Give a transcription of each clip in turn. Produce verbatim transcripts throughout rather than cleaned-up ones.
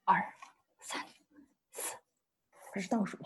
二三四， 这是倒数。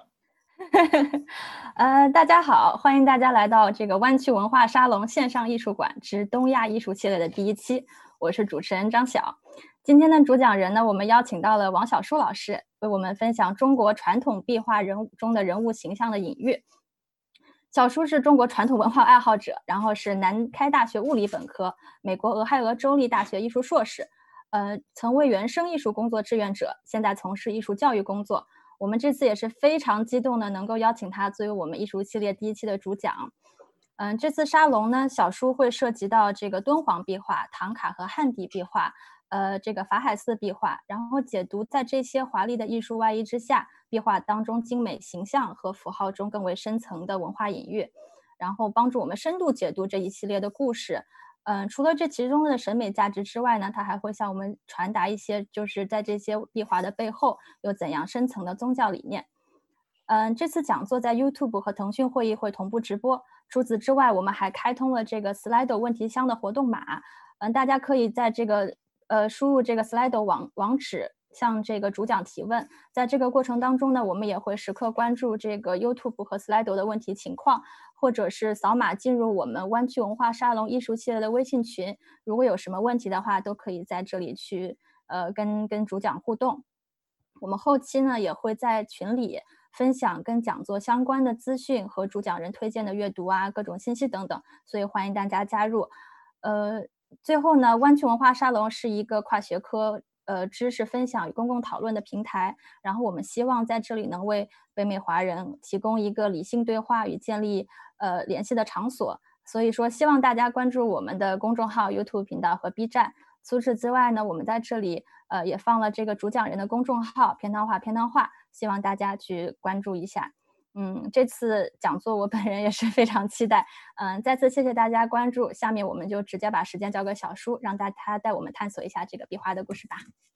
呃，大家好，欢迎大家来到这个湾区文化沙龙线上艺术馆之东亚艺术系列的第一期，我是主持人张晓。今天的主讲人呢，我们邀请到了王小书老师，为我们分享中国传统壁画人物中的人物形象的隐喻。小书是中国传统文化爱好者，然后是南开大学物理本科，美国俄亥俄州立大学艺术硕士，呃，曾为原生艺术工作志愿者，现在从事艺术教育工作。我们这次也是非常激动的，能够邀请他作为我们艺术系列第一期的主讲。嗯，这次沙龙呢，小书会涉及到这个敦煌壁画、唐卡和汉地壁画，呃，这个法海寺壁画，然后解读在这些华丽的艺术外衣之下，壁画当中精美形象和符号中更为深层的文化隐喻，然后帮助我们深度解读这一系列的故事。嗯，除了这其中的审美价值之外呢，它还会向我们传达一些就是在这些壁画的背后有怎样深层的宗教理念。嗯，这次讲座在 YouTube 和腾讯会议会同步直播。除此之外，我们还开通了这个 Slido 问题箱的活动码，嗯，大家可以在这个呃输入这个 Slido 网网址向这个主讲提问。在这个过程当中呢，我们也会时刻关注这个 YouTube 和 Slido 的问题情况，或者是扫码进入我们湾区文化沙龙艺术系列的微信群。如果有什么问题的话，都可以在这里去呃跟跟主讲互动。我们后期呢也会在群里分享跟讲座相关的资讯和主讲人推荐的阅读啊，各种信息等等，所以欢迎大家加入。呃，最后呢，湾区文化沙龙是一个跨学科呃知识分享与公共讨论的平台，然后我们希望在这里能为北美华人提供一个理性对话与建立呃联系的场所，所以说希望大家关注我们的公众号、YouTube 频道和 B 站。除此之外呢，我们在这里呃也放了这个主讲人的公众号片汤话片汤话，希望大家去关注一下。嗯，这次讲座我本人也是非常期待。嗯，再次谢谢大家关注，下面我们就直接把时间交给小书，让大家带我们探索一下这个壁画的故事吧。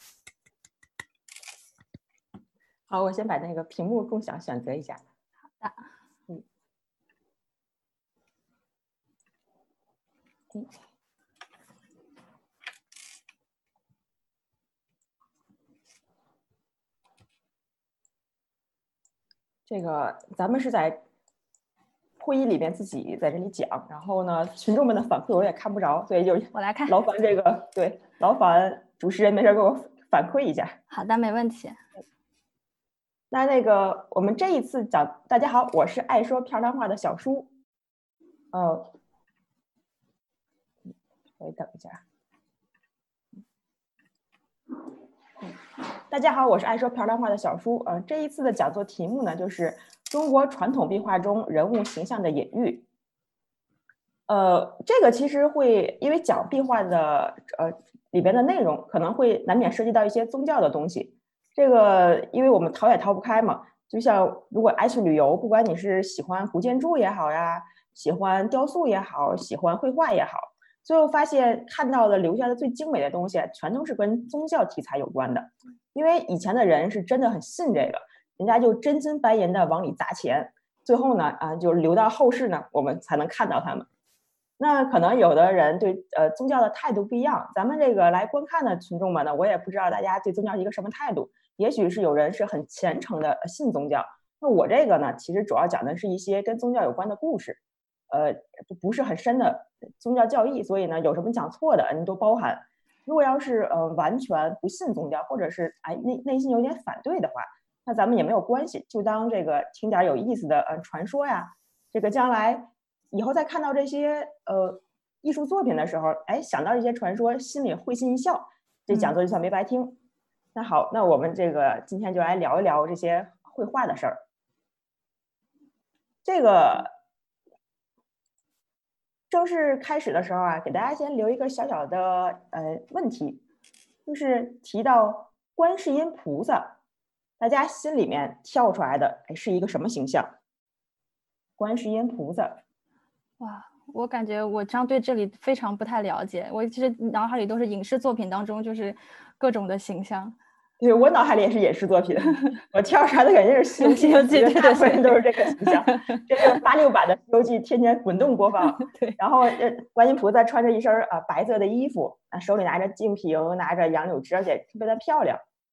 好，我先把那个屏幕共享选择一下。 好的。 嗯。嗯。这个咱们是在会议里面自己在这里讲，然后呢，群众们的反馈我也看不着，所以就我来看， 劳烦这个对劳烦主持人没事给我反馈一下。 好的，没问题。 那那个我们这一次讲，大家好，我是爱说漂亮话的小书。呃，我等一下。大家好，我是爱说漂亮话的小书。呃，这一次的讲座题目呢，就是中国传统壁画中人物形象的隐喻。呃，这个其实会因为讲壁画的呃里边的内容，可能会难免涉及到一些宗教的东西。这个因为我们逃也逃不开嘛。就像如果爱去旅游，不管你是喜欢古建筑也好呀，喜欢雕塑也好，喜欢绘画也好，最后发现看到的留下的最精美的东西，全都是跟宗教题材有关的。因为以前的人是真的很信这个，人家就真金白银的往里砸钱，最后呢啊，就留到后世呢，我们才能看到他们。那可能有的人对呃宗教的态度不一样，咱们这个来观看的群众们呢，我也不知道大家对宗教是一个什么态度。也许是有人是很虔诚的信宗教，那我这个呢，其实主要讲的是一些跟宗教有关的故事，呃，不是很深的宗教教义，所以呢，有什么讲错的，您都包涵。如果要是呃完全不信宗教，或者是哎内内心有点反对的话，那咱们也没有关系，就当这个听点有意思的呃传说呀。这个将来以后再看到这些呃艺术作品的时候，哎，想到这些传说，心里会心一笑，这讲座就算没白听。嗯、那好，那我们这个今天就来聊一聊这些绘画的事儿。这个正式开始的时候啊，给大家先留一个小小的呃问题，就是提到观世音菩萨，大家心里面跳出来的哎是一个什么形象？观世音菩萨， 哇，我感觉我这样对这里非常不太了解，我其实脑海里都是影视作品当中就是各种的形象。 对，我脑海里也是影视作品，我跳出来的肯定是《西游记》， 对对对， 大部分人都是这个形象。这是八六版的《西游记》，天天滚动播放。 对， 然后呃，观音菩萨穿着一身啊、呃、白色的衣服，啊手里拿着净瓶，拿着杨柳枝，而且特别的漂亮。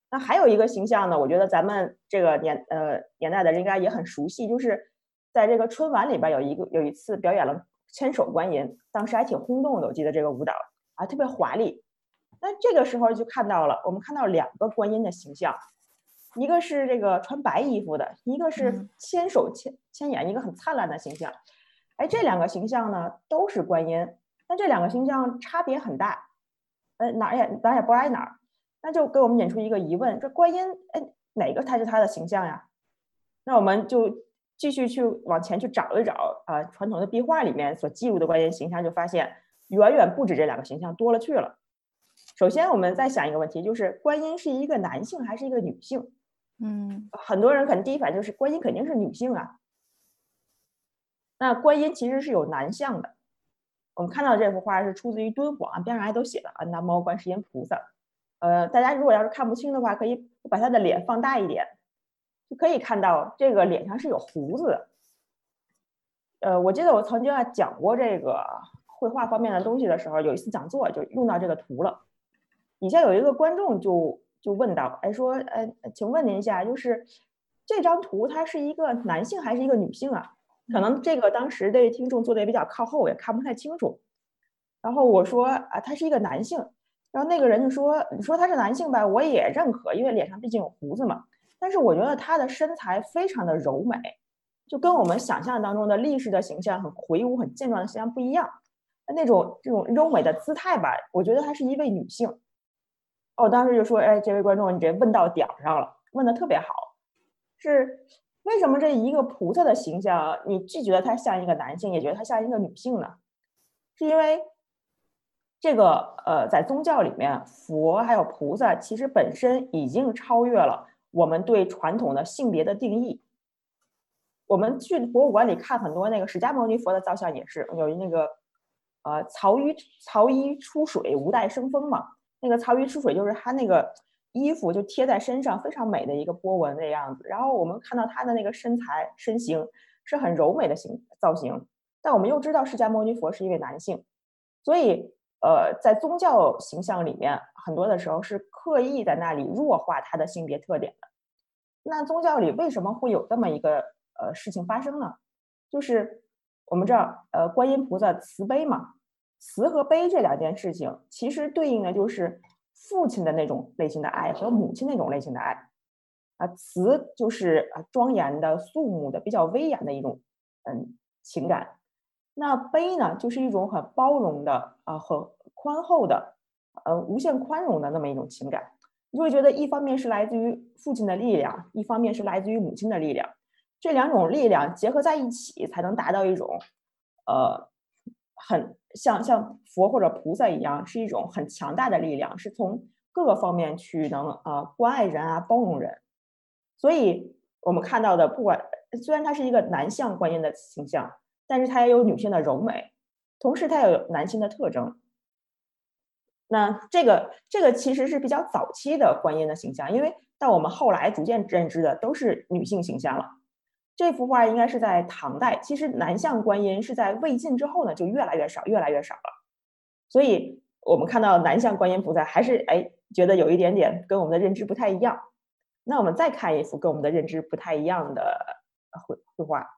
那还有一个形象呢，我觉得咱们这个年呃年代的人应该也很熟悉，就是在这个春晚里边有一个有一次表演了千手观音，当时还挺轰动的，我记得这个舞蹈啊特别华丽。那这个时候就看到了，我们看到两个观音的形象，一个是这个穿白衣服的，一个是千手千千眼，一个很灿烂的形象。哎，这两个形象呢都是观音，但这两个形象差别很大，呃哪也哪也不挨哪儿。那就给我们引出一个疑问，这观音哎哪个才是他的形象呀？那我们就继续去往前去找一找啊、呃，传统的壁画里面所记录的观音形象，就发现远远不止这两个形象，多了去了。首先我们再想一个问题，就是观音是一个男性还是一个女性？ 嗯， 很多人可能第一反应就是观音肯定是女性啊。那观音其实是有男相的。我们看到这幅画是出自于敦煌，边上还都写了啊，南无观世音菩萨。呃，大家如果要是看不清的话，可以把他的脸放大一点，就可以看到这个脸上是有胡子的。呃，我记得我曾经啊讲过这个绘画方面的东西的时候，有一次讲座就用到这个图了。底下有一个观众就就问到，哎，说，呃，请问您一下，就是这张图它是一个男性还是一个女性啊？可能这个当时的听众坐的也比较靠后，也看不太清楚。然后我说啊，他是一个男性。然后那个人就说：“你说他是男性吧，我也认可，因为脸上毕竟有胡子嘛。但是我觉得他的身材非常的柔美，就跟我们想象当中的力士的形象很魁梧、很健壮的形象不一样。那种这种柔美的姿态吧，我觉得她是一位女性。”我当时就说：“哎，这位观众，你这问到点儿上了，问的特别好。是为什么这一个菩萨的形象，你既觉得他像一个男性，也觉得他像一个女性呢？是因为这个呃，在宗教里面，佛还有菩萨其实本身已经超越了我们对传统的性别的定义。我们去博物馆里看很多那个释迦牟尼佛的造像，也是有那个呃曹衣曹衣出水，无带生风嘛。那个曹衣出水就是他那个衣服就贴在身上，非常美的一个波纹的样子。然后我们看到他的那个身材身形是很柔美的形造型，但我们又知道释迦牟尼佛是一位男性，所以呃，在宗教形象里面，很多的时候是刻意在那里弱化他的性别特点的。那宗教里为什么会有这么一个呃事情发生呢？就是我们知道，呃，观音菩萨慈悲嘛，慈和悲这两件事情，其实对应的就是父亲的那种类型的爱和母亲那种类型的爱。啊，慈就是啊庄严的、肃穆的、比较威严的一种嗯情感。那悲呢，就是一种很包容的啊，很宽厚的，呃，无限宽容的那么一种情感。你就会觉得，一方面是来自于父亲的力量，一方面是来自于母亲的力量，这两种力量结合在一起，才能达到一种，呃，很像像佛或者菩萨一样，是一种很强大的力量，是从各个方面去能呃关爱人啊，包容人。所以我们看到的，不管虽然它是一个男相观音的形象，但是它也有女性的柔美，同时它也有男性的特征。那这个这个其实是比较早期的观音的形象，因为到我们后来逐渐认知的都是女性形象了。这幅画应该是在唐代，其实男相观音是在魏晋之后呢，就越来越少，越来越少了。所以我们看到男相观音菩萨，还是哎觉得有一点点跟我们的认知不太一样。那我们再看一幅跟我们的认知不太一样的绘绘画。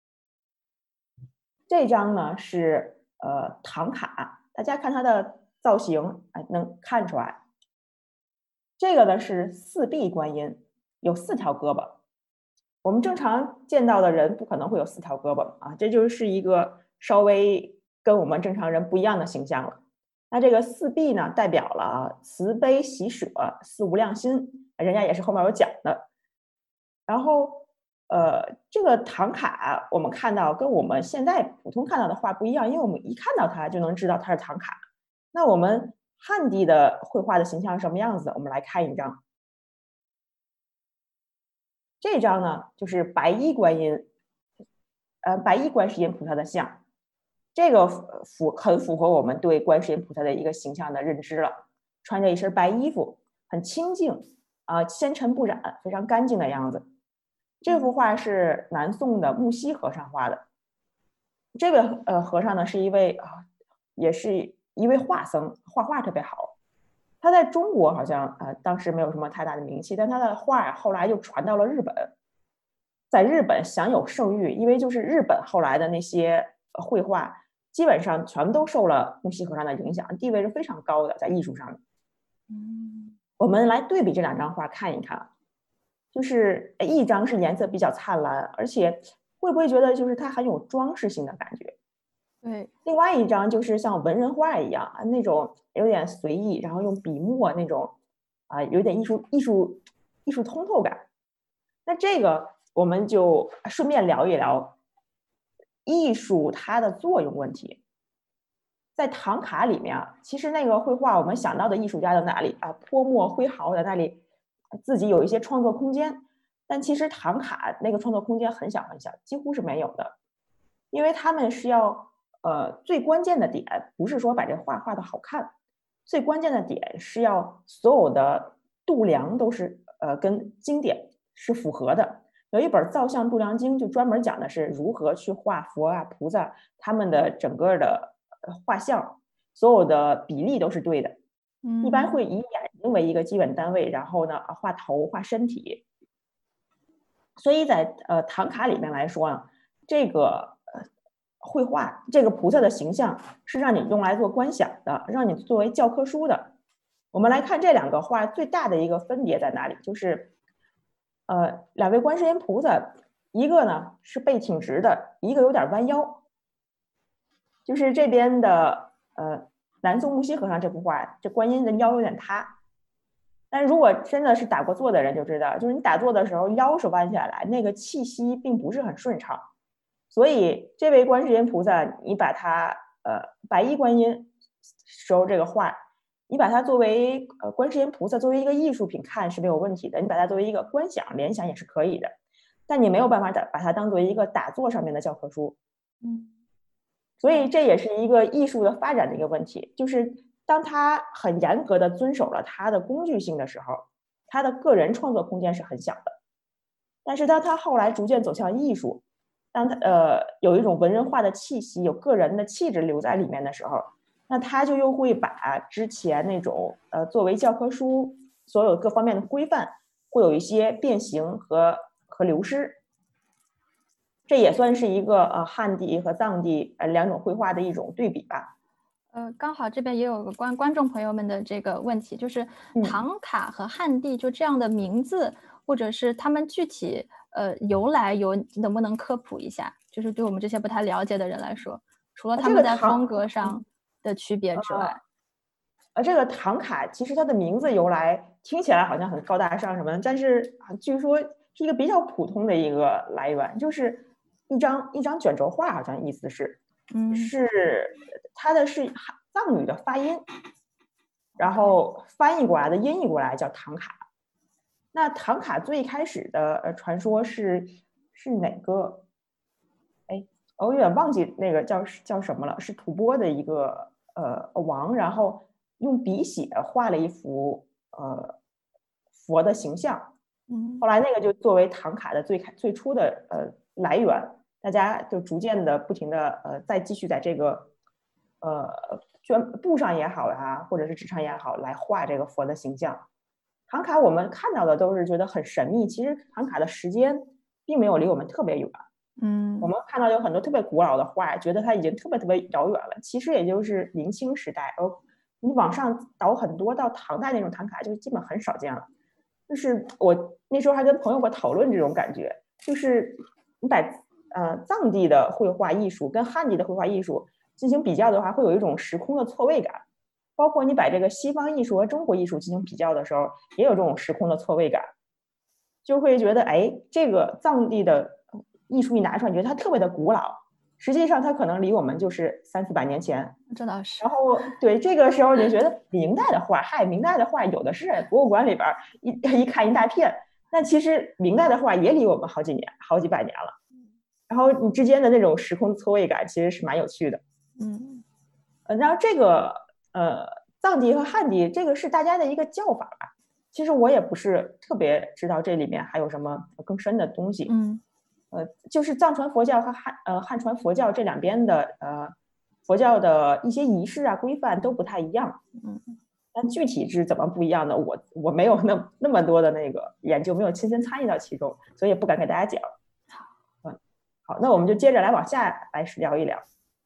这张呢是呃唐卡，大家看它的造型，哎，能看出来。这个呢是四臂观音，有四条胳膊。我们正常见到的人不可能会有四条胳膊啊，这就是一个稍微跟我们正常人不一样的形象了。那这个四臂呢，代表了慈悲喜舍四无量心，人家也是后面有讲的。然后，呃，这个唐卡我们看到跟我们现在普通看到的画不一样，因为我们一看到它就能知道它是唐卡。那我们汉地的绘画的形象是什么样子？我们来看一张。这张呢，就是白衣观音，呃，白衣观世音菩萨的像。这个符很符合我们对观世音菩萨的一个形象的认知了。穿着一身白衣服，很清净啊、呃，纤尘不染，非常干净的样子。这幅画是南宋的木樨和尚画的。这位呃和尚呢，是一位啊、呃，也是一位画僧，画画特别好。 他在中国好像呃当时没有什么太大的名气，但他的画后来就传到了日本，在日本享有盛誉，因为就是日本后来的那些绘画基本上全都受了木西和尚的影响，地位是非常高的，在艺术上面。 嗯， 我们来对比这两张画看一看，就是一张是颜色比较灿烂，而且会不会觉得就是它很有装饰性的感觉？ 对。 另外一张就是像文人画一样，那种有点随意，然后用笔墨那种啊、有点艺术艺术艺术通透感。那这个我们就顺便聊一聊艺术它的作用问题。在唐卡里面啊，其实那个绘画我们想到的艺术家在哪里啊？泼墨挥毫在那里，自己有一些创作空间。但其实唐卡那个创作空间很小很小，几乎是没有的，因为他们是要呃最关键的点不是说把这画画的好看，最关键的点是要所有的度量都是呃跟经典是符合的。有一本《造像度量经》就专门讲的是如何去画佛啊菩萨他们的整个的画像，所有的比例都是对的。一般会以眼睛为一个基本单位，然后呢画头画身体。所以在呃唐卡里面来说啊，这个呃绘画这个菩萨的形象是让你用来做观想的，让你作为教科书的。我们来看这两个画最大的一个分别在哪里，就是呃两位观世音菩萨，一个呢是背挺直的，一个有点弯腰。就是这边的呃南宋木西和尚这幅画，这观音的腰有点塌。但如果真的是打过坐的人就知道，就是你打坐的时候腰是弯下来，那个气息并不是很顺畅。所以这位观世音菩萨，你把它呃白衣观音时候这个画，你把它作为呃观世音菩萨作为一个艺术品看是没有问题的，你把它作为一个观想联想也是可以的，但你没有办法把它当做一个打坐上面的教科书。 嗯， 所以这也是一个艺术的发展的一个问题，就是当他很严格的遵守了他的工具性的时候，他的个人创作空间是很小的。但是当他后来逐渐走向艺术，当他呃有一种文人画的气息，有个人的气质留在里面的时候，那他就又会把之前那种呃作为教科书所有各方面的规范会有一些变形和和流失。这也算是一个呃汉地和藏地呃两种绘画的一种对比吧。 呃，刚好这边也有个观观众朋友们的这个问题，就是唐卡和汉地就这样的名字，或者是他们具体呃由来有能不能科普一下？就是对我们这些不太了解的人来说，除了他们在风格上的区别之外， 呃，这个唐卡其实它的名字由来听起来好像很高大上什么的，但是啊，据说是一个比较普通的一个来源，就是一张一张卷轴画，好像意思是， 嗯， 是它的是藏语的发音，然后翻译过来的音译过来叫唐卡。那唐卡最开始的呃传说是是哪个？哎，我有点忘记那个叫叫什么了，是吐蕃的一个呃王，然后用笔写画了一幅呃佛的形象，后来那个就作为唐卡的最开最初的呃来源，大家就逐渐的不停的呃再继续在这个呃绢布上也好呀，或者是纸上也好，来画这个佛的形象。唐卡我们看到的都是觉得很神秘，其实唐卡的时间并没有离我们特别远。 嗯， 我们看到有很多特别古老的画，觉得它已经特别特别遥远了，其实也就是明清时代，而你往上倒很多到唐代那种唐卡，就基本很少见了。就是我那时候还跟朋友过讨论这种感觉，就是你把呃藏地的绘画艺术跟汉地的绘画艺术进行比较的话，会有一种时空的错位感。包括你把这个西方艺术和中国艺术进行比较的时候，也有这种时空的错位感，就会觉得哎，这个藏地的艺术一拿出来，你觉得它特别的古老，实际上它可能离我们就是三四百年前。 这倒是。 然后对这个时候你觉得明代的画，嗨，明代的画有的是博物馆里边一一看一大片，但其实明代的画也离我们好几年、好几百年了。然后你之间的那种时空错位感其实是蛮有趣的。 嗯， 呃，然后这个呃藏地和汉地这个是大家的一个叫法吧。其实我也不是特别知道这里面还有什么更深的东西。 嗯， 呃，就是藏传佛教和汉呃汉传佛教这两边的呃佛教的一些仪式啊规范都不太一样。 嗯， 但具体是怎么不一样的，我我没有那那么多的那个研究，没有亲身参与到其中，所以也不敢给大家讲。嗯，好，那我们就接着来往下来聊一聊。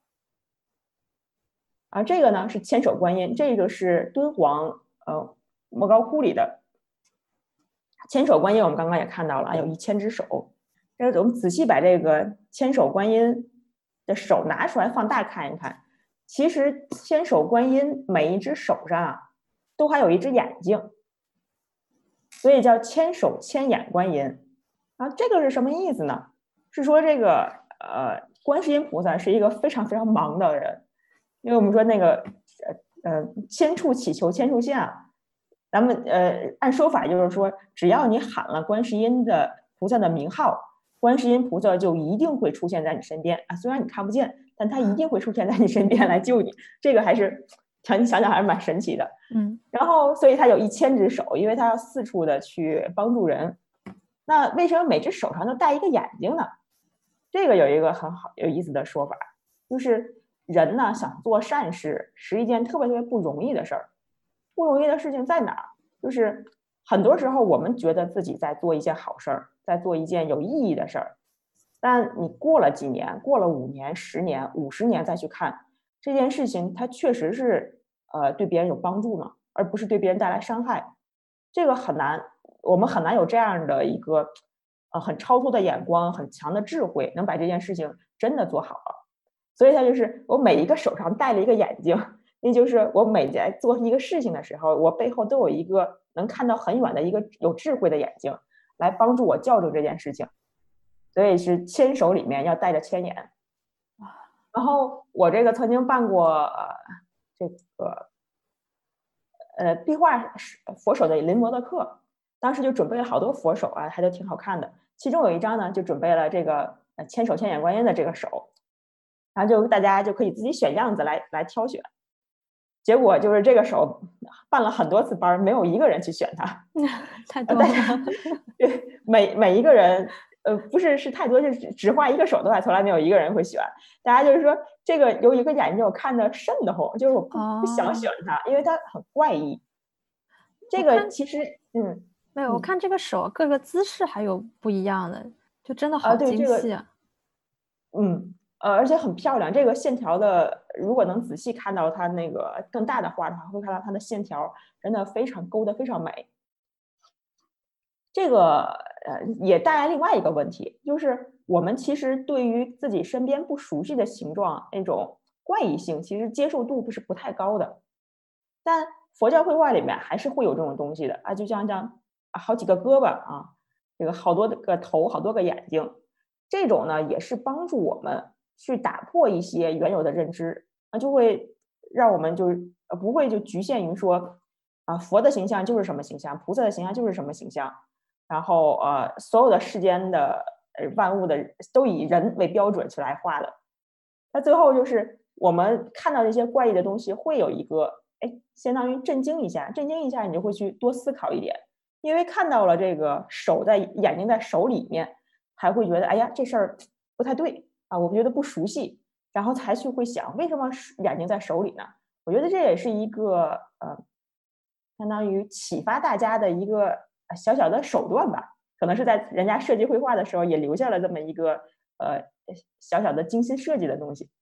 啊，这个呢是千手观音，这个是敦煌呃莫高窟里的千手观音，我们刚刚也看到了，有一千只手。那我们仔细把这个千手观音的手拿出来放大看一看，其实千手观音每一只手上啊都还有一只眼睛，所以叫千手千眼观音。啊，这个是什么意思呢？是说这个呃观世音菩萨是一个非常非常忙的人，因为我们说那个呃呃千处祈求千处现啊，咱们呃按说法就是说，只要你喊了观世音的菩萨的名号，观世音菩萨就一定会出现在你身边啊。虽然你看不见，但他一定会出现在你身边来救你。这个还是想想想还是蛮神奇的。 嗯， 然后所以他有一千只手，因为他要四处的去帮助人。那为什么每只手上都带一个眼睛呢？这个有一个很好有意思的说法，就是人呢想做善事是一件特别特别不容易的事儿。不容易的事情在哪儿？就是很多时候我们觉得自己在做一件好事儿，在做一件有意义的事儿，但你过了几年，过了五年、十年、五十年再去看这件事情，它确实是呃对别人有帮助呢，而不是对别人带来伤害。这个很难，我们很难有这样的一个呃很超脱的眼光、很强的智慧，能把这件事情真的做好了。所以它就是我每一个手上戴了一个眼睛，那就是我每在做一个事情的时候，我背后都有一个能看到很远的一个有智慧的眼睛，来帮助我校正这件事情。所以是千手里面要带着千眼。然后我这个曾经办过呃这个呃壁画佛手的临摹的课，当时就准备了好多佛手啊，还都挺好看的。其中有一张呢，就准备了这个呃千手千眼观音的这个手，然后就大家就可以自己选样子来来挑选。结果就是这个手办了很多次班，没有一个人去选它。 太多了。 对，每每一个人，呃，不是是太多，是只只画一个手的话，从来没有一个人会选。大家就是说，这个有一个眼睛我看着瘆得慌，就是我不、 哦、 不想选它，因为它很怪异。这个其实，嗯， 没有，我看这个手各个姿势还有不一样的，就真的好精细啊。 呃、嗯。呃，而且很漂亮。这个线条的，如果能仔细看到它那个更大的画的话，会看到它的线条真的非常勾得非常美。这个呃也带来另外一个问题，就是我们其实对于自己身边不熟悉的形状那种怪异性，其实接受度不是不太高的。但佛教绘画里面还是会有这种东西的啊，就像像好几个胳膊啊，这个好多个头，好多个眼睛，这种呢也是帮助我们去打破一些原有的认知，啊，就会让我们就呃不会就局限于说啊佛的形象就是什么形象，菩萨的形象就是什么形象，然后呃所有的世间的呃万物的都以人为标准去来画的。那最后就是我们看到这些怪异的东西，会有一个哎相当于震惊一下，震惊一下你就会去多思考一点，因为看到了这个手在眼睛在手里面，还会觉得哎呀这事儿不太对啊，我觉得不熟悉，然后才去会想为什么眼睛在手里呢？我觉得这也是一个呃，相当于启发大家的一个小小的手段吧，可能是在人家设计绘画的时候也留下了这么一个呃小小的精心设计的东西。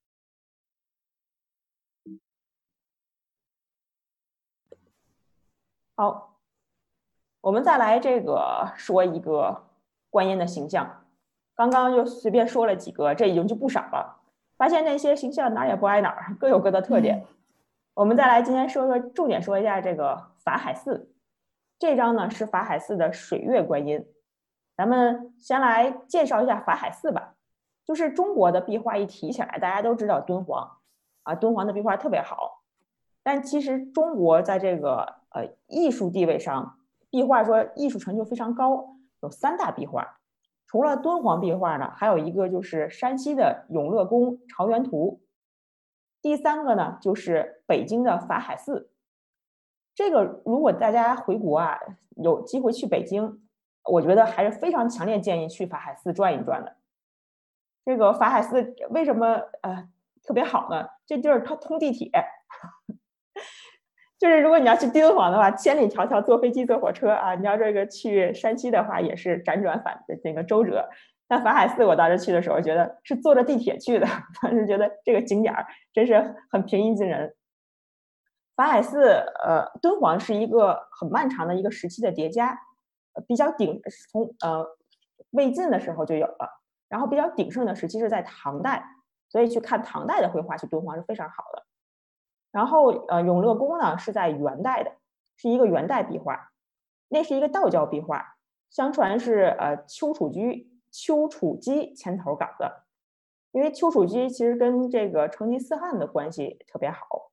好，我们再来这个说一个观音的形象。刚刚就随便说了几个，这已经就不少了。发现那些形象哪儿也不挨哪儿，各有各的特点。嗯、我们再来今天说说，重点说一下这个法海寺。这张呢是法海寺的水月观音。咱们先来介绍一下法海寺吧。就是中国的壁画一提起来，大家都知道敦煌啊，敦煌的壁画特别好。但其实中国在这个呃艺术地位上，壁画说艺术成就非常高，有三大壁画。除了敦煌壁画呢，还有一个就是山西的永乐宫朝元图，第三个呢就是北京的法海寺。这个如果大家回国啊，有机会去北京，我觉得还是非常强烈建议去法海寺转一转的。这个法海寺为什么呃特别好呢？这地儿它通地铁。 就是如果你要去敦煌的话，千里迢迢坐飞机坐火车啊，你要这个去山西的话也是辗转反的那个周折。但法海寺我当时去的时候觉得是坐着地铁去的，当时觉得这个景点真是很平易近人。法海寺呃敦煌是一个很漫长的一个时期的叠加，比较鼎从呃魏晋的时候就有了，然后比较鼎盛的时期是在唐代，所以去看唐代的绘画去敦煌是非常好的。然后呃永乐宫呢是在元代的，是一个元代壁画，那是一个道教壁画，相传是呃丘处机丘处机牵头搞的，因为丘处机其实跟这个成吉思汗的关系特别好。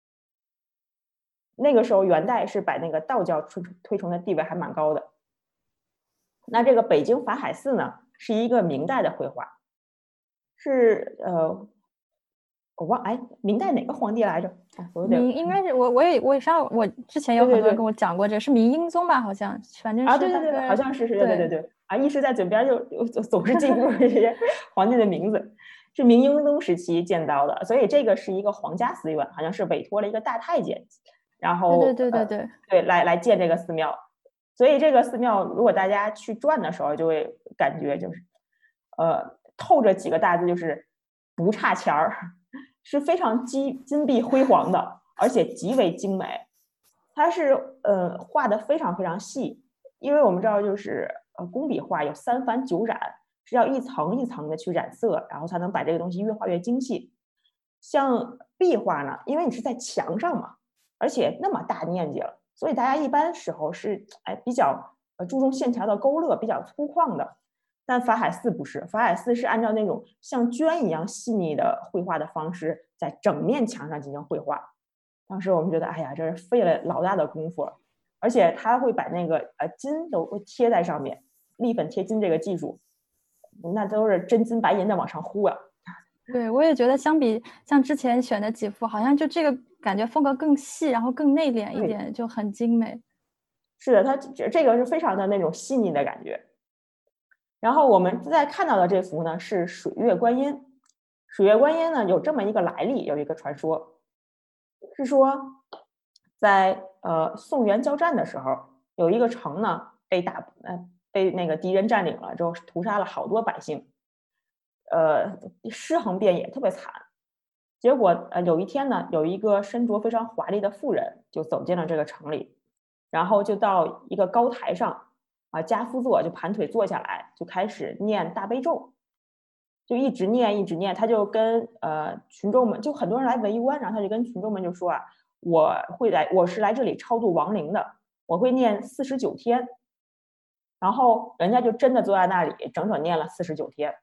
那个时候元代是把那个道教推推崇的地位还蛮高的。那这个北京法海寺呢是一个明代的绘画，是呃我忘哎明代哪个皇帝来着？哎、我有点明应该是我我也我上我之前有很多人跟我讲过，这是明英宗吧？好像反正是啊，对对对，好像是是，对对对啊，一时在嘴边就总是记不住这些皇帝的名字。是明英宗时期建造的，所以这个是一个皇家寺院，好像是委托了一个大太监，然后对对对对对、呃、 对来来建这个寺庙。所以这个寺庙如果大家去转的时候，就会感觉就是呃透着几个大字，就是不差钱儿，是非常金金碧辉煌的，而且极为精美。它是呃画的非常非常细，因为我们知道就是呃工笔画有三繁九染，是要一层一层的去染色，然后才能把这个东西越画越精细。像壁画呢，因为你是在墙上嘛，而且那么大面积了，所以大家一般时候是哎比较呃注重线条的勾勒，比较粗犷的。但法海寺不是，法海寺是按照那种像绢一样细腻的绘画的方式，在整面墙上进行绘画。当时我们觉得，哎呀，这是费了老大的功夫了，而且他会把那个呃金都会贴在上面，立粉贴金这个技术，那都是真金白银的往上糊啊。 对，我也觉得相比像之前选的几幅，好像就这个感觉风格更细，然后更内敛一点，就很精美。 是的，它这个是非常的那种细腻的感觉。然后我们再看到的这幅呢是水月观音。水月观音呢有这么一个来历，有一个传说。是说，在呃宋元交战的时候，有一个城呢被打呃被那个敌人占领了之后，屠杀了好多百姓，呃尸横遍野，特别惨。结果呃有一天呢，有一个身着非常华丽的妇人就走进了这个城里，然后就到一个高台上啊，家夫座就盘腿坐下来，就开始念大悲咒。就一直念一直念，他就跟呃群众们，就很多人来围观，然后他就跟群众们就说啊，我会来，我是来这里超度亡灵的，我会念四十九天。然后人家就真的坐在那里，整整念了四十九天。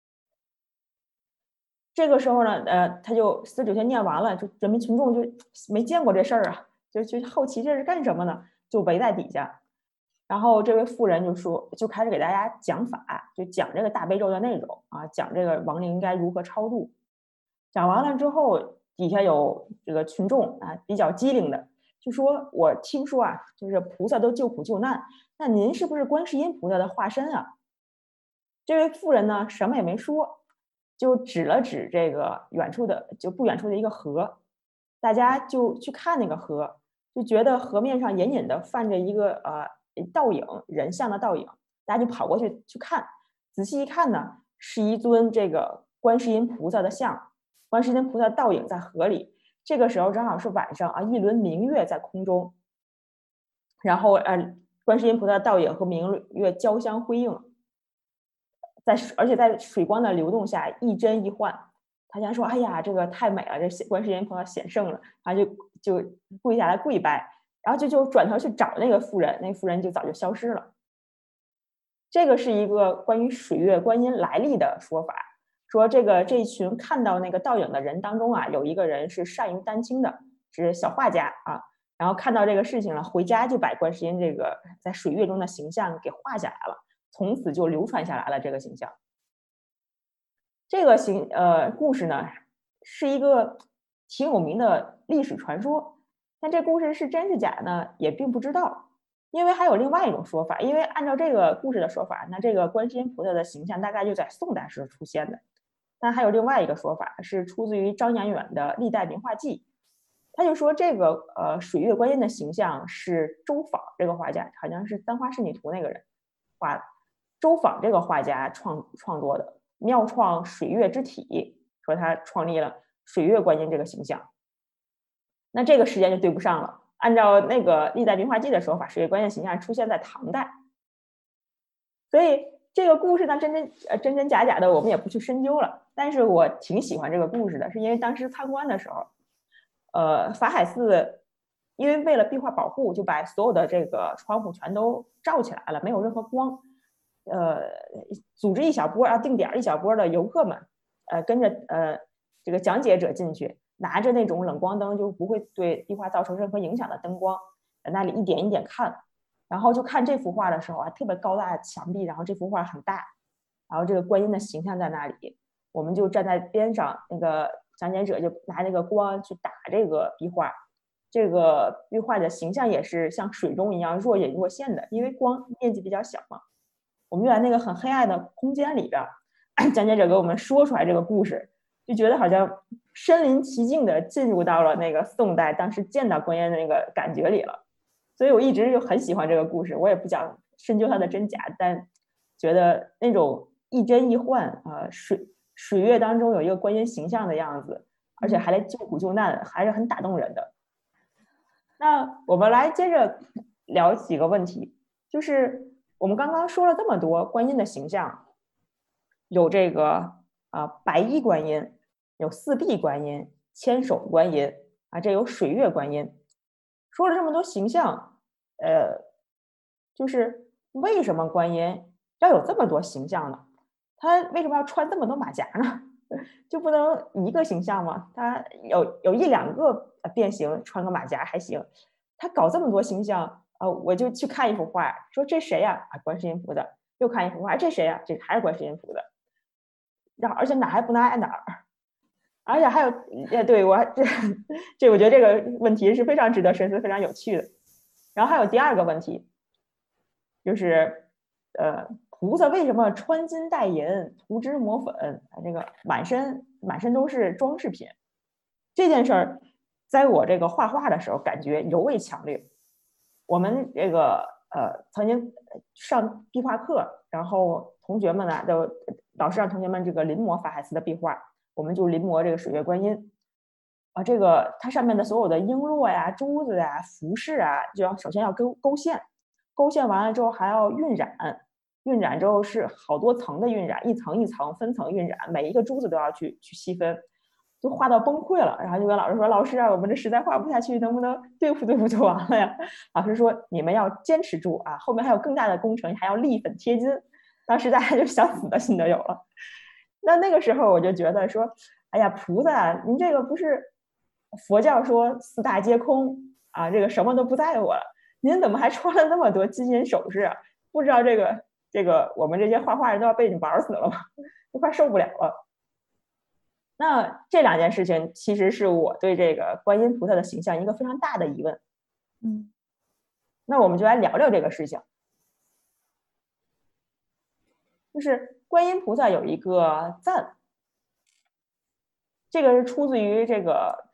这个时候呢，呃，他就四十九天念完了，就人民群众就没见过这事儿啊，就就好奇这是干什么呢？就围在底下。然后这位妇人就说，就开始给大家讲法，就讲这个大悲咒的内容啊，讲这个亡灵应该如何超度。讲完了之后，底下有这个群众啊，比较机灵的，就说：“我听说啊，就是菩萨都救苦救难，那您是不是观世音菩萨的化身啊？”这位妇人呢，什么也没说，就指了指这个远处的，就不远处的一个河，大家就去看那个河，就觉得河面上隐隐的泛着一个呃。倒影，人像的倒影，大家就跑过去去看，仔细一看呢，是一尊这个观世音菩萨的像，观世音菩萨倒影在河里。这个时候正好是晚上啊，一轮明月在空中，然后呃，观世音菩萨倒影和明月交相辉映，在而且在水光的流动下一真一幻。大家说：“哎呀，这个太美了，这观世音菩萨显圣了。”然后就就跪下来跪拜。然后就就转头去找那个妇人，那妇人就早就消失了。这个是一个关于水月观音来历的说法，说这个这一群看到那个倒影的人当中啊，有一个人是善于丹青的，是小画家啊。然后看到这个事情了，回家就把观世音这个在水月中的形象给画下来了，从此就流传下来了这个形象。这个形呃故事呢，是一个挺有名的历史传说。但这故事是真是假呢，也并不知道，因为还有另外一种说法。因为按照这个故事的说法，那这个观世音菩萨的形象大概就在宋代时出现的。但还有另外一个说法，是出自于张彦远的《历代名画记》。 他就说这个呃水月观音的形象是周昉这个画家，好像是《簪花仕女图》那个人画的，周昉这个画家创创作的，妙创水月之体，说他创立了水月观音这个形象。那这个时间就对不上了，按照那个历代名画记的说法，水月观音形象出现在唐代，所以这个故事呢真真呃真真假假的我们也不去深究了，但是我挺喜欢这个故事的，是因为当时参观的时候，呃法海寺因为为了壁画保护，就把所有的这个窗户全都罩起来了，没有任何光，呃组织一小波啊定点一小波的游客们，呃跟着呃这个讲解者进去，拿着那种冷光灯，就不会对壁画造成任何影响的灯光，在那里一点一点看。然后就看这幅画的时候啊，特别高大的墙壁，然后这幅画很大，然后这个观音的形象在那里，我们就站在边上，那个讲解者就拿那个光去打这个壁画，这个壁画的形象也是像水中一样若隐若现的，因为光面积比较小嘛。我们就在那个很黑暗的空间里边，讲解者给我们说出来这个故事，就觉得好像身临其境的进入到了那个宋代当时见到观音的那个感觉里了。所以我一直就很喜欢这个故事，我也不想深究它的真假，但觉得那种一真一幻啊、呃，水水月当中有一个观音形象的样子，而且还来救苦救难，还是很打动人的。那我们来接着聊几个问题，就是我们刚刚说了这么多观音的形象，有这个啊、呃、白衣观音，有四臂观音、千手观音啊，这有水月观音。说了这么多形象，呃，就是为什么观音要有这么多形象呢？他为什么要穿这么多马甲呢？就不能一个形象吗？他有有一两个变形，穿个马甲还行。他搞这么多形象，呃，我就去看一幅画，说这谁呀？啊，观世音菩萨。又看一幅画，这谁呀？这还是观世音菩萨。然后而且哪还不能挨哪儿？而且还有，呃，对我这这，我觉得这个问题是非常值得深思、非常有趣的。然后还有第二个问题，就是呃，菩萨为什么穿金戴银、涂脂抹粉，这个满身满身都是装饰品？这件事儿，在我这个画画的时候感觉尤为强烈。我们这个呃曾经上壁画课，然后同学们呢，都老师让同学们这个临摹法海寺的壁画。我们就临摹这个水月观音啊，这个它上面的所有的璎珞呀、珠子呀、服饰啊，就要首先要勾勾线，勾线完了之后还要晕染，晕染之后是好多层的晕染，一层一层分层晕染，每一个珠子都要去去细分，就画到崩溃了。然后就跟老师说：“老师啊，我们这实在画不下去，能不能对付对付就完了呀？”老师说：“你们要坚持住啊，后面还有更大的工程，还要立粉贴金。”当时大家就想死的心都有了。那那个时候我就觉得说，哎呀，菩萨，您这个不是佛教说四大皆空啊，这个什么都不在乎了，您怎么还穿了那么多金银首饰啊？不知道这个这个我们这些画画人都要被你玩死了吗？都快受不了了。那这两件事情其实是我对这个观音菩萨的形象一个非常大的疑问。 嗯， 那我们就来聊聊这个事情，就是观音菩萨有一个赞。这个是出自于这个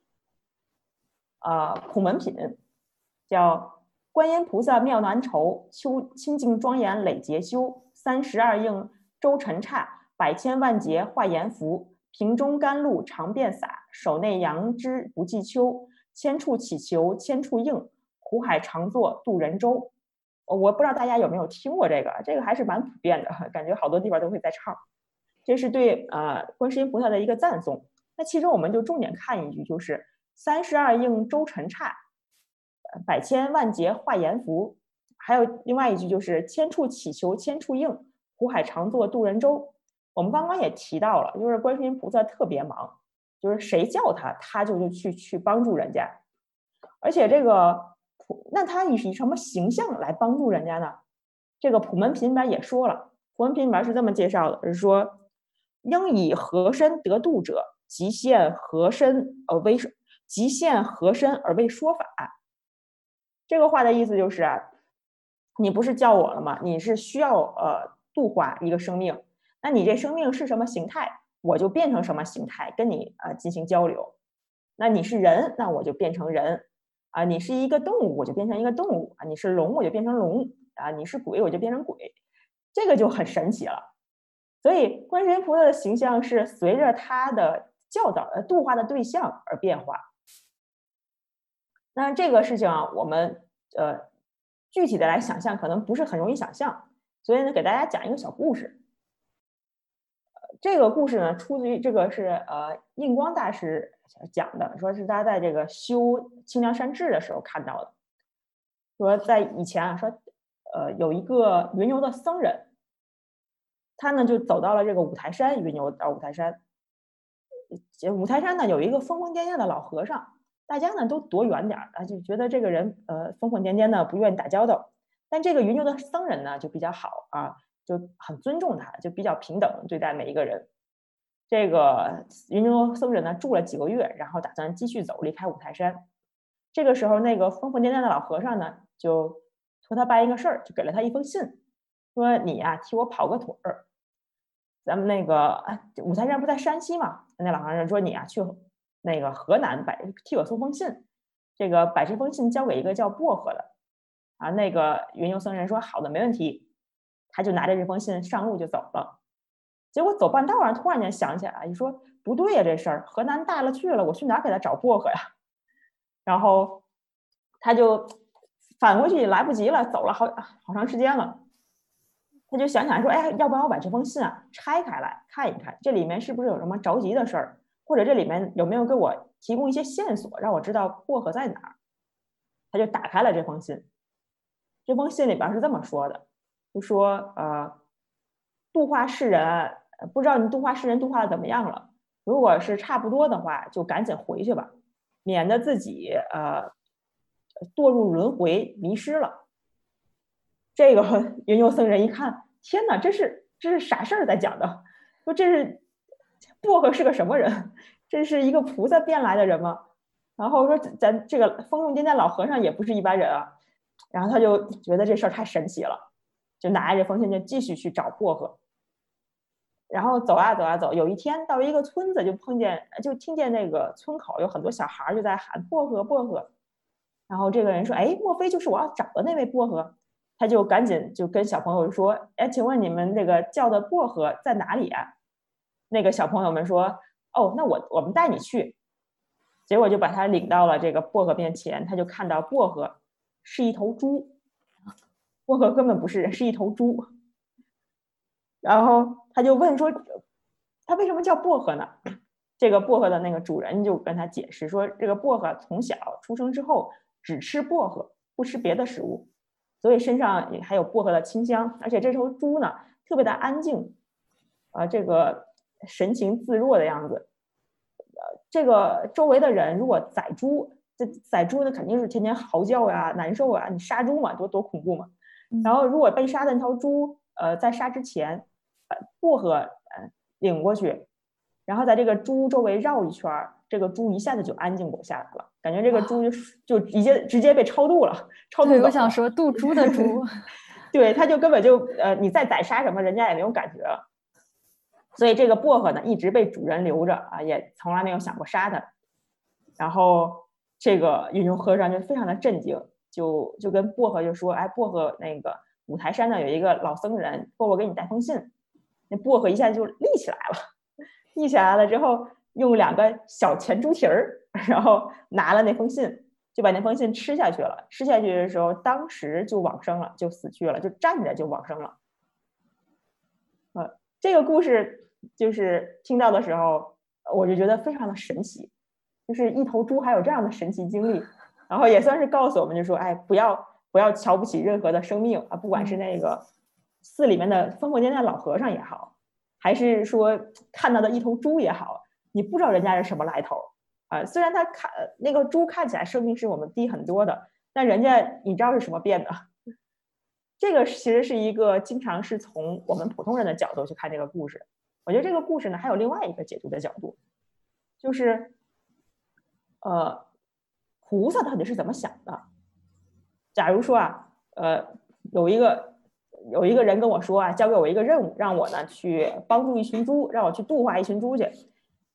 呃普门品，叫观音菩萨妙难酬，秋清净庄严累劫修，三十二应周尘刹，百千万劫化阎浮，瓶中甘露常遍洒，手内杨枝不计秋，千处祈求千处应，苦海常作渡人舟。我不知道大家有没有听过这个，这个还是蛮普遍的，感觉好多地方都会在唱。这是对呃观世音菩萨的一个赞颂。那其中我们就重点看一句，就是三十二应周尘刹，百千万劫化阎浮。还有另外一句就是千处祈求千处应，苦海常作渡人舟。我们刚刚也提到了，就是观世音菩萨特别忙，就是谁叫他，他就就去去帮助人家。而且这个那他以什么形象来帮助人家呢？这个普门品里边也说了，普门品里边是这么介绍的，是说应以和身得度者，极限和身而为极限和身而为说法。这个话的意思就是啊，你不是叫我了吗？你是需要呃度化一个生命，那你这生命是什么形态，我就变成什么形态跟你呃进行交流。 那你是人，那我就变成人啊；你是一个动物，我就变成一个动物啊；你是龙，我就变成龙啊；你是鬼，我就变成鬼。这个就很神奇了。所以观世音菩萨的形象是随着他的教导、呃度化的对象而变化。那这个事情啊，我们呃具体的来想象，可能不是很容易想象，所以呢，给大家讲一个小故事。呃、这个故事呢，出自于这个是呃印光大师讲的，说是他在这个修清凉山志的时候看到的。说在以前啊，说呃有一个云游的僧人，他呢就走到了这个五台山，云游到五台山。五台山呢有一个疯疯癫癫的老和尚，大家呢都躲远点儿，就觉得这个人呃疯疯癫癫的，不愿意打交道。但这个云游的僧人呢就比较好啊，就很尊重他，就比较平等对待每一个人。这个云游僧人呢住了几个月，然后打算继续走，离开五台山。这个时候，那个疯疯癫癫的老和尚呢就托他办一个事儿，就给了他一封信，说你呀、啊、替我跑个腿儿。咱们那个五台山不在山西嘛？那老和尚说你啊去那个河南摆替我送封信，这个把这封信交给一个叫薄荷的啊。那个云游僧人说好的，没问题。他就拿着这封信上路就走了。结果走半道上突然间想起来，你说不对呀，这事儿河南大了去了，我去哪给他找薄荷呀？然后他就返回去也来不及了，走了好好长时间了。他就想想说，哎，要不然我把这封信啊拆开来看一看，这里面是不是有什么着急的事儿，或者这里面有没有给我提供一些线索，让我知道薄荷在哪儿。他就打开了这封信，这封信里边是这么说的，就说呃，度化世人，不知道你度化世人度化的怎么样了，如果是差不多的话，就赶紧回去吧，免得自己呃堕入轮回迷失了。这个云游僧人一看，天哪，这是这是啥事儿在讲的？说这是薄荷是个什么人？这是一个菩萨变来的人吗？然后说咱这个疯疯癫癫老和尚也不是一般人啊。然后他就觉得这事儿太神奇了，就拿着这封信就继续去找薄荷。然后走啊走啊走，有一天到一个村子，就碰见就听见那个村口有很多小孩就在喊薄荷薄荷。然后这个人说，哎，莫非就是我要找的那位薄荷？他就赶紧就跟小朋友说，哎，请问你们这个叫的薄荷在哪里啊？那个小朋友们说，哦，那我我们带你去。结果就把他领到了这个薄荷面前，他就看到薄荷是一头猪，薄荷根本不是人，是一头猪。然后他就问说，他为什么叫薄荷呢？这个薄荷的那个主人就跟他解释说，这个薄荷从小出生之后只吃薄荷，不吃别的食物，所以身上也还有薄荷的清香。而且这头猪呢特别的安静，呃，这个神情自若的样子。呃，这个周围的人如果宰猪，这宰猪呢肯定是天天嚎叫呀、难受啊，你杀猪嘛，多多恐怖嘛。然后如果被杀的那头猪，呃，在杀之前，呃，薄荷呃领过去，然后在这个猪周围绕一圈，这个猪一下子就安静下来了，感觉这个猪就就直接直接被超度了，超度走了。 对，我想说渡猪的猪， 对，他就根本就呃，你再宰杀什么，人家也没有感觉了。所以这个薄荷呢，一直被主人留着啊，也从来没有想过杀它。然后这个云游和尚就非常的震惊，就就跟薄荷就说：“哎，薄荷，那个五台山呢有一个老僧人，说我给你带封信。”那薄荷一下就立起来了，立起来了之后，用两个小钱猪蹄儿，然后拿了那封信，就把那封信吃下去了。吃下去的时候，当时就往生了，就死去了，就站着就往生了。呃，这个故事就是听到的时候，我就觉得非常的神奇，就是一头猪还有这样的神奇经历，然后也算是告诉我们，就说，哎，不要不要瞧不起任何的生命啊，不管是那个寺里面的疯疯癫癫老和尚也好，还是说看到的一头猪也好，你不知道人家是什么来头啊。虽然他看那个猪看起来生命是我们低很多的，但人家你知道是什么变的。这个其实是一个经常是从我们普通人的角度去看这个故事。我觉得这个故事呢还有另外一个解读的角度，就是呃菩萨到底是怎么想的。假如说啊呃有一个有一个人跟我说啊，交给我一个任务，让我呢去帮助一群猪，让我去度化一群猪去，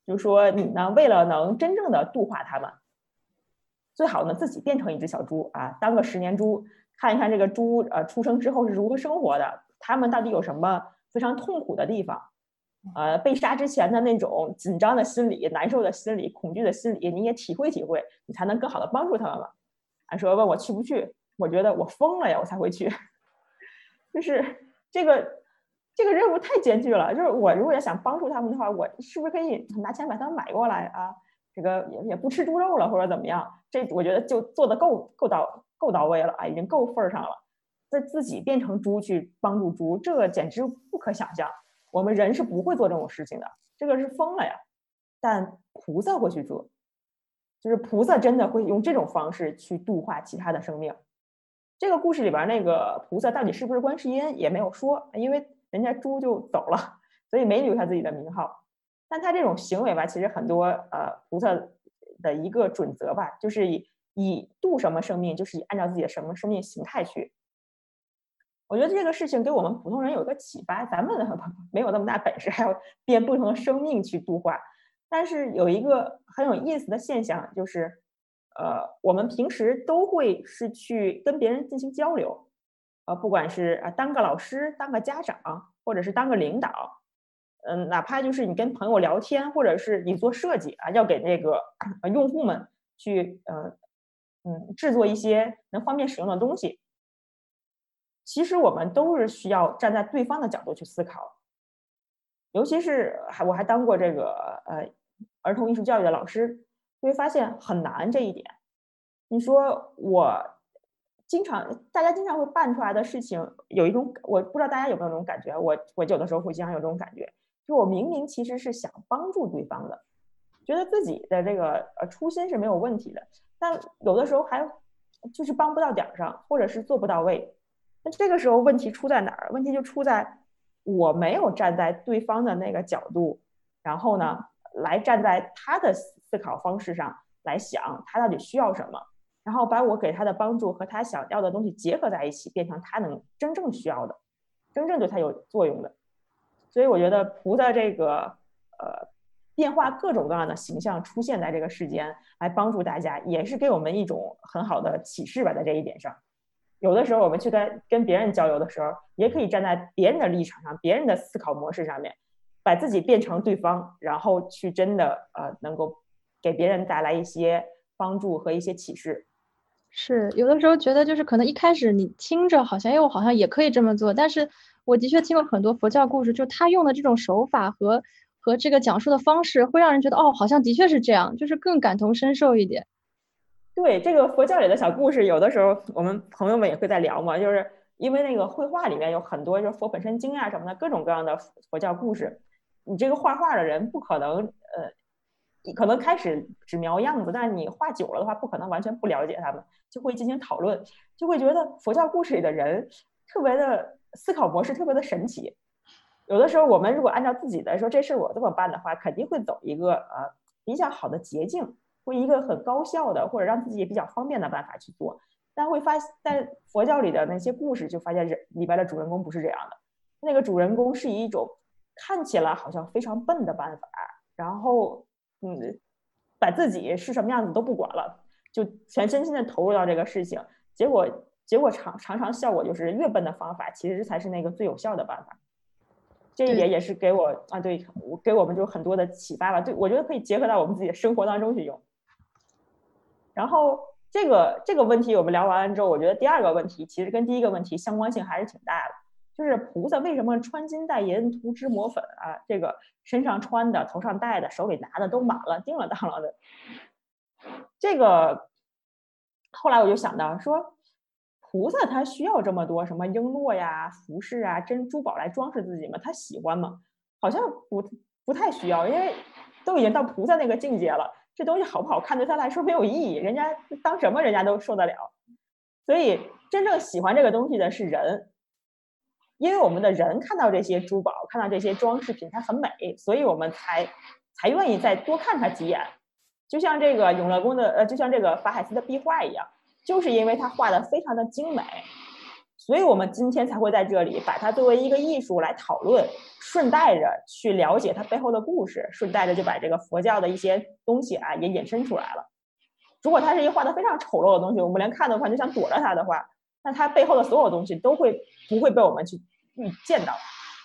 就是说你呢，为了能真正的度化他们，最好呢自己变成一只小猪啊，当个十年猪，看一看这个猪呃出生之后是如何生活的，他们到底有什么非常痛苦的地方，呃，被杀之前的那种紧张的心理、难受的心理、恐惧的心理，你也体会体会，你才能更好的帮助他们嘛。还说问我去不去，我觉得我疯了呀，我才会去。就是这个这个任务太艰巨了，就是我如果要想帮助他们的话，我是不是可以拿钱把他们买过来啊？这个也也不吃猪肉了，或者怎么样？这我觉得就做的够够到够到位了啊，已经够份儿上了。在自己变成猪去帮助猪，这个简直不可想象。我们人是不会做这种事情的，这个是疯了呀。但菩萨会去做，就是菩萨真的会用这种方式去度化其他的生命。这个故事里边那个菩萨到底是不是观世音也没有说，因为人家猪就走了，所以没留下自己的名号。但他这种行为吧，其实很多呃菩萨的一个准则吧，就是以以度什么生命，就是以按照自己的什么生命形态去。我觉得这个事情给我们普通人有一个启发，咱们没有那么大本事，还要变不同的生命去度化。但是有一个很有意思的现象，就是，呃，我们平时都会是去跟别人进行交流，呃，不管是啊当个老师、当个家长，或者是当个领导，嗯，哪怕就是你跟朋友聊天，或者是你做设计啊，要给那个呃用户们去呃嗯制作一些能方便使用的东西。其实我们都是需要站在对方的角度去思考，尤其是还我还当过这个呃儿童艺术教育的老师，会发现很难这一点。你说我经常大家经常会办出来的事情，有一种我不知道大家有没有这种感觉，我我有的时候会经常有这种感觉，就我明明其实是想帮助对方的，觉得自己的这个呃初心是没有问题的，但有的时候还就是帮不到点儿上，或者是做不到位。那这个时候问题出在哪儿？问题就出在我没有站在对方的那个角度，然后呢，来站在他的思考方式上来想他到底需要什么，然后把我给他的帮助和他想要的东西结合在一起，变成他能真正需要的，真正对他有作用的。所以我觉得菩萨这个呃变化各种各样的形象出现在这个世间，来帮助大家，也是给我们一种很好的启示吧，在这一点上。有的时候我们去跟跟别人交流的时候，也可以站在别人的立场上、别人的思考模式上面，把自己变成对方，然后去真的呃能够给别人带来一些帮助和一些启示。 是，有的时候觉得就是可能一开始你听着好像，哎，我好像也可以这么做，但是我的确听过很多佛教故事，就他用的这种手法和和这个讲述的方式，会让人觉得哦，好像的确是这样，就是更感同身受一点。 对，这个佛教里的小故事，有的时候我们朋友们也会在聊嘛，就是因为那个绘画里面有很多就是佛本身经啊什么的各种各样的佛教故事，你这个画画的人不可能呃，你可能开始只描样子，但是你画久了的话，不可能完全不了解他们，就会进行讨论，就会觉得佛教故事里的人特别的思考模式特别的神奇。有的时候我们如果按照自己的说这事我这么办的话，肯定会走一个呃比较好的捷径。会一个很高效的或者让自己也比较方便的办法去做，但会发现在佛教里的那些故事就发现人里边的主人公不是这样的，那个主人公是以一种看起来好像非常笨的办法，然后嗯把自己是什么样子都不管了，就全身心的投入到这个事情，结果结果常常常效果就是越笨的方法其实才是那个最有效的办法。这一点也是给我啊，对，给我们就很多的启发吧。对，我觉得可以结合到我们自己的生活当中去用。然后这个这个问题我们聊完了之后，我觉得第二个问题其实跟第一个问题相关性还是挺大的，就是菩萨为什么穿金戴银、涂脂抹粉啊？这个身上穿的、头上戴的、手里拿的都满了、叮了当了的。这个后来我就想到说，菩萨他需要这么多什么璎珞呀、服饰啊、珍珠宝来装饰自己吗？他喜欢吗？好像不不太需要，因为都已经到菩萨那个境界了。这东西好不好看对他来说没有意义，人家当什么人家都受得了。所以真正喜欢这个东西的是人，因为我们的人看到这些珠宝，看到这些装饰品它很美，所以我们才才愿意再多看它几眼。就像这个永乐宫的呃，就像这个法海寺的壁画一样，就是因为它画的非常的精美， 所以我们今天才会在这里把它作为一个艺术来讨论，顺带着去了解它背后的故事，顺带着就把这个佛教的一些东西啊也引申出来了。如果它是一个画的非常丑陋的东西，我们连看的话就想躲着它的话，那它背后的所有东西都会不会被我们去预见到。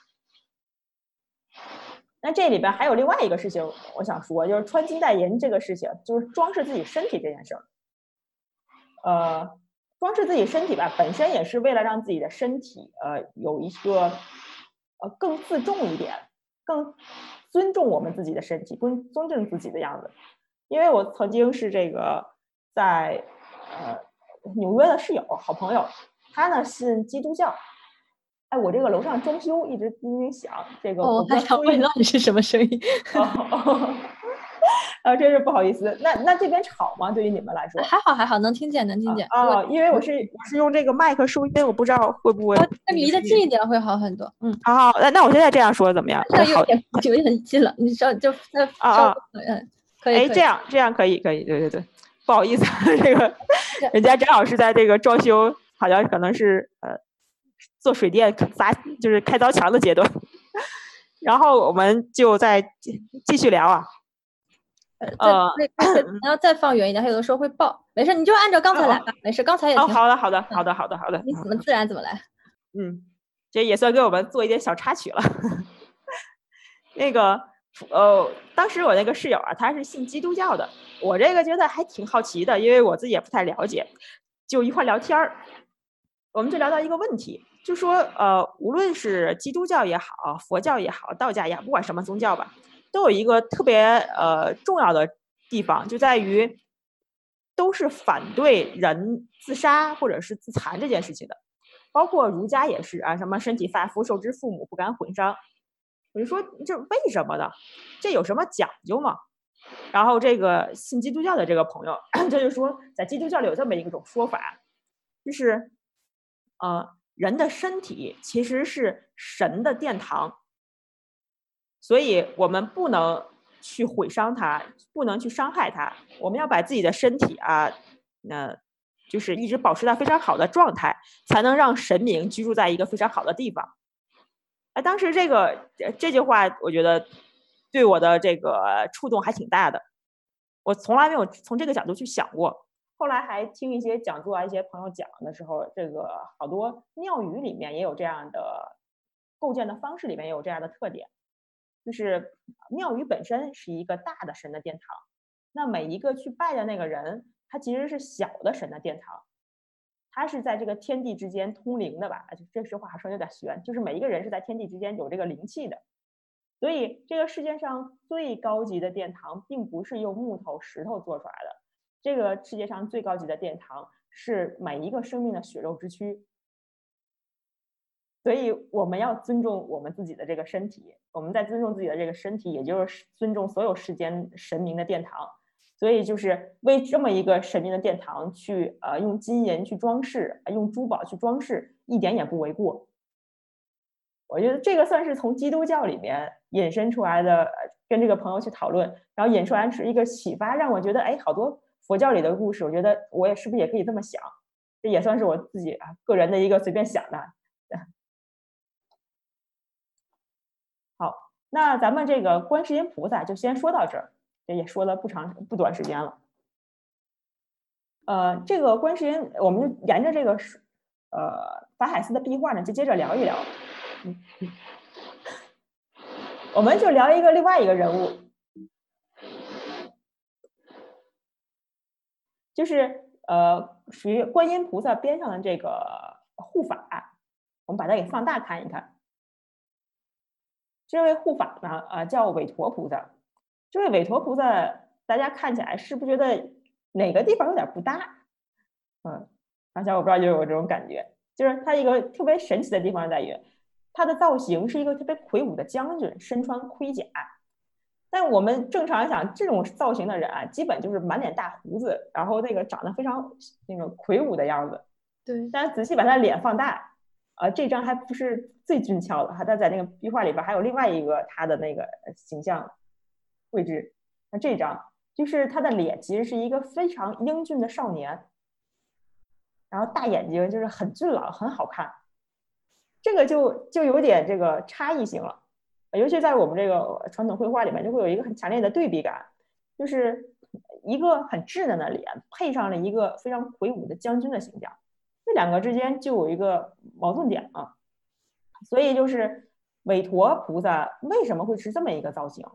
那这里边还有另外一个事情我想说，就是穿金戴银这个事情，就是装饰自己身体这件事儿。呃装饰自己身体吧，本身也是为了让自己的身体呃有一个呃更自重一点，更尊重我们自己的身体，更尊重自己的样子。因为我曾经是这个在呃纽约的室友，好朋友，他呢信基督教。哎，我这个楼上装修一直叮叮响，这个哦，我还想问到底是什么声音？ 哦啊，真是不好意思。那那这边吵吗？对于你们来说？ 还好还好，能听见能听见。 啊，哦、因为我是我是用这个麦克收音，我不知道会不会。 哦、那离得近一点会好很多。嗯， 好，那那我现在这样说怎么样？ 那有点有点近了，你稍就再稍嗯可以。 哎，这样这样可以可以，对对对，不好意思，这个人家正好是在这个装修，好像可能是呃做水电砸就是开凿墙的阶段，然后我们就再继续聊啊。 呃，你要再放远一点，它有的时候会爆。没事，你就按照刚才来吧。没事，刚才也挺好的，好的，好的，好的，好的。 你怎么自然怎么来。 嗯，这也算给我们做一点小插曲了。那个，呃，当时我那个室友啊，他是信基督教的。我这个觉得还挺好奇的，因为我自己也不太了解，就一块聊天儿，我们就聊到一个问题，就说呃，无论是基督教也好，佛教也好，道家也好，不管什么宗教吧。都有一个特别呃重要的地方，就在于都是反对人自杀或者是自残这件事情的，包括儒家也是啊，什么身体发肤受之父母，不敢毁伤。我就说这为什么呢？这有什么讲究吗？然后这个信基督教的这个朋友，他就说，在基督教里有这么一种说法，就是呃人的身体其实是神的殿堂。所以我们不能去毁伤它，不能去伤害它。我们要把自己的身体啊，那、呃、就是一直保持在非常好的状态，才能让神明居住在一个非常好的地方。哎，当时这个这句话，我觉得对我的这个触动还挺大的。我从来没有从这个角度去想过。后来还听一些讲座啊，一些朋友讲的时候，这个好多庙宇里面也有这样的构建的方式，里面也有这样的特点。就是庙宇本身是一个大的神的殿堂，那每一个去拜的那个人，他其实是小的神的殿堂，他是在这个天地之间通灵的吧？这实话说有点玄，就是每一个人是在天地之间有这个灵气的。所以这个世界上最高级的殿堂，并不是用木头、石头做出来的，这个世界上最高级的殿堂是每一个生命的血肉之躯。所以我们要尊重我们自己的这个身体，我们在尊重自己的这个身体，也就是尊重所有世间神明的殿堂。所以就是为这么一个神明的殿堂去呃用金银去装饰，用珠宝去装饰，一点也不为过。我觉得这个算是从基督教里面引申出来的，跟这个朋友去讨论，然后引出来是一个启发，让我觉得哎，好多佛教里的故事，我觉得我也是不是也可以这么想？这也算是我自己啊个人的一个随便想的。好，那咱们这个观世音菩萨就先说到这儿，这也说了不长不短时间了。呃，这个观世音，我们就沿着这个呃法海寺的壁画呢，就接着聊一聊。嗯嗯、我们就聊一个另外一个人物，就是呃属于观音菩萨边上的这个护法，我们把它给放大看一看。这位护法呢，啊、呃，叫韦陀菩萨。这位韦陀菩萨，大家看起来是不是觉得哪个地方有点不搭？嗯，刚才我不知道就有这种感觉，就是他一个特别神奇的地方在于，他的造型是一个特别魁梧的将军，身穿盔甲。但我们正常想，这种造型的人啊，基本就是满脸大胡子，然后那个长得非常那个魁梧的样子。 对， 但是仔细把他脸放大。呃，这张还不是最俊俏的，他在那个壁画里边还有另外一个他的那个形象绘制。那这张就是他的脸其实是一个非常英俊的少年， 然后大眼睛，就是很俊朗，很好看。这个就就有点这个差异性了，尤其在我们这个传统绘画里面，就会有一个很强烈的对比感，就是一个很稚嫩的脸配上了一个非常魁梧的将军的形象，这两个之间就有一个矛盾点啊。所以就是韦陀菩萨为什么会是这么一个造型？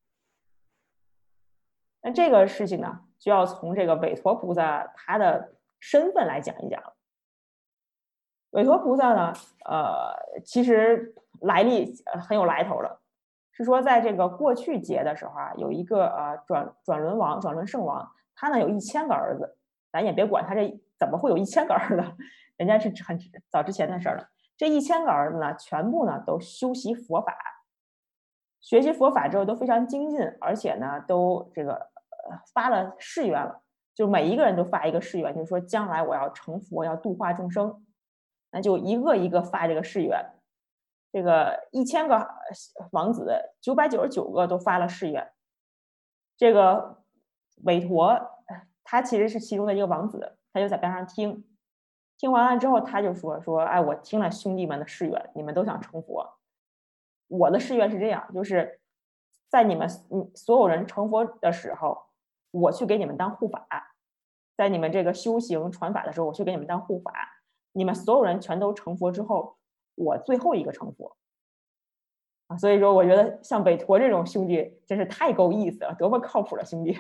那这个事情呢，就要从这个韦陀菩萨他的身份来讲一讲。韦陀菩萨呢，呃，其实来历很有来头的，是说在这个过去节的时候啊，有一个呃转转轮王、转轮圣王，他呢有一千个儿子，咱也别管他这怎么会有一千个儿子，人家是很早之前的事儿了。这一千个儿子呢，全部呢都修习佛法，学习佛法之后都非常精进，而且呢都这个呃发了誓愿了，就每一个人都发一个誓愿，就是说将来我要成佛，要度化众生，那就一个一个发这个誓愿。这个一千个王子，九百九十九个都发了誓愿。这个韦陀他其实是其中的一个王子，他就在边上听。听完了之后，他就说说，哎，我听了兄弟们的誓愿，你们都想成佛。我的誓愿是这样，就是在你们所有人成佛的时候，我去给你们当护法；在你们这个修行传法的时候，我去给你们当护法。你们所有人全都成佛之后，我最后一个成佛。啊，所以说，我觉得像韦陀这种兄弟真是太够意思了，多么靠谱的兄弟！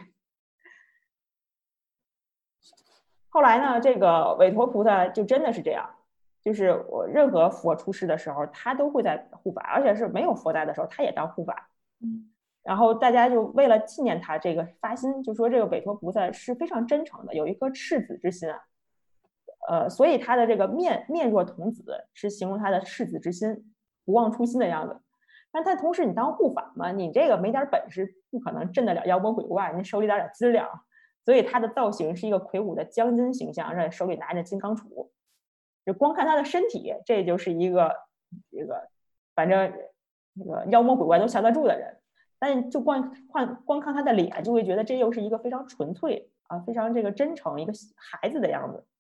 后来呢，这个韦陀菩萨就真的是这样，就是我任何佛出世的时候，他都会在护法，而且是没有佛在的时候，他也当护法。嗯，然后大家就为了纪念他这个发心，就说这个韦陀菩萨是非常真诚的，有一颗赤子之心啊。呃，所以他的这个面面若童子是形容他的赤子之心，不忘初心的样子。但他同时你当护法嘛，你这个没点本事，不可能镇得了妖魔鬼怪，你手里点点资粮。所以他的造型是一个魁梧的将军形象，而且手里拿着金刚杵。就光看他的身体，这就是一个这个，反正那个妖魔鬼怪都降得住的人。但就光看光看他的脸，就会觉得这又是一个非常纯粹啊，非常这个真诚，一个孩子的样子。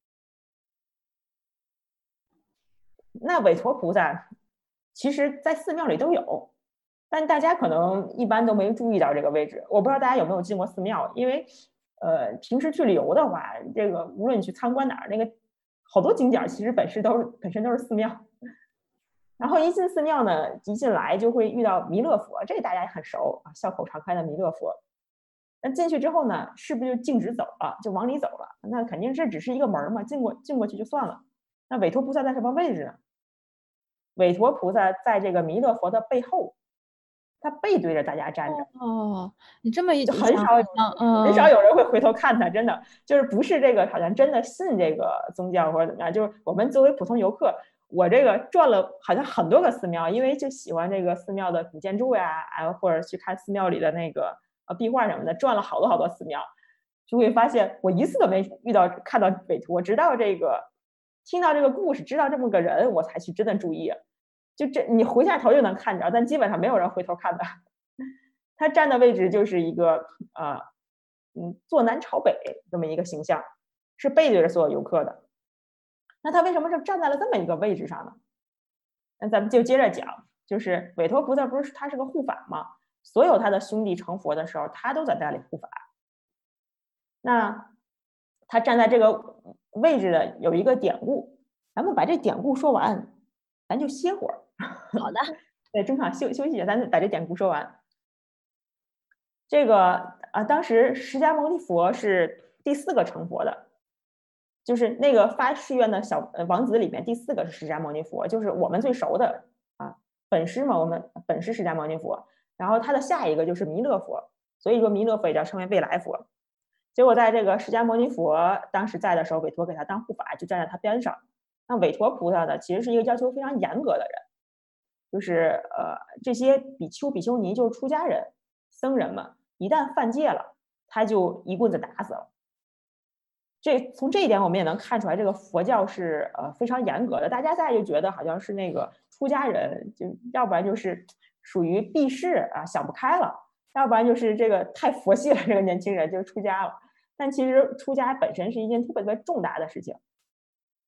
那韦陀菩萨，其实在寺庙里都有，但大家可能一般都没注意到这个位置。我不知道大家有没有进过寺庙，因为呃，平时去旅游的话，这个无论你去参观哪儿，那个好多景点其实本身都是本身都是寺庙。然后一进寺庙呢，一进来就会遇到弥勒佛，这大家也很熟啊，笑口常开的弥勒佛。那进去之后呢，是不是就径直走了，就往里走了？那肯定是只是一个门嘛，进过进过去就算了。那韦陀菩萨在什么位置呢？韦陀菩萨在这个弥勒佛的背后，他背对着大家站着。 哦，你这么一就很少嗯， 很少有人会回头看他，真的就是不是这个好像真的信这个宗教或者怎么样，就是我们作为普通游客，我这个转了好像很多个寺庙，因为就喜欢这个寺庙的古建筑呀，啊，或者去看寺庙里的那个呃壁画什么的，转了好多好多寺庙，就会发现我一次都没遇到看到韦陀，直到这个听到这个故事，知道这么个人，我才去真的注意。就这你回下头就能看着，但基本上没有人回头看的。他站的位置就是一个呃，嗯，坐南朝北这么一个形象，是背对着所有游客的。那他为什么就站在了这么一个位置上呢？那咱们就接着讲，就是韦陀菩萨不是他是个护法吗？所有他的兄弟成佛的时候，他都在那里护法。那他站在这个位置的有一个典故，咱们把这典故说完，咱就歇会儿。 好的， 对，中场休休息一下，咱把这典故说完。这个啊，当时释迦牟尼佛是第四个成佛的，就是那个发誓愿的小王子里面第四个是释迦牟尼佛，就是我们最熟的啊，本师嘛，我们本师释迦牟尼佛。然后他的下一个就是弥勒佛，所以说弥勒佛也叫称为未来佛。结果在这个释迦牟尼佛当时在的时候，韦陀给他当护法，就站在他边上。那韦陀菩萨呢，其实是一个要求非常严格的人，就是呃这些比丘比丘尼就是出家人僧人们，一旦犯戒了，他就一棍子打死了。这从这一点我们也能看出来，这个佛教是呃非常严格的。大家现在就觉得好像是那个出家人，就要不然就是属于避世啊，想不开了，要不然就是这个太佛系了，这个年轻人就出家了。但其实出家本身是一件特别特别重大的事情。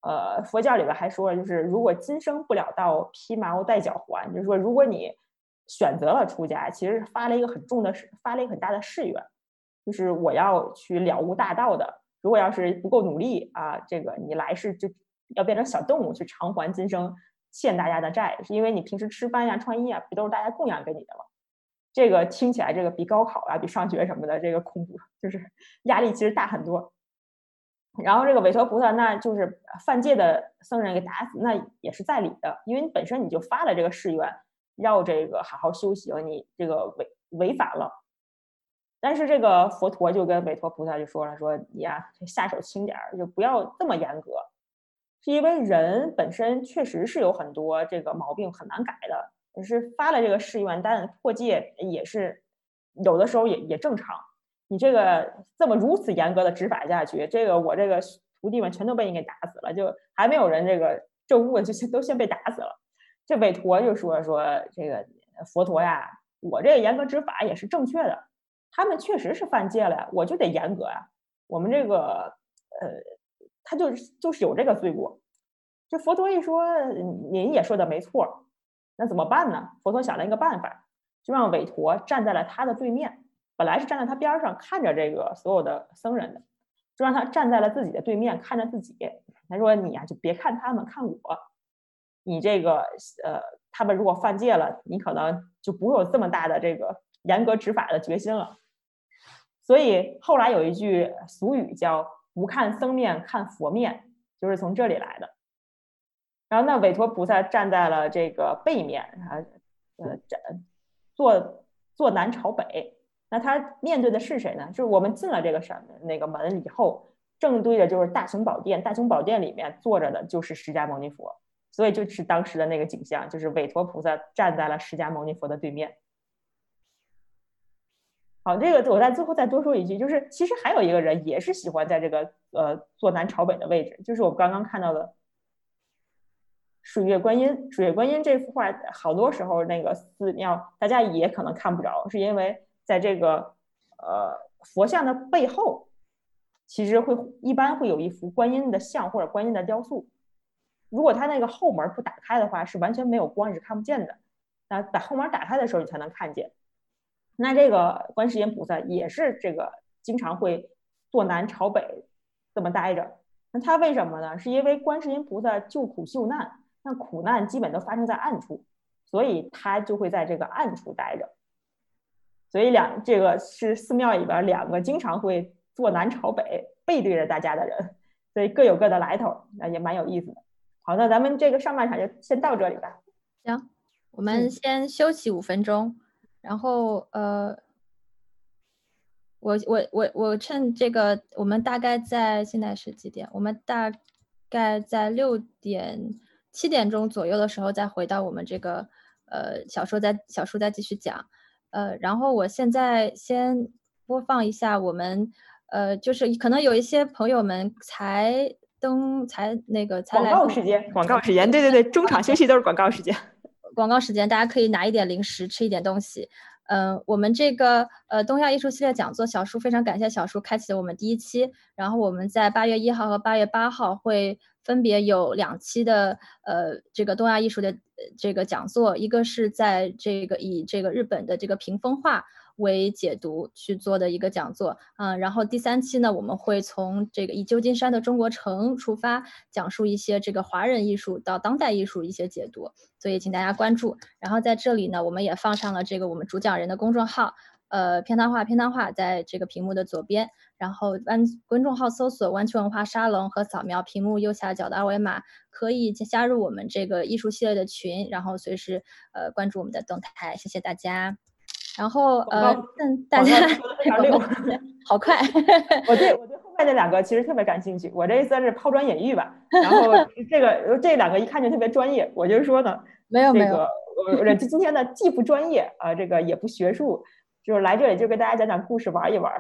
呃，佛教里边还说了，就是如果今生不了道，披毛戴角还，就是说如果你选择了出家，其实发了一个很重的发了一个很大的誓愿，就是我要去了悟大道的。如果要是不够努力啊，这个你来世就要变成小动物去偿还今生欠大家的债，是因为你平时吃饭呀、穿衣啊，不都是大家供养给你的吗？这个听起来这个比高考啊、比上学什么的这个恐怖，就是压力其实大很多。然后这个韦陀菩萨，那就是犯戒的僧人给打死，那也是在理的，因为你本身你就发了这个誓愿，要这个好好修行，你这个违违反了。但是这个佛陀就跟韦陀菩萨就说了，说你呀、啊、下手轻点儿，就不要这么严格，是因为人本身确实是有很多这个毛病很难改的，只是发了这个誓愿，但破戒也是有的时候也也正常。你这个这么如此严格的执法下去，这个我这个徒弟们全都被你给打死了，就还没有人这个证悟，就都先被打死了。这韦陀就说说这个佛陀呀，我这个严格执法也是正确的，他们确实是犯戒了呀，我就得严格呀。我们这个呃，他就是就是有这个罪过。这佛陀一说，您也说的没错，那怎么办呢？佛陀想了一个办法，就让韦陀站在了他的对面。本来是站在他边上看着这个所有的僧人的，就让他站在了自己的对面看着自己。他说你呀、啊、就别看他们，看我。你这个呃，他们如果犯戒了，你可能就不会有这么大的这个严格执法的决心了。所以后来有一句俗语叫不看僧面看佛面，就是从这里来的。然后那韦陀菩萨站在了这个背面啊，呃，坐坐南朝北。那他面对的是谁呢？就是我们进了这个山那个门以后，正对着就是大雄宝殿，大雄宝殿里面坐着的就是释迦牟尼佛，所以就是当时的那个景象，就是韦陀菩萨站在了释迦牟尼佛的对面。好，这个我在最后再多说一句，就是其实还有一个人也是喜欢在这个呃坐南朝北的位置，就是我刚刚看到的水月观音。水月观音这幅画，好多时候那个寺庙大家也可能看不着，是因为在这个呃佛像的背后，其实会一般会有一幅观音的像或者观音的雕塑。如果它那个后门不打开的话，是完全没有光，是看不见的。那把后门打开的时候，你才能看见。那这个观世音菩萨也是这个经常会坐南朝北这么待着。那他为什么呢？是因为观世音菩萨救苦救难，那苦难基本都发生在暗处，所以他就会在这个暗处待着。所以两这个是寺庙里边两个经常会坐南朝北背对着大家的人，所以各有各的来头，那也蛮有意思的。好，那咱们这个上半场就先到这里吧。 行，我们先休息五分钟。然后呃，我我我我趁这个，我们大概在现在是几点？我们大概在六点七点钟左右的时候再回到我们这个呃小说再小说再继续讲。呃，然后我现在先播放一下我们呃，就是可能有一些朋友们才登才那个才来广告时间，广告时间，对对对，中场休息都是广告时间。 广告时间，大家可以拿一点零食，吃一点东西。嗯、呃，我们这个呃东亚艺术系列讲座小叔非常感谢小叔开启了我们第一期，然后我们在八月一号和八月八号会分别有两期的呃这个东亚艺术的这个讲座，一个是在这个以这个日本的这个屏风画为解读去做的一个讲座，嗯，然后第三期呢，我们会从这个以旧金山的中国城出发，讲述一些这个华人艺术到当代艺术一些解读，所以请大家关注。然后在这里呢，我们也放上了这个我们主讲人的公众号，呃，片汤话片汤话，在这个屏幕的左边，然后湾公众号搜索湾区文化沙龙和扫描屏幕右下角的二维码，可以加入我们这个艺术系列的群，然后随时呃关注我们的动态，谢谢大家。然后呃，嗯，大家说的非常溜， 好快。 我对我对后面这两个其实特别感兴趣，我这算是抛砖引玉吧。然后这个这两个一看就特别专业，我就说呢， 没有没有， 我这今天呢既不专业啊，这个也不学术，就是来这里就跟大家讲讲故事，玩一玩。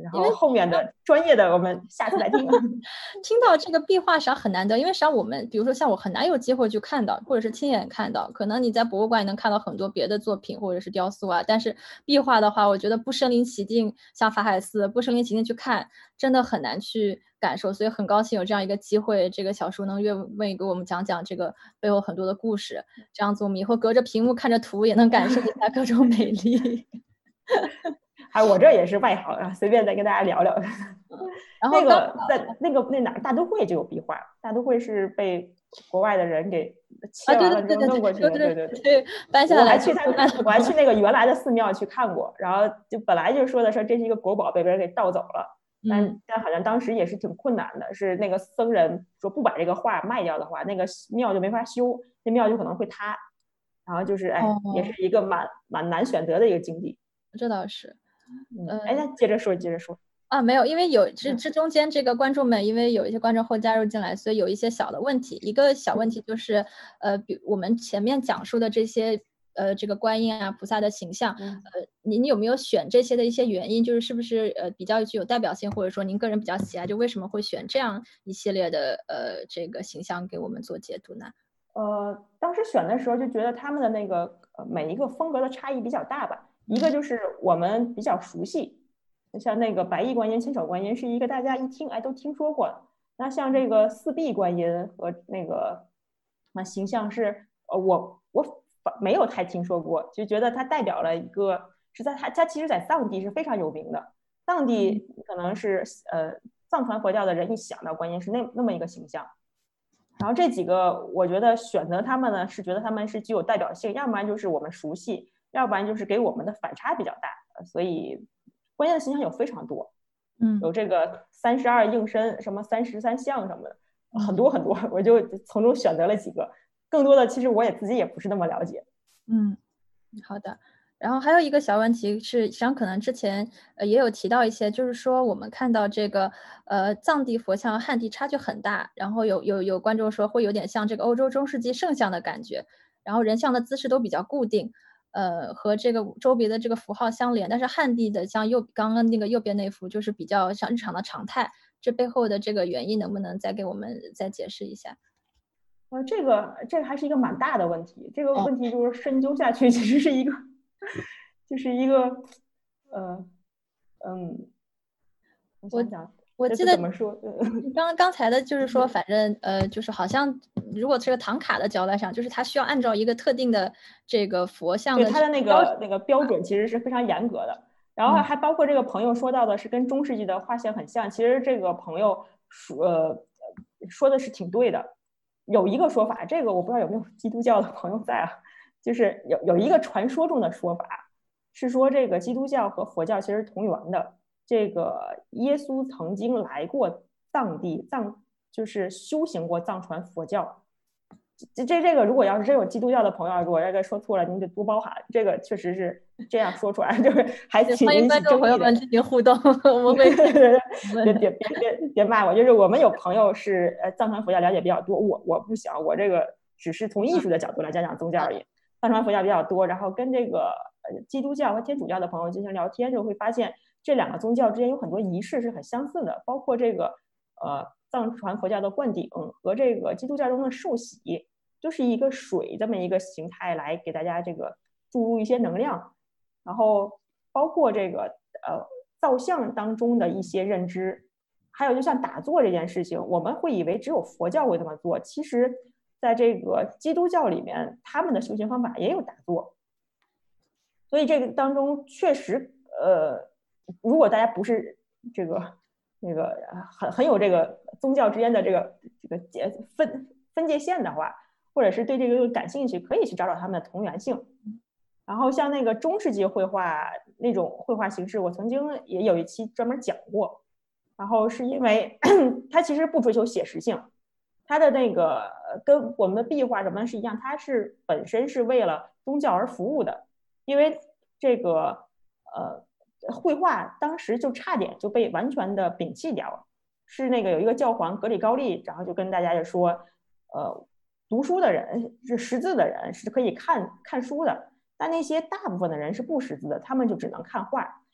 然后后面的专业的我们下次再听。 听到这个壁画实际上很难得，因为实际上我们比如说像我很难有机会去看到，或者是亲眼看到，可能你在博物馆能看到很多别的作品或者是雕塑啊，但是壁画的话，我觉得不身临其境，像法海寺不身临其境去看，真的很难去感受，所以很高兴有这样一个机会，这个小叔能愿愿意给我们讲讲这个背后很多的故事，这样子我们以后隔着屏幕看着图也能感受一下各种美丽。 哎，我这也是外行啊，随便再跟大家聊聊。 然后那个在那个那哪大都会就有壁画，大都会是被国外的人给切完了之后弄过去的，对对对，搬下来。 我还去他，我还去那个原来的寺庙去看过，然后就本来就说的说这是一个国宝，被别人给盗走了，但、嗯、但好像当时也是挺困难的，是那个僧人说不把这个画卖掉的话，那个庙就没法修，那庙就可能会塌，然后就是哎，哦、也是一个蛮蛮难选择的一个境地。 这倒是。 嗯，哎，那接着说，接着说啊，没有，因为有这这中间这个观众们，因为有一些观众后加入进来，所以有一些小的问题。一个小问题就是，呃，比我们前面讲述的这些，呃，这个观音啊、菩萨的形象，呃，您有没有选这些的一些原因？就是是不是呃比较具有代表性，或者说您个人比较喜爱，就为什么会选这样一系列的呃这个形象给我们做解读呢？ 呃，当时选的时候就觉得他们的那个呃每一个风格的差异比较大吧。一个就是我们比较熟悉，像那个白衣观音、千手观音是一个大家一听哎都听说过的。那像这个四臂观音和那个那形象是呃我我没有太听说过，就觉得它代表了一个是在它它其实在藏地是非常有名的，藏地可能是呃藏传佛教的人一想到观音是那那么一个形象。然后这几个我觉得选择他们呢是觉得他们是具有代表性，要不然就是我们熟悉，要不然就是给我们的反差比较大，所以观音的形象有非常多， 嗯， 有这个三十二应身，什么三十三相什么的，很多很多，我就从中选择了几个，更多的其实我也自己也不是那么了解。 嗯，好的。然后还有一个小问题是，实际上可能之前呃也有提到一些，就是说我们看到这个呃藏地佛像汉地差距很大，然后有有有观众说会有点像这个欧洲中世纪圣像的感觉，然后人像的姿势都比较固定，呃和这个周别的这个符号相连，但是汉地的像右刚刚那个右边那幅就是比较像日常的常态，这背后的这个原因能不能再给我们再解释一下？ 呃，这个这个还是一个蛮大的问题，这个问题就是深究下去，其实是一个，就是一个，呃，嗯，我想想， 我记得怎么说？ 刚刚才的就是说，反正呃，就是好像如果这个唐卡的交代上，就是它需要按照一个特定的这个佛像的对它的那个那个标准其实是非常严格的。然后还包括这个朋友说到的是跟中世纪的画像很像，其实这个朋友说呃说的是挺对的。有一个说法，这个我不知道有没有基督教的朋友在啊，就是有有一个传说中的说法是说，这个基督教和佛教其实同源的。这个耶稣曾经来过藏地，藏就是修行过藏传佛教。这这这个如果要是真有基督教的朋友，我这个说错了，您得多包涵。这个确实是这样说出来，就是还挺欢迎观众朋友们进行互动，我们会别别别别别骂我，就是我们有朋友是呃藏传佛教了解比较多，我我不行，我这个只是从艺术的角度来讲讲宗教而已。藏传佛教比较多，然后跟这个呃基督教和天主教的朋友进行聊天，就会发现这两个宗教之间有很多仪式是很相似的，包括这个呃藏传佛教的灌顶和这个基督教中的受洗。就是一个水这么一个形态来给大家这个注入一些能量，然后包括这个呃造像当中的一些认知，还有就像打坐这件事情，我们会以为只有佛教会这么做，其实在这个基督教里面，他们的修行方法也有打坐，所以这个当中确实呃，如果大家不是这个那个很很有这个宗教之间的这个这个分分界线的话。或者是对这个感兴趣，可以去找找他们的同源性。然后像那个中世纪绘画那种绘画形式，我曾经也有一期专门讲过。然后是因为它其实不追求写实性，它的那个跟我们的壁画什么是一样，它是本身是为了宗教而服务的。因为这个呃绘画当时就差点就被完全的摒弃掉了，是那个有一个教皇格里高利，然后就跟大家就说，呃。读书的人是识字的人是可以看看书的，但那些大部分的人是不识字的，他们就只能看画。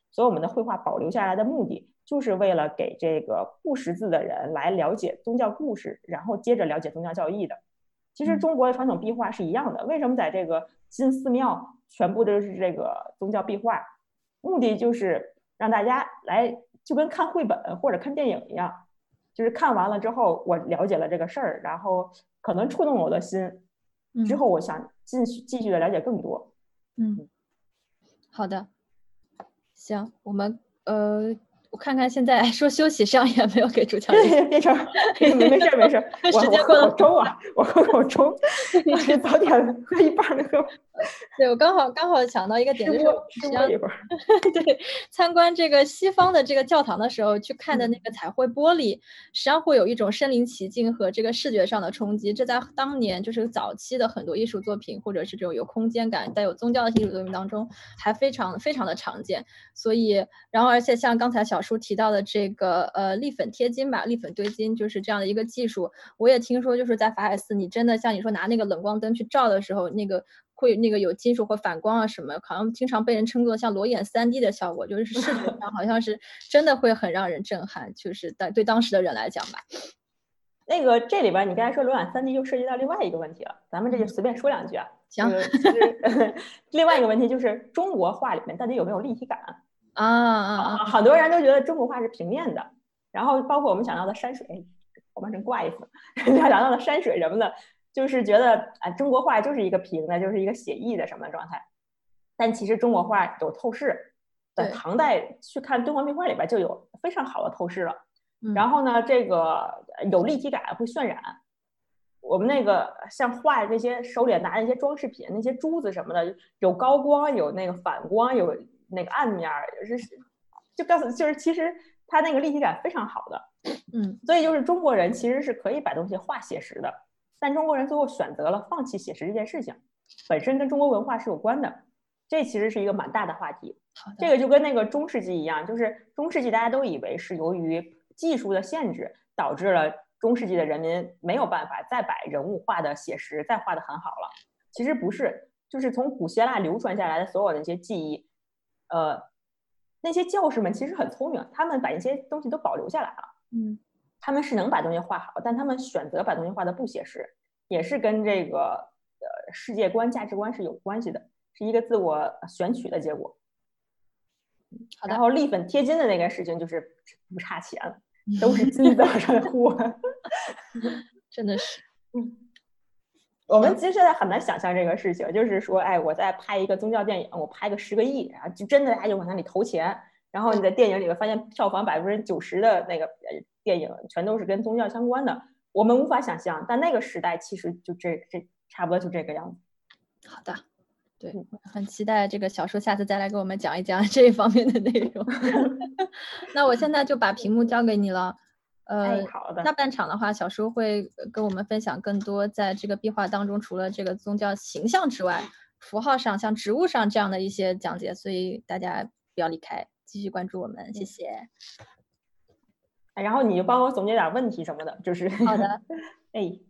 所以我们的绘画保留下来的目的，就是为了给这个不识字的人来了解宗教故事，然后接着了解宗教教义的。其实中国的传统壁画是一样的，为什么在这个新寺庙全部都是这个宗教壁画？目的就是让大家来就跟看绘本或者看电影一样，就是看完了之后我了解了这个事儿，然后可能触动了我的心，之后我想继续继续的了解更多。 嗯，好的，行，我们呃。我看看现在说休息，上也没有给主讲人变成没事没事，我我喝口粥啊，我喝口粥，你吃早点喝一半的喝。 对，我刚好刚好想到一个点，就是实际上对参观这个西方的这个教堂的时候，去看的那个彩绘玻璃，实际上会有一种身临其境和这个视觉上的冲击。这在当年就是早期的很多艺术作品，或者是这种有空间感、带有宗教的艺术作品当中，还非常非常的常见。所以，然后而且像刚才小叔提到的这个呃立粉贴金吧，立粉堆金，就是这样的一个技术。我也听说，就是在法海寺，你真的像你说拿那个冷光灯去照的时候，那个会那个有金属或反光啊什么，好像经常被人称作像裸眼 三 D 的效果，就是视觉上好像是真的会很让人震撼，就是对对当时的人来讲吧。 那个这里边你刚才说裸眼 三 D 就涉及到另外一个问题了，咱们这就随便说两句啊。 行， 这个其实另外一个问题就是中国画里面到底有没有立体感啊啊啊！ 很多人都觉得中国画是平面的，然后包括我们想到的山水，我们真怪一次，想到的山水什么的，就是觉得啊，中国画就是一个平的，就是一个写意的什么状态。但其实中国画有透视，在唐代去看敦煌壁画里边就有非常好的透视了。然后呢，这个有立体感，会渲染。我们那个像画那些手里拿那些装饰品，那些珠子什么的，有高光，有那个反光，有那个暗面，就是就告诉就是其实它那个立体感非常好的。 嗯， 所以就是中国人其实是可以把东西画写实的，但中国人最后选择了放弃写实这件事情，本身跟中国文化是有关的。这其实是一个蛮大的话题。这个就跟那个中世纪一样，就是中世纪大家都以为是由于技术的限制导致了中世纪的人民没有办法再把人物画的写实，再画的很好了。其实不是，就是从古希腊流传下来的所有的那些技艺，呃，那些教士们其实很聪明，他们把一些东西都保留下来了。 嗯， 他们是能把东西画好，但他们选择把东西画的不写实，也是跟这个呃世界观、价值观是有关系的，是一个自我选取的结果。然后立粉贴金的那个事情就是不差钱了，都是金子上的货， 真的是。 嗯，我们其实现在很难想象这个事情，就是说，哎，我在拍一个宗教电影，我拍个十个亿，然后就真的大家就往那里投钱，然后你在电影里面发现票房百分之九十的那个电影全都是跟宗教相关的，我们无法想象，但那个时代其实就这这差不多就这个样子。 好的。对，很期待这个小叔下次再来给我们讲一讲这一方面的内容。那我现在就把屏幕交给你了。呃， 哎，好的。 下半场的话，小叔会跟我们分享更多在这个壁画当中，除了这个宗教形象之外，符号上像植物上这样的一些讲解，所以大家不要离开，继续关注我们，谢谢。 哎，然后你就帮我总结点问题什么的，就是好的。 哎。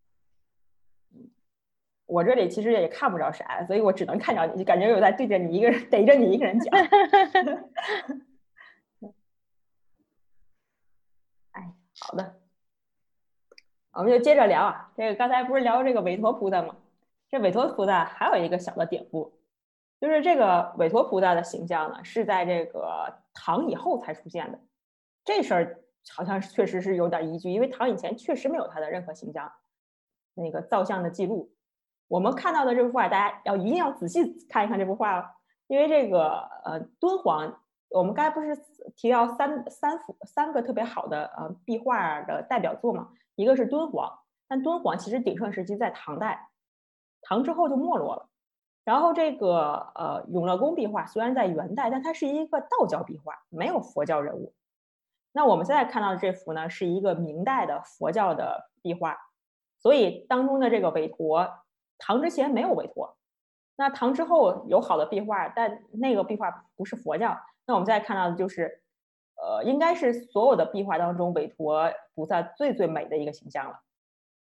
我这里其实也看不着啥，所以我只能看着你，就感觉我在对着你一个人，逮着你一个人讲。哎，好的，我们就接着聊啊。这个刚才不是聊这个韦陀菩萨吗？这韦陀菩萨还有一个小的典故，就是这个韦陀菩萨的形象呢，是在这个唐以后才出现的。这事儿好像确实是有点依据，因为唐以前确实没有他的任何形象那个造像的记录。我们看到的这幅画，大家要一定要仔细看一看这幅画，因为这个呃敦煌，我们刚才不是提到三三幅三个特别好的呃壁画的代表作嘛，一个是敦煌，但敦煌其实鼎盛时期在唐代，唐之后就没落了。然后这个呃永乐宫壁画虽然在元代，但它是一个道教壁画，没有佛教人物。那我们现在看到的这幅呢，是一个明代的佛教的壁画，所以当中的这个韦陀。唐之前没有韦陀，那唐之后有好的壁画，但那个壁画不是佛教。那我们再看到的就是，呃，应该是所有的壁画当中韦陀菩萨最最美的一个形象了。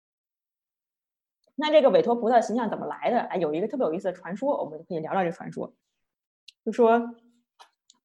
那这个韦陀菩萨形象怎么来的？哎，有一个特别有意思的传说，我们可以聊聊这个传说。就说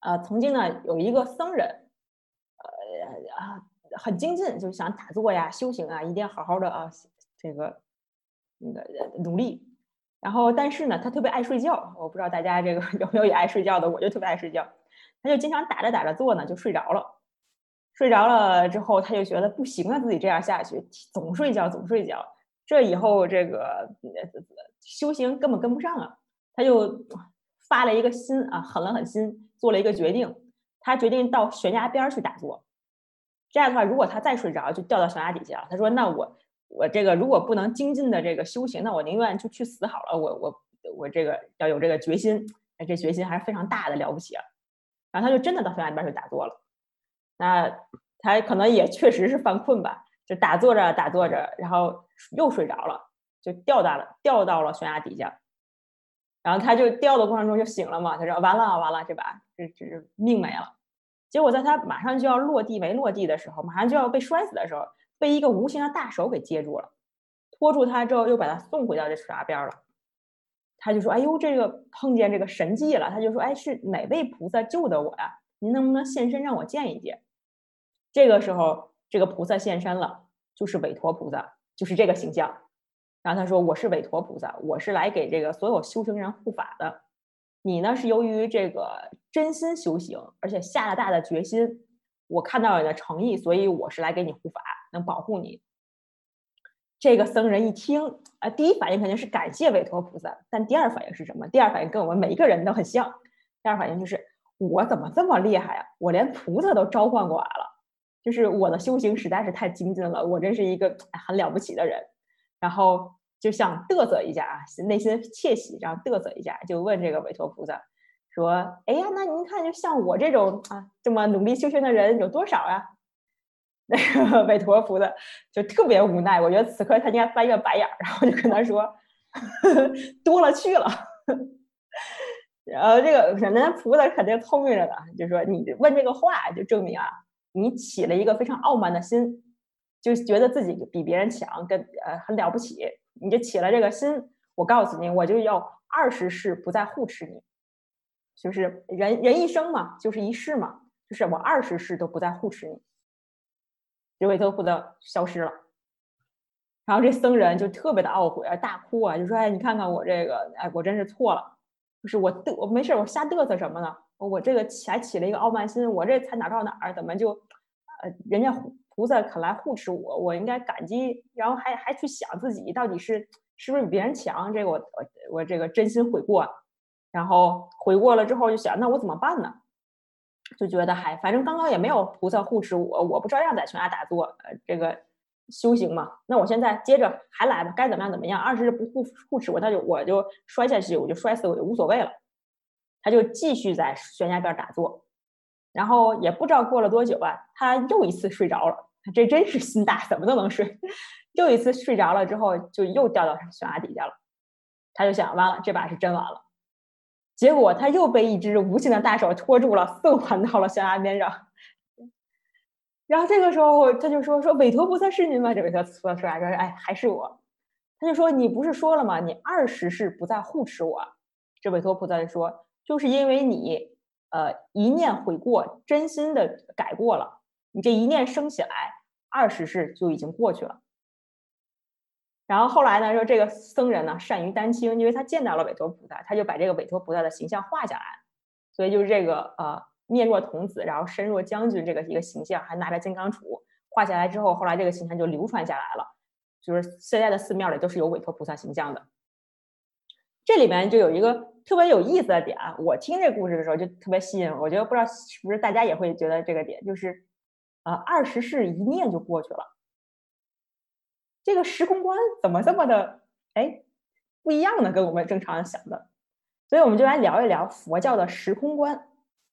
呃，曾经呢有一个僧人，呃啊很精进，就是想打坐呀、修行啊，一定要好好的啊，这个那个努力。然后但是呢，他特别爱睡觉，我不知道大家这个有没有也爱睡觉的，我就特别爱睡觉。他就经常打着打着坐呢就睡着了，睡着了之后他就觉得不行啊，自己这样下去总睡觉总睡觉，这以后这个修行根本跟不上啊。他就发了一个心啊，狠了狠心，做了一个决定，他决定到悬崖边去打坐。这样的话，如果他再睡着，就掉到悬崖底下了。他说：“那我我这个如果不能精进的这个修行，那我宁愿就去死好了。我我我这个要有这个决心，哎，这决心还是非常大的，了不起啊！”然后他就真的到悬崖边去打坐了。那他可能也确实是犯困吧，就打坐着打坐着，然后又睡着了，就掉到了掉到了悬崖底下。然后他就掉的过程中就醒了嘛，他说：“完了完了，这把这这命没了。”结果在他马上就要落地没落地的时候，马上就要被摔死的时候，被一个无形的大手给接住了，拖住他之后又把他送回到这悬崖边了。他就说：“哎呦，这个碰见这个神迹了。”他就说：“哎，是哪位菩萨救的我呀？您能不能现身让我见一见？”这个时候，这个菩萨现身了，就是韦陀菩萨，就是这个形象。然后他说：“我是韦陀菩萨，我是来给这个所有修行人护法的。你呢是由于这个真心修行，而且下了大的决心，我看到你的诚意，所以我是来给你护法，能保护你。”这个僧人一听啊，第一反应肯定是感谢韦陀菩萨，但第二反应是什么？第二反应跟我们每一个人都很像。第二反应就是我怎么这么厉害啊？我连菩萨都召唤过来了，就是我的修行实在是太精进了，我真是一个很了不起的人。然后就想嘚瑟一下啊，内心窃喜，然后嘚瑟一下，就问这个韦陀菩萨说：“哎呀，那您看，就像我这种啊这么努力修行的人有多少呀？”那个韦陀菩萨就特别无奈，我觉得此刻他应该翻一个白眼儿，然后就跟他说：“呵呵多了去了。”然后这个人家菩萨肯定聪明着呢，就说：“你问这个话，就证明啊，你起了一个非常傲慢的心。”就觉得自己比别人强，跟呃很了不起，你就起了这个心。我告诉你，我就要二十世不再护持你，就是人人一生嘛，就是一世嘛，就是我二十世都不再护持你。这韦陀菩萨消失了，然后这僧人就特别的懊悔啊，大哭啊，就说：“哎，你看看我这个，哎，我真是错了，就是我嘚，我没事，我瞎嘚瑟什么呢？我这个还起了一个傲慢心，我这才哪到哪儿，怎么就，呃，人家菩萨肯来护持我，我应该感激，然后还还去想自己到底是是不是比别人强，这个我我我这个真心悔过，然后悔过了之后就想，那我怎么办呢？就觉得还反正刚刚也没有菩萨护持我，我不照样在悬崖打坐，呃，这个修行嘛，那我现在接着还来吧，该怎么样怎么样，二十日不护护持我，那就我就摔下去，我就摔死我就无所谓了。”他就继续在悬崖边打坐。然后也不知道过了多久啊，他又一次睡着了。这真是心大，怎么都能睡。又一次睡着了之后，就又掉到悬崖底下了。他就想，完了，这把是真完了。结果他又被一只无形的大手拖住了，送还到了悬崖边上。然后这个时候他就说：“说韦陀菩萨是您吗？”这韦陀菩萨说：“哎，还是我。”他就说：“你不是说了吗？你二十世不再护持我。”这韦陀菩萨就说：“就是因为你。”呃，一念悔过，真心的改过了，你这一念升起来，二十世就已经过去了。然后后来呢，说这个僧人呢善于丹青，因为他见到了韦陀菩萨，他就把这个韦陀菩萨的形象画下来，所以就是这个呃面若童子，然后身若将军这个一个形象，还拿着金刚杵画下来之后，后来这个形象就流传下来了，就是现在的寺庙里都是有韦陀菩萨形象的。这里面就有一个特别有意思的点，我听这故事的时候就特别吸引我，我觉得不知道是不是大家也会觉得这个点，就是呃二十世一念就过去了，这个时空观怎么这么的哎不一样呢？跟我们正常想的，所以我们就来聊一聊佛教的时空观。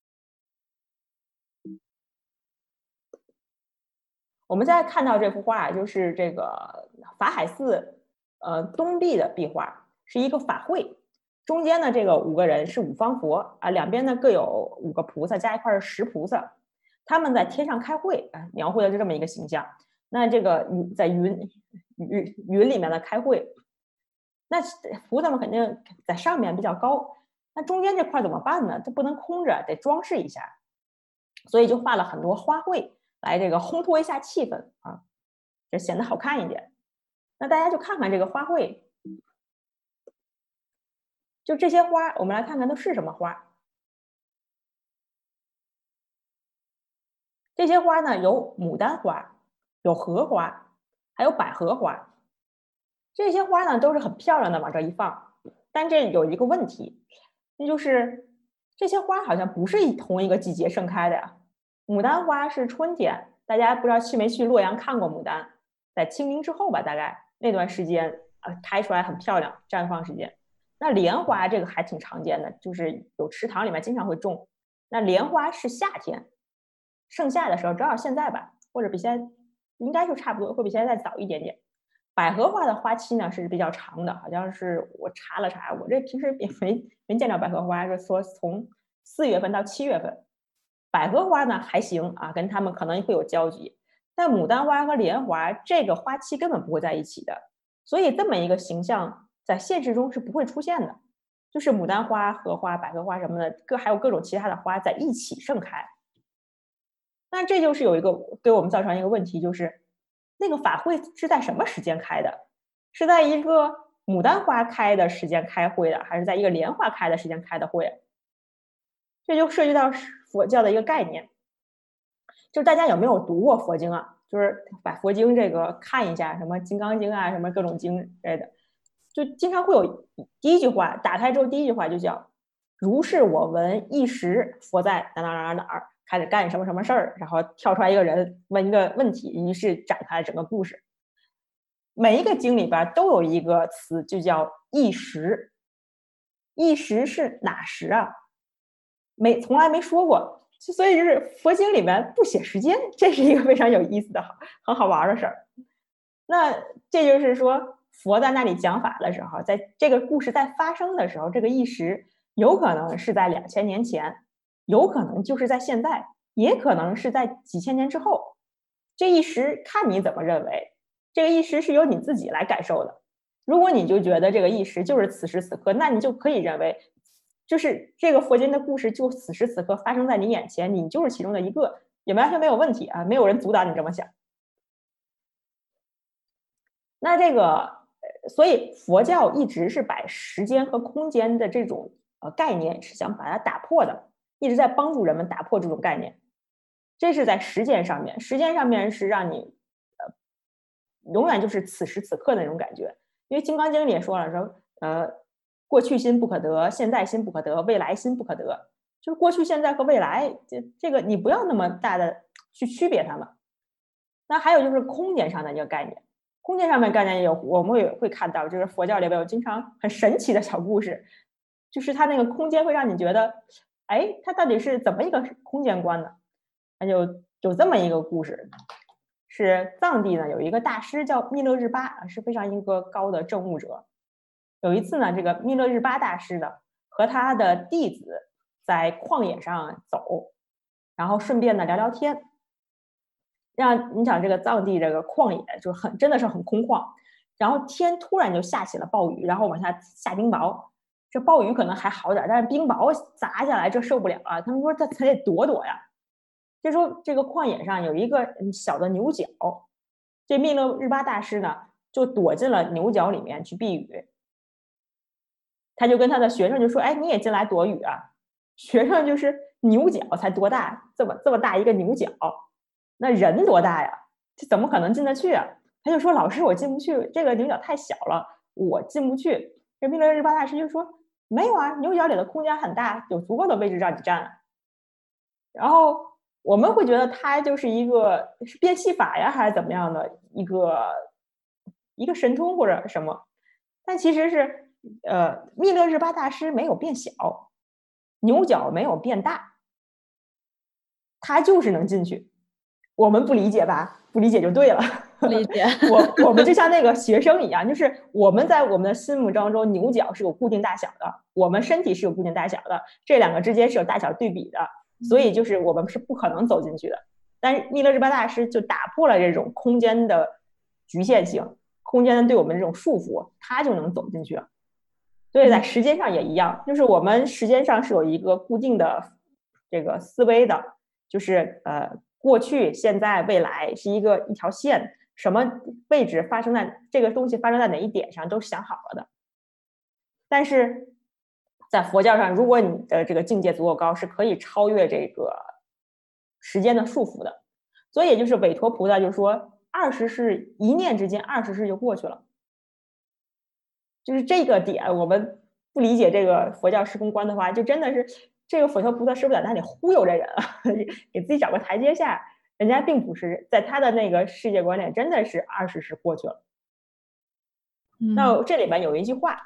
我们现在看到这幅画，就是这个法海寺呃东壁的壁画，是一个法会。中间呢，这个五个人是五方佛啊，两边呢各有五个菩萨，加一块是十菩萨，他们在天上开会啊，描绘的是这么一个形象。那这个在云云云里面的开会，那菩萨们肯定在上面比较高， 那中间这块怎么办呢？它不能空着，得装饰一下，所以就画了很多花卉来这个烘托一下气氛啊，这显得好看一点。那大家就看看这个花卉，就这些花，我们来看看都是什么花。这些花呢，有牡丹花，有荷花，还有百合花。这些花呢都是很漂亮的，往这一放。但这有一个问题，那就是这些花好像不是同一个季节盛开的呀。牡丹花是春天，大家不知道去没去洛阳看过牡丹，在清明之后吧，大概那段时间啊、呃、开出来很漂亮，绽放时间。那莲花这个还挺常见的，就是有池塘里面经常会种。那莲花是夏天。盛夏的时候，正好现在吧，或者比现在应该就差不多，会比现在再早一点点。百合花的花期呢是比较长的，好像是我查了查，我这平时也没没见着百合花，是说从四月份到七月份。百合花呢还行啊，跟它们可能会有交集，但牡丹花和莲花这个花期根本不会在一起的，所以这么一个形象在现实中是不会出现的，就是牡丹花、荷花、百合花什么的，各还有各种其他的花在一起盛开。那这就是有一个给我们造成一个问题，就是那个法会是在什么时间开的？是在一个牡丹花开的时间开会的，还是在一个莲花开的时间开的会？这就涉及到佛教的一个概念，就是大家有没有读过佛经啊？就是把佛经这个看一下，什么《金刚经》啊，什么各种经之类的，就经常会有第一句话，打开之后第一句话就叫“如是我闻，一时佛在哪哪哪哪儿”。开始干什么什么事儿，然后跳出来一个人问一个问题，于是展开整个故事。每一个经里边都有一个词，就叫一时。一时是哪时啊？没，从来没说过，所以就是佛经里面不写时间，这是一个非常有意思的、很好玩的事儿。那这就是说，佛在那里讲法的时候，在这个故事在发生的时候，这个一时有可能是在两千年前。有可能就是在现在，也可能是在几千年之后。这一时看你怎么认为，这个一时是由你自己来感受的。如果你就觉得这个一时就是此时此刻，那你就可以认为，就是这个佛经的故事就此时此刻发生在你眼前，你就是其中的一个，也完全没有问题啊，没有人阻挡你这么想。那这个，所以佛教一直是把时间和空间的这种呃概念是想把它打破的。一直在帮助人们打破这种概念，这是在时间上面。时间上面是让你，呃，永远就是此时此刻的那种感觉。因为《金刚经》里也说了，说，呃，过去心不可得，现在心不可得，未来心不可得。就是过去、现在和未来，这这个你不要那么大的去区别它们。那还有就是空间上的一个概念，空间上面概念有我们也会看到，就是佛教里边有经常很神奇的小故事，就是它那个空间会让你觉得。哎，它到底是怎么一个空间观呢？那就有这么一个故事，是藏地呢有一个大师叫密勒日巴，是非常一个高的证悟者。有一次呢，这个密勒日巴大师呢和他的弟子在旷野上走，然后顺便呢聊聊天。让你想这个藏地这个旷野就很真的是很空旷，然后天突然就下起了暴雨，然后往下下冰雹。这暴雨可能还好点，但是冰雹砸下来，这受不了啊！他们说这才得躲躲呀。这时候，这个旷野上有一个小的牛角，这密勒日巴大师呢就躲进了牛角里面去避雨。他就跟他的学生就说：“哎，你也进来躲雨啊？”学生就是牛角才多大，这么这么大一个牛角，那人多大呀？这怎么可能进得去啊？他就说：“老师，我进不去，这个牛角太小了，我进不去。”这密勒日巴大师就说：“没有啊，牛角里的空间很大，有足够的位置让你站。”然后我们会觉得他就是一个是变戏法呀，还是怎么样的一个一个神通或者什么？但其实是呃，密勒日巴大师没有变小，牛角没有变大，他就是能进去。我们不理解吧？不理解就对了。 不理解。 我我们就像那个学生一样，就是我们在我们的心目当中，牛角是有固定大小的，我们身体是有固定大小的，这两个之间是有大小对比的，所以就是我们是不可能走进去的。但是密勒日巴大师就打破了这种空间的局限性，空间对我们这种束缚，他就能走进去了。 所以在时间上也一样，就是我们时间上是有一个固定的这个思维的，就是呃过去、现在、未来是一个一条线，什么位置发生在这个东西发生在哪一点上都想好了的。但是在佛教上，如果你的这个境界足够高，是可以超越这个时间的束缚的。所以就是韦陀菩萨就说，二十世一念之间，二十世就过去了。就是这个点，我们不理解这个佛教时空观的话，就真的是这个佛陀菩萨是不是在那里忽悠这人啊？给自己找个台阶下，人家并不是在他的那个世界观念，真的是二十世过去了。 嗯、 那这里边有一句话，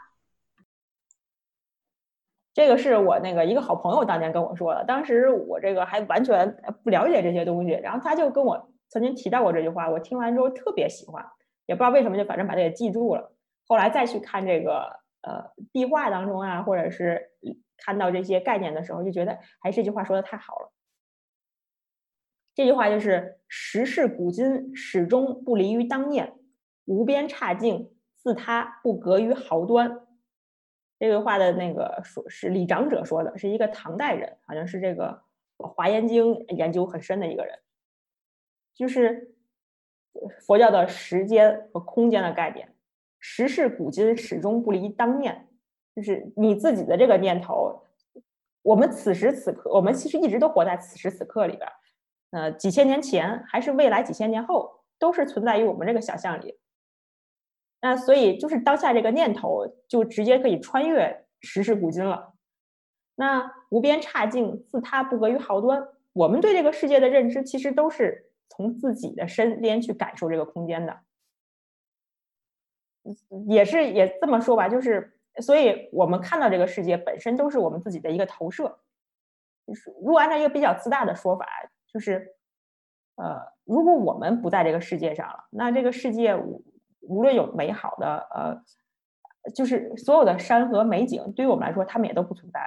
这个是我那个一个好朋友当年跟我说的，当时我这个还完全不了解这些东西，然后他就跟我曾经提到过这句话，我听完之后特别喜欢，也不知道为什么，就反正把这给记住了。后来再去看这个呃壁画当中啊，或者是看到这些概念的时候，就觉得哎，这句话说的太好了。这句话就是时事古今，始终不离于当念，无边差境，自他不隔于毫端。这个话的那个说是李长者说的，是一个唐代人，好像是这个《华严经》研究很深的一个人。就是佛教的时间和空间的概念，时事古今，始终不离当念，就是你自己的这个念头。我们此时此刻，我们其实一直都活在此时此刻里边，呃，几千年前还是未来几千年后，都是存在于我们这个想象里。那所以就是当下这个念头就直接可以穿越时事古今了。那无边差境，自他不隔于毫端。我们对这个世界的认知其实都是从自己的身边去感受这个空间的，也是也这么说吧，就是所以我们看到这个世界本身都是我们自己的一个投射。就是如果按照一个比较自大的说法，就是呃，如果我们不在这个世界上了，那这个世界无论有美好的呃，就是所有的山河美景，对于我们来说，他们也都不存在。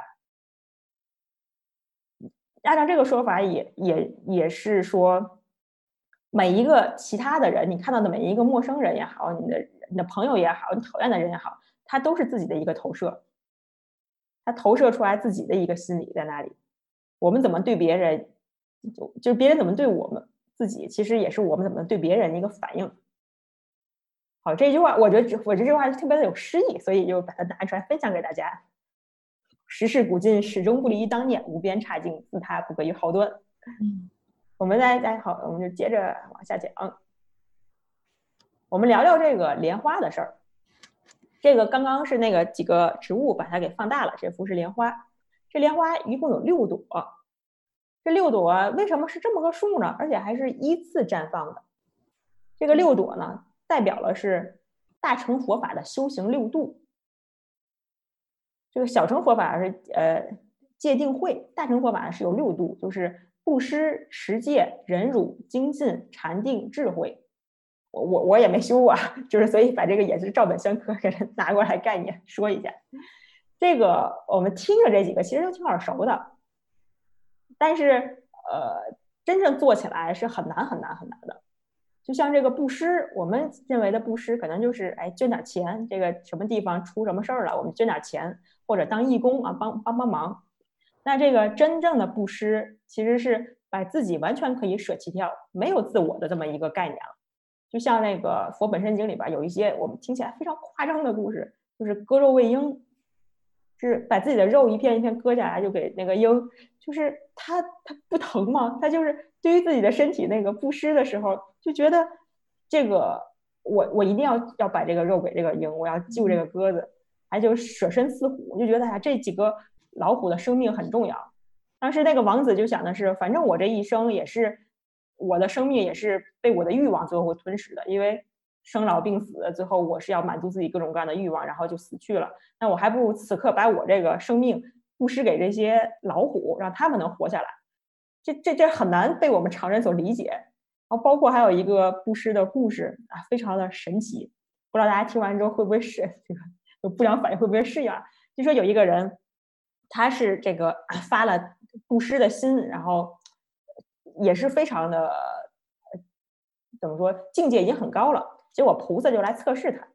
按照这个说法也，也也也是说，每一个其他的人，你看到的每一个陌生人也好，你的你的朋友也好，你讨厌的人也好，他都是自己的一个投射，他投射出来自己的一个心理在那里。我们怎么对别人，就就是别人怎么对我们自己，其实也是我们怎么对别人的一个反应。好，这句话我觉得我这句话特别的有诗意，所以就把它拿出来分享给大家。时事古今，始终不离于当念，无边差境，自他不隔于毫端。 嗯， 我们再再好，我们就接着往下讲。我们聊聊这个莲花的事儿。这个刚刚是那个几个植物把它给放大了，这幅是莲花。这莲花一共有六朵，这六朵为什么是这么个数呢？而且还是依次绽放的。这个六朵呢，代表了是大乘佛法的修行六度。这个小乘佛法是呃戒定慧，大乘佛法是有六度，就是布施、持戒、忍辱、精进、禅定、智慧。我我我也没修啊，就是所以把这个也是照本宣科给人拿过来概念说一下。这个我们听着这几个其实都挺耳熟的，但是呃真正做起来是很难很难很难的。就像这个布施，我们认为的布施可能就是哎捐点钱，这个什么地方出什么事儿了，我们捐点钱，或者当义工啊帮帮帮忙。那这个真正的布施其实是把自己完全可以舍弃掉，没有自我的这么一个概念了。就像那个佛本身经里边有一些我们听起来非常夸张的故事，就是割肉喂鹰，是把自己的肉一片一片割下来就给那个鹰，就是他他不疼吗？他就是对于自己的身体那个布施的时候，就觉得这个我我一定要要把这个肉给这个鹰，我要救这个鸽子，还就舍身饲虎，就觉得啊这几个老虎的生命很重要。当时那个王子就想的是，反正我这一生也是我的生命也是被我的欲望最后会吞噬的，因为生老病死，最后我是要满足自己各种各样的欲望，然后就死去了。那我还不如此刻把我这个生命布施给这些老虎，让他们能活下来。这这这很难被我们常人所理解。然后包括还有一个布施的故事啊，非常的神奇，不知道大家听完之后会不会是这个有不良反应，会不会适应啊？就说有一个人，他是这个发了布施的心，然后也是非常的怎么说，境界已经很高了。结果菩萨就来测试他，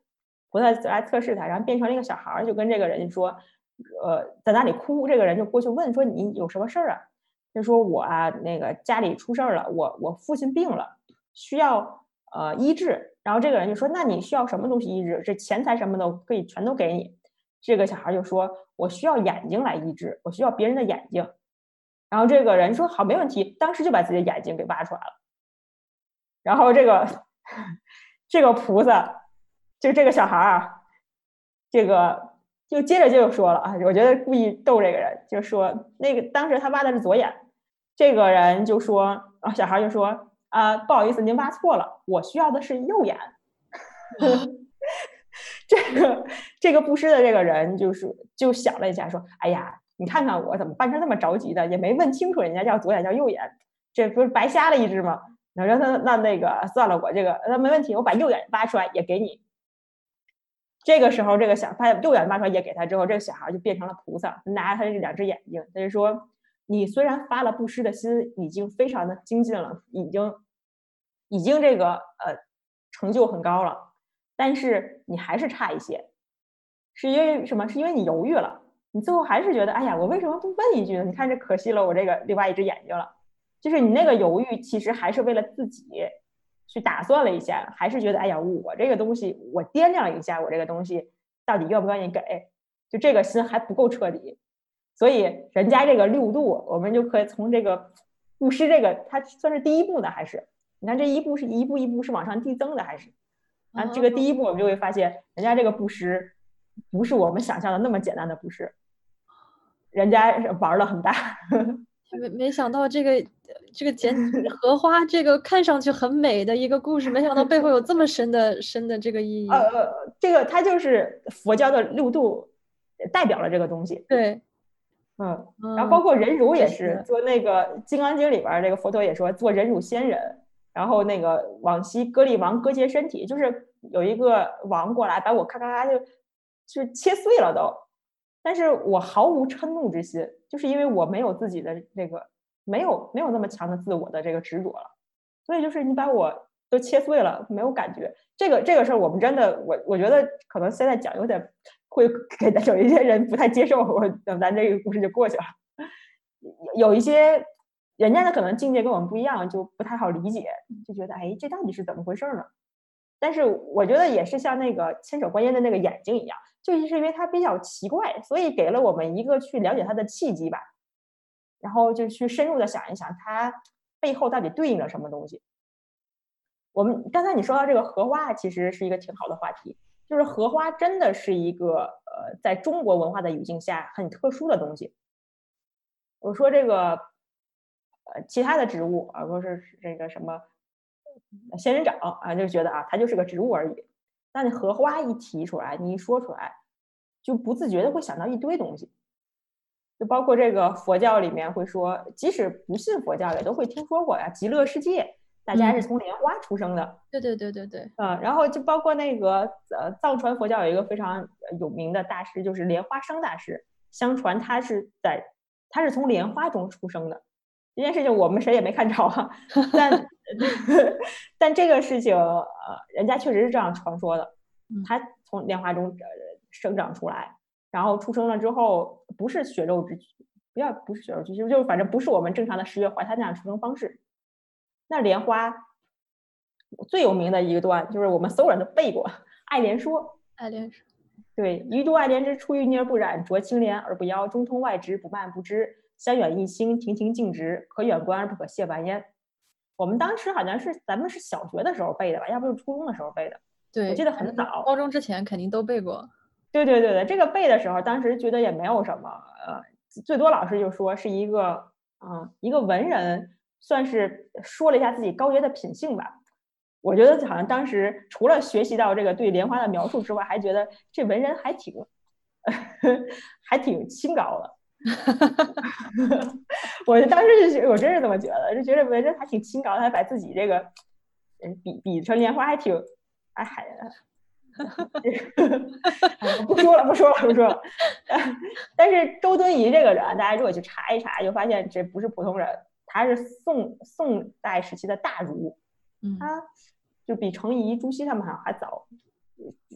菩萨来测试他，然后变成了一个小孩，就跟这个人说，呃，在那里哭。这个人就过去问说你有什么事儿啊？就说我啊，那个家里出事儿了，我我父亲病了，需要呃医治。然后这个人就说，那你需要什么东西医治？这钱财什么的可以全都给你。这个小孩就说，我需要眼睛来医治，我需要别人的眼睛。然后这个人说好，没问题，当时就把自己的眼睛给挖出来了。然后这个这个菩萨就这个小孩啊，这个就接着就说了啊，我觉得故意逗这个人，就说那个当时他挖的是左眼，这个人就说啊，小孩就说啊，不好意思，您挖错了，我需要的是右眼。这个这个布施的这个人就是就想了一下，说，哎呀，你看看我怎么办成那么着急的，也没问清楚人家叫左眼叫右眼，这不是白瞎了一只吗？然后他那那个算了，我这个那没问题，我把右眼挖出来也给你。这个时候，这个小把右眼挖出来也给他之后，这个小孩就变成了菩萨，拿着他这两只眼睛，他就说：“你虽然发了布施的心，已经非常的精进了，已经已经这个呃成就很高了，但是你还是差一些，是因为什么？是因为你犹豫了，你最后还是觉得，哎呀，我为什么不问一句呢？你看这可惜了我这个另外一只眼睛了。”就是你那个犹豫，其实还是为了自己去打算了一下，还是觉得哎呀，我这个东西，我掂量了一下，我这个东西到底愿不愿意给，就这个心还不够彻底。所以人家这个六度，我们就可以从这个布施这个，它算是第一步呢，还是你看这一步是一步一步是往上递增的，还是啊？这个第一步我们就会发现，人家这个布施不是我们想象的那么简单的布施，人家玩了很大。 没没想到这个这个简荷花这个看上去很美的一个故事，没想到背后有这么深的深的这个意义。 呃呃，这个它就是佛教的六度代表了这个东西。 对， 嗯，然后包括忍辱也是， 嗯、 做那个《金刚经》里边这个佛陀也说做忍辱仙人，然后那个往昔割力王割截身体，就是有一个王过来把我咔咔咔就就切碎了都。但是我毫无嗔怒之心，就是因为我没有自己的这个没有没有那么强的自我的这个执着了，所以就是你把我都切碎了，没有感觉。这个这个事儿我们真的，我我觉得可能现在讲有点会给有一些人不太接受，我等咱这个故事就过去了。有一些人家的可能境界跟我们不一样，就不太好理解，就觉得哎，这到底是怎么回事呢？但是我觉得也是像那个千手观音的那个眼睛一样，就是因为它比较奇怪，所以给了我们一个去了解它的契机吧，然后就去深入的想一想它背后到底对应了什么东西。我们刚才你说到这个荷花，其实是一个挺好的话题，就是荷花真的是一个呃，在中国文化的语境下很特殊的东西。我说这个呃其他的植物，而不是这个什么仙人掌啊，就觉得啊，它就是个植物而已。那你荷花一提出来，你一说出来，就不自觉的会想到一堆东西，就包括这个佛教里面会说，即使不信佛教也都会听说过呀，极乐世界，大家是从莲花出生的。 嗯、对对对对对， 嗯，然后就包括那个呃藏传佛教有一个非常有名的大师，就是莲花生大师，相传他是在他是从莲花中出生的。这件事情我们谁也没看着啊，但但这个事情呃，人家确实是这样传说的。他从莲花中生长出来，然后出生了之后，不是血肉之躯，不要不是血肉之躯，就反正不是我们正常的十月怀胎那样出生方式。那莲花最有名的一个段，就是我们所有人都背过《爱莲说》。 爱莲说， 对，余度爱莲之，出淤泥而不染，濯清涟而不妖，中通外直，不蔓不枝。香远益清，亭亭净植，可远观而不可亵玩焉。我们当时好像是咱们是小学的时候背的吧，要不是初中的时候背的。 对， 我记得很早， 高中之前肯定都背过。 对对对对，这个背的时候，当时觉得也没有什么，呃，最多老师就说是一个，嗯、呃，一个文人，算是说了一下自己高洁的品性吧。我觉得好像当时除了学习到这个对莲花的描述之外，还觉得这文人还挺，还挺清高的。我当时就我真是这么觉得，就觉得文人还挺清高的，还把自己这个比比成莲花还挺，哎还，哎不说了不说了不说了。但是周敦颐这个人，大家如果去查一查，就发现这不是普通人，他是宋宋代时期的大儒，他就比程颐、朱熹他们好像还早。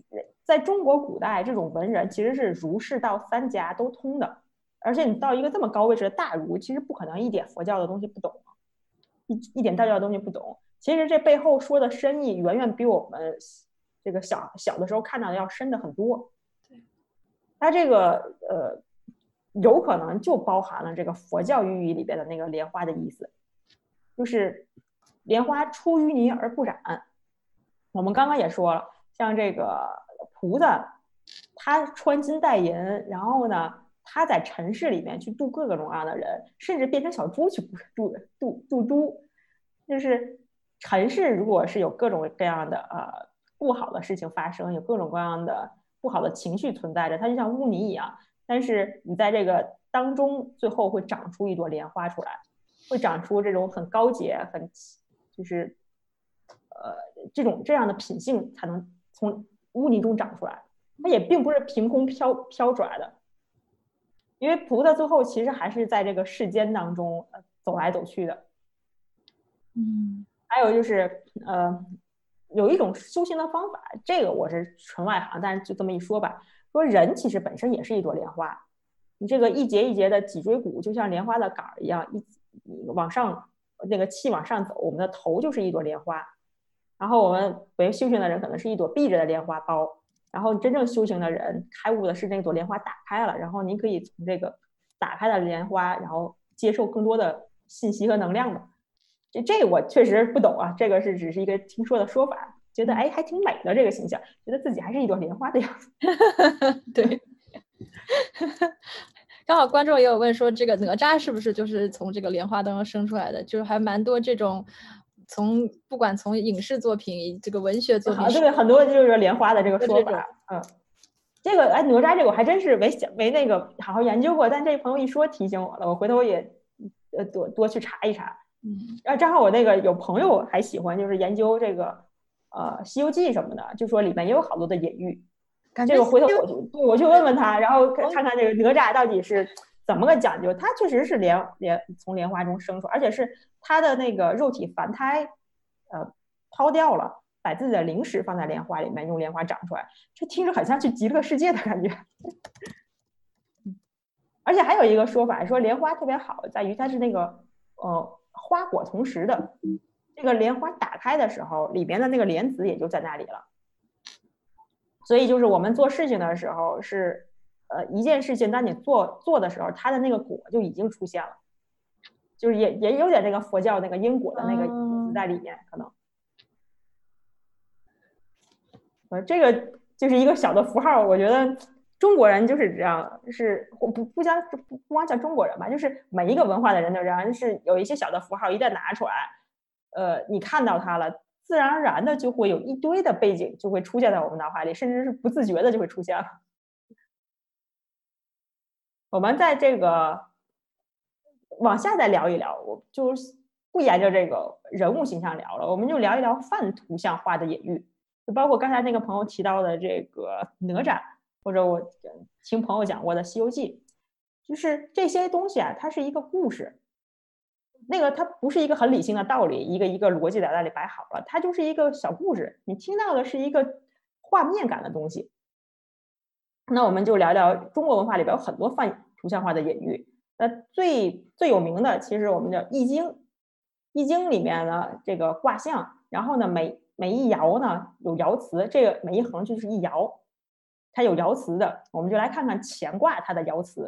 在中国古代，这种文人其实是儒释道三家都通的，而且你到一个这么高位置的大儒，其实不可能一点佛教的东西不懂，一一点道教的东西不懂。其实这背后说的深意，远远比我们这个小小的时候看到的要深的很多。它这个呃，有可能就包含了这个佛教寓意里边的那个莲花的意思，就是莲花出淤泥而不染。我们刚刚也说了，像这个菩萨，他穿金戴银，然后呢，他在尘世里面去度各个各样的人，甚至变成小猪去度度度猪。就是尘世如果是有各种各样的呃不好的事情发生，有各种各样的不好的情绪存在着，它就像污泥一样。但是你在这个当中，最后会长出一朵莲花出来，会长出这种很高洁、很就是呃这种这样的品性，才能从污泥中长出来。它也并不是凭空飘飘出来的，因为菩萨最后其实还是在这个世间当中走来走去的。 嗯， 还有就是呃，有一种修行的方法，这个我是纯外行，但是就这么一说吧，说人其实本身也是一朵莲花，你这个一节一节的脊椎骨就像莲花的杆一样，一往上那个气往上走，我们的头就是一朵莲花。然后我们为修行的人可能是一朵闭着的莲花苞，然后真正修行的人开悟的是那朵莲花打开了，然后您可以从这个打开的莲花，然后接受更多的信息和能量的。这这个我确实不懂啊，这个是只是一个听说的说法，觉得哎还挺美的这个形象，觉得自己还是一朵莲花的样子。 对。刚好观众也有问说，这个哪吒是不是就是从这个莲花当中生出来的？就是还蛮多这种，从不管从影视作品、这个文学作品， 好，对，很多就是莲花的这个说法。嗯，这个哎，哪吒这个我还真是没想没那个好好研究过，但这朋友一说提醒我了，我回头也呃多多去查一查。 嗯， 啊，正好我那个有朋友还喜欢就是研究这个呃《西游记》什么的，就说里面也有好多的隐喻。这个回头我就我去问问他，然后看看这个哪吒到底是怎么个讲究。他确实是莲莲从莲花中生出，而且是他的那个肉体凡胎，呃，抛掉了，把自己的灵识放在莲花里面，用莲花长出来。这听着很像去极乐世界的感觉。而且还有一个说法，说莲花特别好，在于它是那个呃花果同时的。这个莲花打开的时候，里边的那个莲子也就在那里了。所以就是我们做事情的时候是，呃，一件事情，当你做做的时候，它的那个果就已经出现了，就是也也有点那个佛教那个因果的那个意思在里面，可能。呃，这个就是一个小的符号，我觉得中国人就是这样，是不不讲不不光讲中国人吧，就是每一个文化的人都这样，是有一些小的符号，一旦拿出来，呃，你看到它了。自然而然的就会有一堆的背景就会出现在我们脑海里，甚至是不自觉的就会出现了。我们在这个往下再聊一聊，我就不沿着这个人物形象聊了，我们就聊一聊泛图像化的隐喻，就包括刚才那个朋友提到的这个哪吒，或者我听朋友讲过的《西游记》，就是这些东西啊，它是一个故事。那个它不是一个很理性的道理，一个一个逻辑在那里摆好了，它就是一个小故事，你听到的是一个画面感的东西。那我们就聊聊中国文化里边有很多泛图像化的隐喻。那最最有名的，其实我们叫《易经》。《易经》里面呢，这个卦象，然后呢每每一爻呢有爻辞，这个每一横就是一爻，它有爻辞的。我们就来看看乾卦它的爻辞。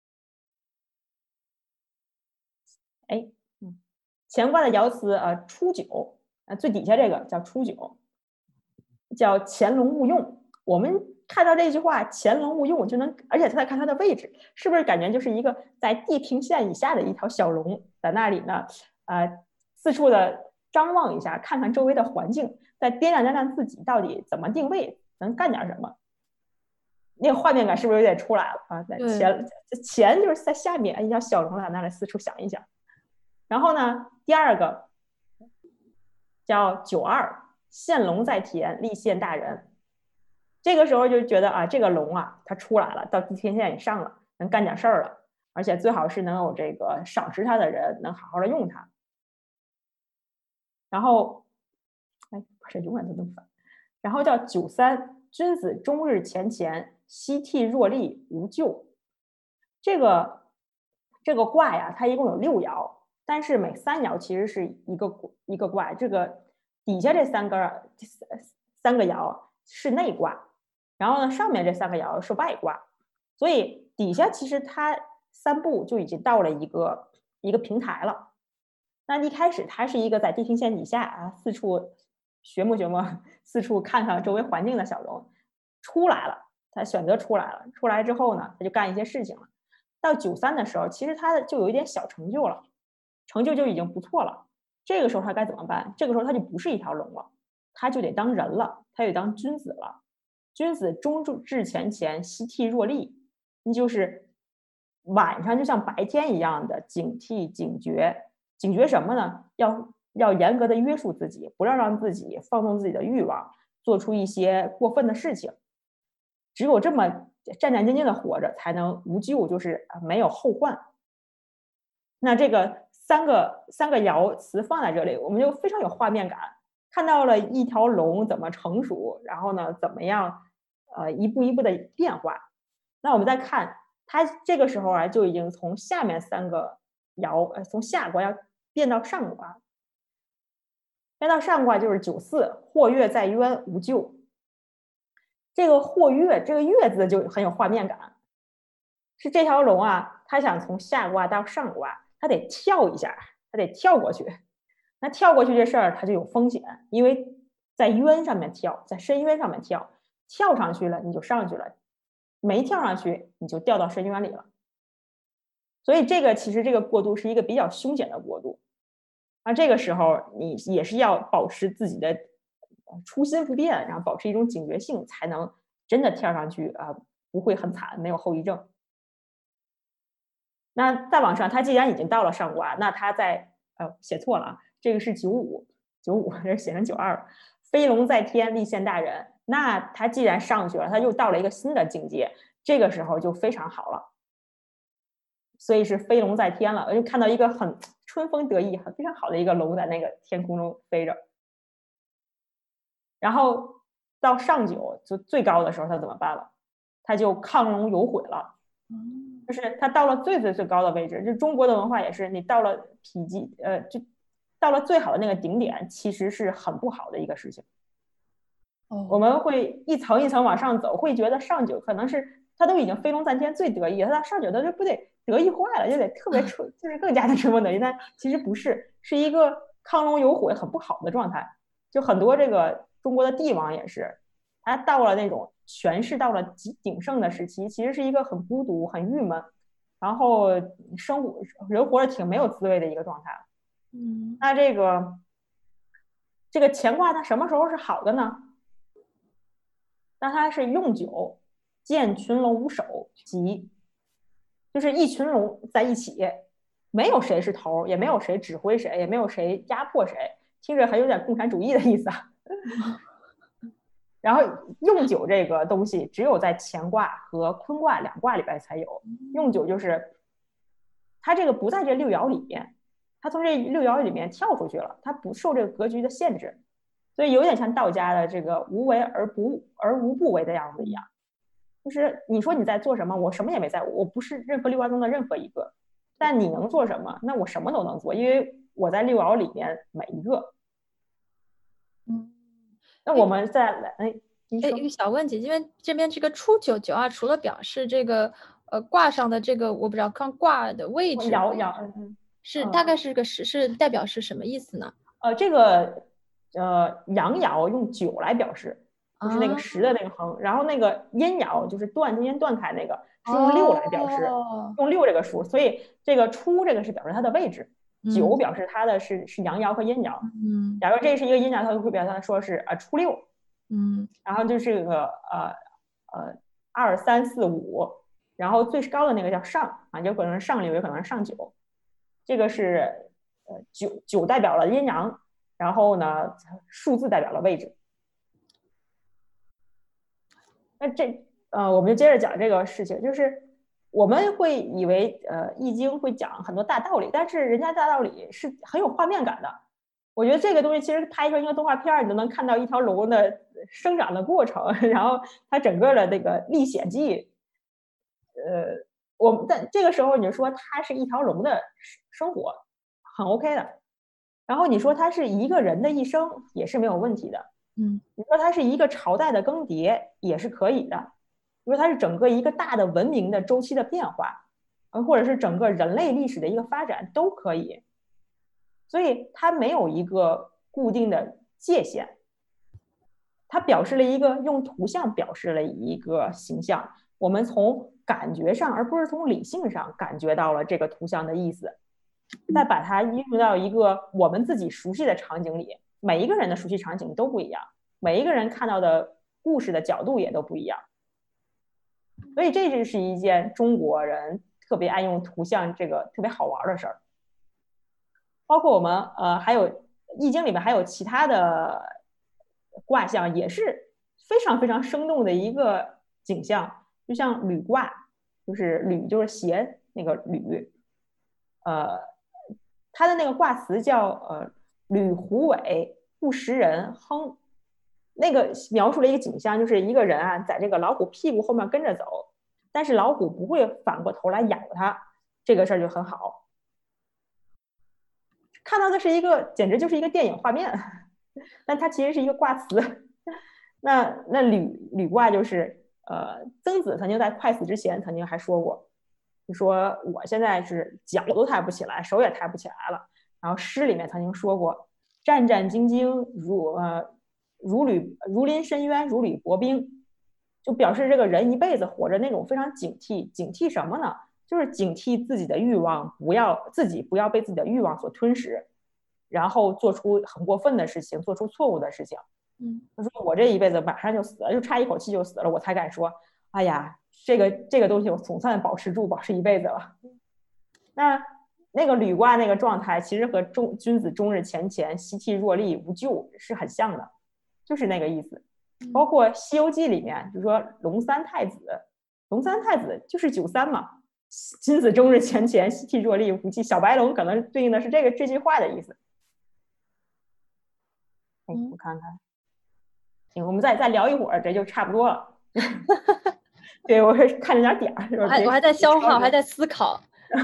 哎。乾卦的爻辞呃初九，呃最底下这个叫初九，叫潜龙勿用。我们看到这句话潜龙勿用就能，而且再看它的位置，是不是感觉就是一个在地平线以下的一条小龙，在那里呢呃四处的张望一下，看看周围的环境，再掂量掂量自己到底怎么定位，能干点什么。那个画面感是不是有点出来了啊？在前前就是在下面一条小龙在那里四处想一想。然后呢，第二个叫九二，现龙在田，立现大人。这个时候就觉得啊，这个龙啊，它出来了，到地平线以上了，能干点事儿了，而且最好是能有这个赏识它的人，能好好的用它。然后，哎，不是永远都能反。然后叫九三， 君子终日乾乾，夕惕若厉，无咎。这个这个卦呀，它一共有六爻，但是每三爻其实是一个一个卦。这个底下这三个三个爻是内卦，然后呢，上面这三个爻是外卦，所以底下其实它三步就已经到了一个一个平台了。那一开始它是一个在地平线底下啊，四处学摸学摸，四处看看周围环境的小龙，出来了，他选择出来了，出来之后呢，他就干一些事情了。到九三的时候，其实他就有一点小成就了，成就就已经不错了。这个时候他该怎么办？这个时候他就不是一条龙了，他就得当人了，他得当君子了。君子终至乾乾，夕惕若厉，你就是晚上就像白天一样的警惕警觉。警觉什么呢？要要严格的约束自己，不要让自己放纵自己的欲望，做出一些过分的事情。只有这么战战兢兢的活着，才能无咎，就是没有后患。那这个三个三个爻辞放在这里，我们就非常有画面感，看到了一条龙怎么成熟，然后呢，怎么样呃一步一步的变化。那我们再看它这个时候啊，就已经从下面三个爻，呃，从下卦要变到上卦，变到上卦就是九四，或跃在渊，无咎。这个或跃，这个跃字就很有画面感，是这条龙啊，它想从下卦到上卦，它得跳一下，它得跳过去。那跳过去这事儿它就有风险，因为在渊上面跳，在深渊上面跳，跳上去了你就上去了，没跳上去你就掉到深渊里了。所以这个其实这个过渡是一个比较凶险的过渡。那这个时候你也是要保持自己的初心不变，然后保持一种警觉性，才能真的跳上去啊、呃，不会很惨，没有后遗症。那再往上，他既然已经到了上卦，那他在呃写错了啊，这个是九五九五，这写成九二。飞龙在天，立现大人。那他既然上去了，他又到了一个新的境界，这个时候就非常好了。所以是飞龙在天了，我就看到一个很春风得意、很非常好的一个龙在那个天空中飞着。然后到上九就最高的时候，他怎么办了？他就亢龙有悔了，就是他到了最最最高的位置。就中国的文化也是，你到了否极，呃，就到了最好的那个顶点，其实是很不好的一个事情。 哦， 我们会一层一层往上走，会觉得上九可能是他都已经飞龙在天最得意，他到上九他就不得得意坏了，就得特别春，就是更加的春风得意。但其实不是，是一个亢龙有悔很不好的状态。就很多这个中国的帝王也是，他到了那种权势到了极鼎盛的时期，其实是一个很孤独、很郁闷，然后生活人活着挺没有滋味的一个状态。 嗯， 那这个这个乾卦它什么时候是好的呢？那它是用九，见群龙无首，吉，就是一群龙在一起，没有谁是头，也没有谁指挥谁，也没有谁压迫谁，听着还有点共产主义的意思啊。然后用九这个东西，只有在乾卦和坤卦两卦里边才有。用九就是它这个不在这六爻里面，它从这六爻里面跳出去了，它不受这个格局的限制，所以有点像道家的这个无为而不而无不为的样子一样。就是你说你在做什么，我什么也没在，我不是任何六爻中的任何一个，但你能做什么？那我什么都能做，因为我在六爻里面每一个。 嗯， 那我们再来，哎， 一个小问题，因为这边这个初九九二，除了表示这个呃卦上的这个，我不知道看卦的位置， 爻爻是大概是个是是代表是什么意思呢？ 呃，这个呃阳爻用九来表示，就是那个十的那个横，然后那个阴爻就是断中间断开那个，是用六来表示， 哦、 用六这个数，所以这个初这个是表示它的位置，九表示它的是是阳爻和阴爻。 嗯， 假如这是一个阴爻，它就会表示它说是啊初六。 嗯， 然后就是这个呃呃二三四五，然后最高的那个叫上啊，有可能是上六，有可能是上九。这个是呃九九代表了阴阳，然后呢数字代表了位置。那这呃我们就接着讲这个事情，就是我们会以为呃易经会讲很多大道理，但是人家大道理是很有画面感的。 我觉得这个东西其实拍成一个动画片，你都能看到一条龙的生长的过程，然后它整个的这个历险记，呃，我们在这个时候你就说它是一条龙的生活，很 OK 的。然后你说它是一个人的一生，也是没有问题的。 嗯， 你说它是一个朝代的更迭，也是可以的。你说它是整个一个大的文明的周期的变化，呃，或者是整个人类历史的一个发展，都可以。所以它没有一个固定的界限，它表示了一个用图像表示了一个形象，我们从感觉上而不是从理性上感觉到了这个图像的意思，再把它应用到一个我们自己熟悉的场景里，每一个人的熟悉场景都不一样，每一个人看到的故事的角度也都不一样，所以这就是一件中国人特别爱用图像这个特别好玩的事儿。包括我们呃还有易经里面还有其他的卦象，也是非常非常生动的一个景象，就像履卦，就是履就是鞋那个履，呃，它的那个卦辞叫呃履虎尾不食人亨，那个描述了一个景象，就是一个人啊在这个老虎屁股后面跟着走，但是老虎不会反过头来咬他，这个事儿就很好。看到的是一个简直就是一个电影画面，但它其实是一个卦辞。那那履履卦就是呃，曾子曾经在快死之前曾经还说过，就说我现在是脚都抬不起来，手也抬不起来了。然后诗里面曾经说过，战战兢兢如呃如履如临深渊，如履薄冰，就表示这个人一辈子活着那种非常警惕。警惕什么呢？就是警惕自己的欲望，不要自己不要被自己的欲望所吞噬，然后做出很过分的事情，做出错误的事情。 嗯， 他说我这一辈子马上就死了，就差一口气就死了，我才敢说，哎呀，这个这个东西我总算保持住，保持一辈子了。那那个履卦那个状态，其实和中君子终日乾乾，息气若厉，无咎是很像的，就是那个意思。包括《西游记》里面，就说龙三太子，龙三太子就是九三嘛，君子终日乾乾，息气若厉，无咎。小白龙可能对应的是这个这句话的意思。哎，我看看。行，我们再再聊一会儿，这就差不多了。对，我是看着点点儿， 我还我还在消化，我还在思考。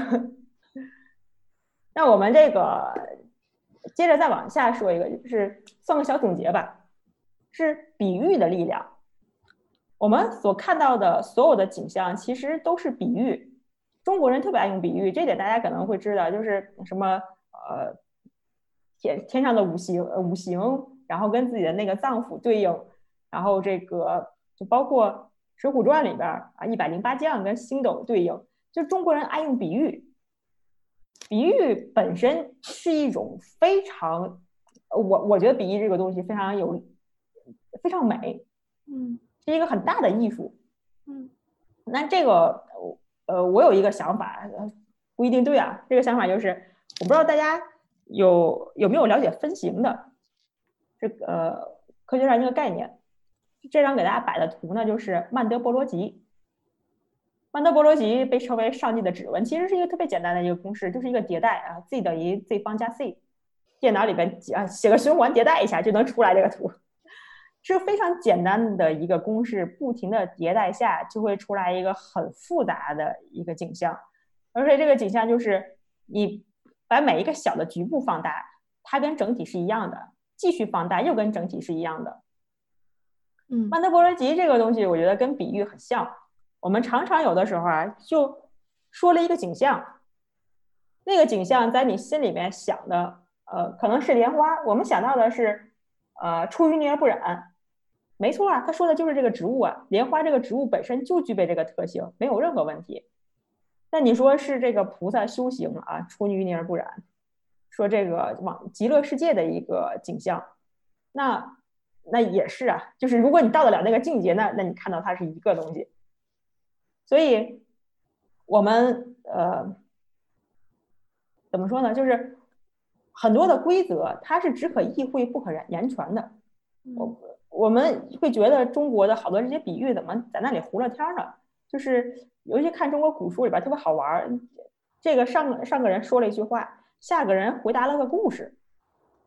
那我们这个接着再往下说一个，就是算个小总结吧，是比喻的力量。我们所看到的所有的景象，其实都是比喻。中国人特别爱用比喻，这点大家可能会知道，就是什么呃天天上的五行五行。然后跟自己的那个脏腑对应，然后这个就包括《水浒传》里边啊，一百零八将跟星斗对应，就中国人爱用比喻，比喻本身是一种非常，我我觉得比喻这个东西非常有非常美， 嗯， 是一个很大的艺术， 嗯， 那这个呃，我有一个想法，不一定对啊，这个想法就是，我不知道大家有有没有了解分形的。这个、呃、科学上一个概念，这张给大家摆的图呢，就是曼德波罗集。曼德波罗集被称为上帝的指纹，其实是一个特别简单的一个公式，就是一个迭代啊 ，z 等于 z 方加 c， 电脑里边啊写个循环迭代一下就能出来这个图，是非常简单的一个公式，不停的迭代下就会出来一个很复杂的一个景象，而且这个景象就是你把每一个小的局部放大，它跟整体是一样的。继续放大又跟整体是一样的。 嗯， 曼德波罗集这个东西我觉得跟比喻很像，我们常常有的时候啊就说了一个景象，那个景象在你心里面想的呃可能是莲花，我们想到的是呃出淤泥而不染，没错啊，他说的就是这个植物啊，莲花这个植物本身就具备这个特性，没有任何问题。但你说是这个菩萨修行啊出淤泥而不染，说这个往极乐世界的一个景象，那那也是啊，就是如果你到得了那个境界，那那你看到它是一个东西。所以我们呃怎么说呢？就是很多的规则它是只可意会不可言传的。我我们会觉得中国的好多这些比喻怎么在那里胡了天呢？就是尤其看中国古书里边特别好玩，这个上上个人说了一句话。下个人回答了个故事，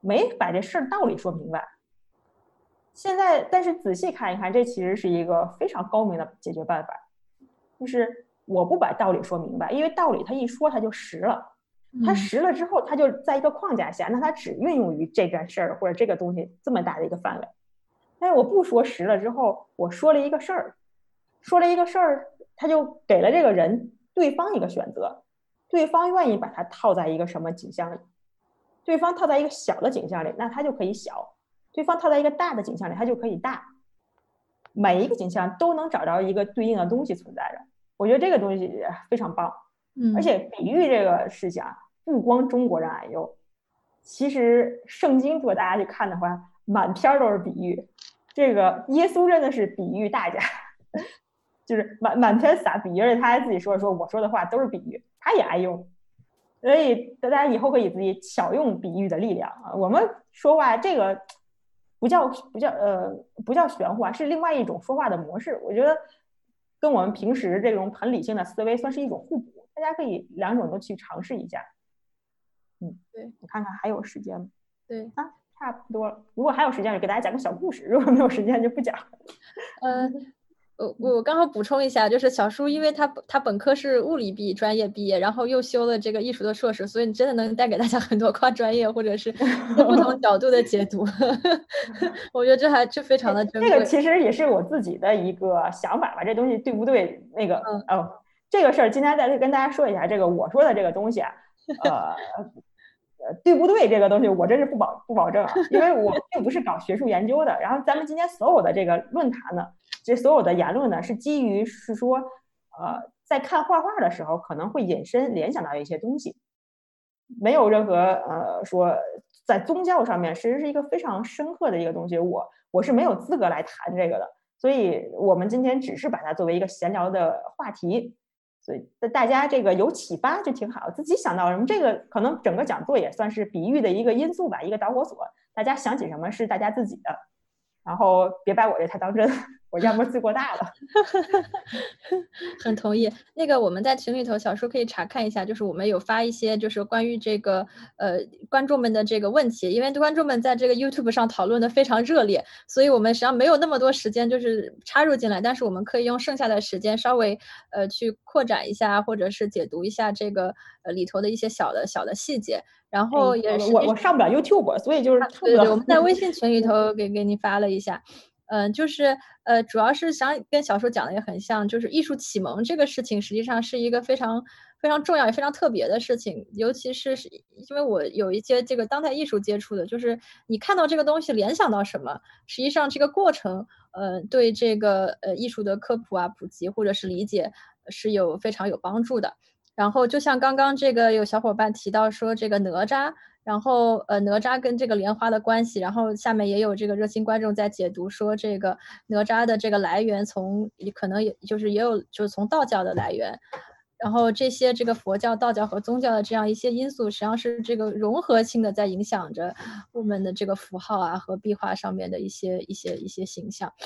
没把这事儿道理说明白。现在但是仔细看一看，这其实是一个非常高明的解决办法，就是我不把道理说明白，因为道理它一说它就实了，它实了之后它就在一个框架下，那它只运用于这件事儿或者这个东西这么大的一个范围。但是我不说实了之后，我说了一个事儿，说了一个事儿，他就给了这个人对方一个选择，对方愿意把它套在一个什么景象里，对方套在一个小的景象里，那它就可以小，对方套在一个大的景象里，它就可以大，每一个景象都能找着一个对应的东西存在着。我觉得这个东西非常棒。而且比喻这个事情啊，不光中国人爱用，其实圣经如果大家去看的话，满篇都是比喻。这个耶稣真的是比喻大家，就是满满篇撒比喻，而且他还自己说说我说的话都是比喻，他也爱用。所以大家以后可以自己巧用比喻的力量啊。我们说话这个不叫不叫呃不叫玄乎啊，是另外一种说话的模式。我觉得跟我们平时这种很理性的思维算是一种互补，大家可以两种都去尝试一下。嗯， 对， 你看看还有时间吗？ 对啊，差不多了。如果还有时间，就给大家讲个小故事；如果没有时间，就不讲。 呃，我我刚好补充一下，就是小舒，因为他他本科是物理毕专业毕业，然后又修了这个艺术的硕士，所以你真的能带给大家很多跨专业或者是不同角度的解读。我觉得这还这非常的珍贵。 这个其实也是我自己的一个想法吧，这东西对不对？那个、嗯、哦，这个事儿今天再跟大家说一下，这个我说的这个东西啊，呃。呃，对不对？这个东西我真是不保不保证啊，因为我并不是搞学术研究的。然后咱们今天所有的这个论坛呢，这所有的言论呢，是基于是说，呃，在看画画的时候可能会引申联想到一些东西，没有任何呃说在宗教上面，其实是一个非常深刻的一个东西。我我是没有资格来谈这个的，所以我们今天只是把它作为一个闲聊的话题。所以大家这个有启发就挺好，自己想到什么，这个可能整个讲座也算是比喻的一个因素吧，一个导火索。大家想起什么是大家自己的，然后别把我这太当真，我要么罪过大了。 很同意。那个我们在群里头，小舒可以查看一下，就是我们有发一些就是关于这个呃观众们的这个问题，因为观众们在这个 YouTube 上讨论的非常热烈，所以我们实际上没有那么多时间就是插入进来，但是我们可以用剩下的时间稍微呃去扩展一下，或者是解读一下这个呃里头的一些小的小的细节。然后也是、 哎、我我上不了 YouTube， 所以就是看不了。 对对，我们在微信群里头给给你发了一下。嗯、呃，就是呃，主要是想跟小舒讲的也很像，就是艺术启蒙这个事情，实际上是一个非常非常重要也非常特别的事情。尤其是因为我有一些这个当代艺术接触的，就是你看到这个东西联想到什么，实际上这个过程，呃，对这个呃艺术的科普啊、普及或者是理解是有非常有帮助的。然后就像刚刚这个有小伙伴提到说这个哪吒。然后，呃，哪吒跟这个莲花的关系，然后下面也有这个热心观众在解读说，这个哪吒的这个来源从可能也就是也有就是从道教的来源，然后这些这个佛教、道教和宗教的这样一些因素，实际上是这个融合性的在影响着我们的这个符号啊和壁画上面的一些一些一些形象。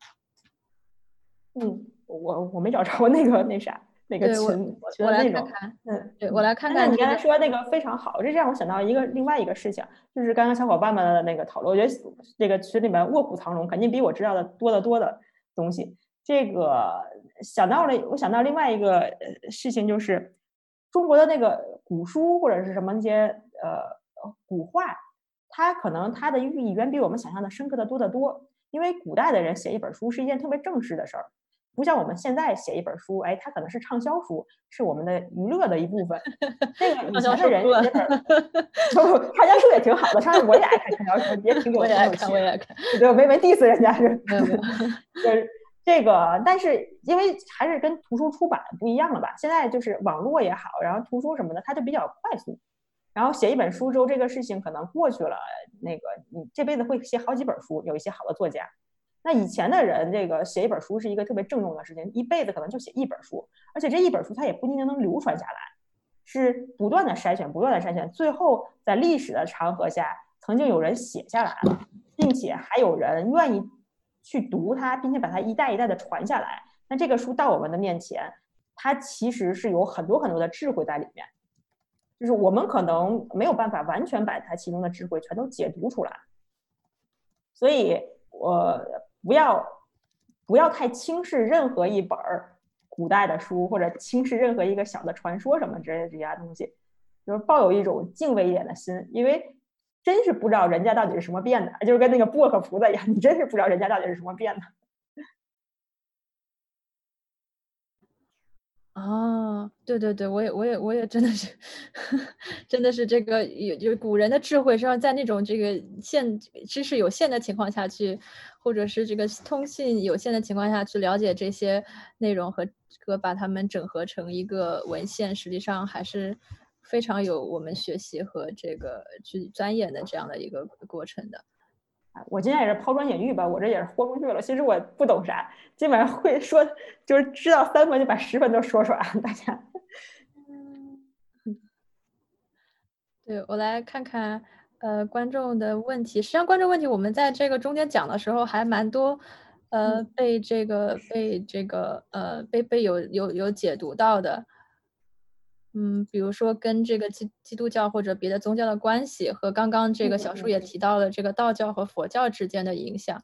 嗯，我我没找着我那个那啥。那个群群的内容， 嗯，对我来看看。 你刚才说那个非常好，这让我想到一个另外一个事情，就是刚刚小伙伴们的那个讨论，我觉得这个群里面卧虎藏龙，肯定比我知道的多得多的东西。这个想到了，我想到另外一个事情，就是中国的那个古书或者是什么一些呃古画，它可能它的寓意远比我们想象的深刻的多得多。因为古代的人写一本书是一件特别正式的事儿。不像我们现在写一本书，哎，它可能是畅销书，是我们的娱乐的一部分。这个以前的人写本畅销书也挺好的，畅销我也爱看畅销书，也挺有我也爱看，我也爱看， 对，没没 diss 人家是，就是这个，但是因为还是跟图书出版不一样了吧？现在就是网络也好，然后图书什么的，它就比较快速。然后写一本书之后，这个事情可能过去了，那个你这辈子会写好几本书，有一些好的作家。那以前的人，这个写一本书是一个特别郑重的事情，一辈子可能就写一本书，而且这一本书它也不一定能流传下来，是不断的筛选，不断的筛选，最后在历史的长河下，曾经有人写下来了，并且还有人愿意去读它，并且把它一代一代的传下来。那这个书到我们的面前，它其实是有很多很多的智慧在里面。 就是我们可能没有办法完全把它其中的智慧全都解读出来，所以我不要不要太轻视任何一本古代的书，或者轻视任何一个小的传说什么之类的这些东西，就是抱有一种敬畏一点的心，因为真是不知道人家到底是什么变的，就是跟那个薄荷菩萨一样，你真是不知道人家到底是什么变的。 哦，对对对，我也我也我也真的是真的是这个有就是古人的智慧是要在那种这个限知识有限的情况下去，或者是这个通信有限的情况下去了解这些内容和和把它们整合成一个文献，实际上还是非常有我们学习和这个去钻研的这样的一个过程的。 我今天也是抛砖引玉吧，我这也是豁出去了。其实我不懂啥，基本上会说，就是知道三分就把十分都说出来。大家， 对，我来看看，呃，观众的问题。实际上，观众问题我们在这个中间讲的时候还蛮多，呃，被这个被这个呃被被有有有解读到的。嗯，比如说跟这个基基督教或者别的宗教的关系，和刚刚这个小树也提到了这个道教和佛教之间的影响。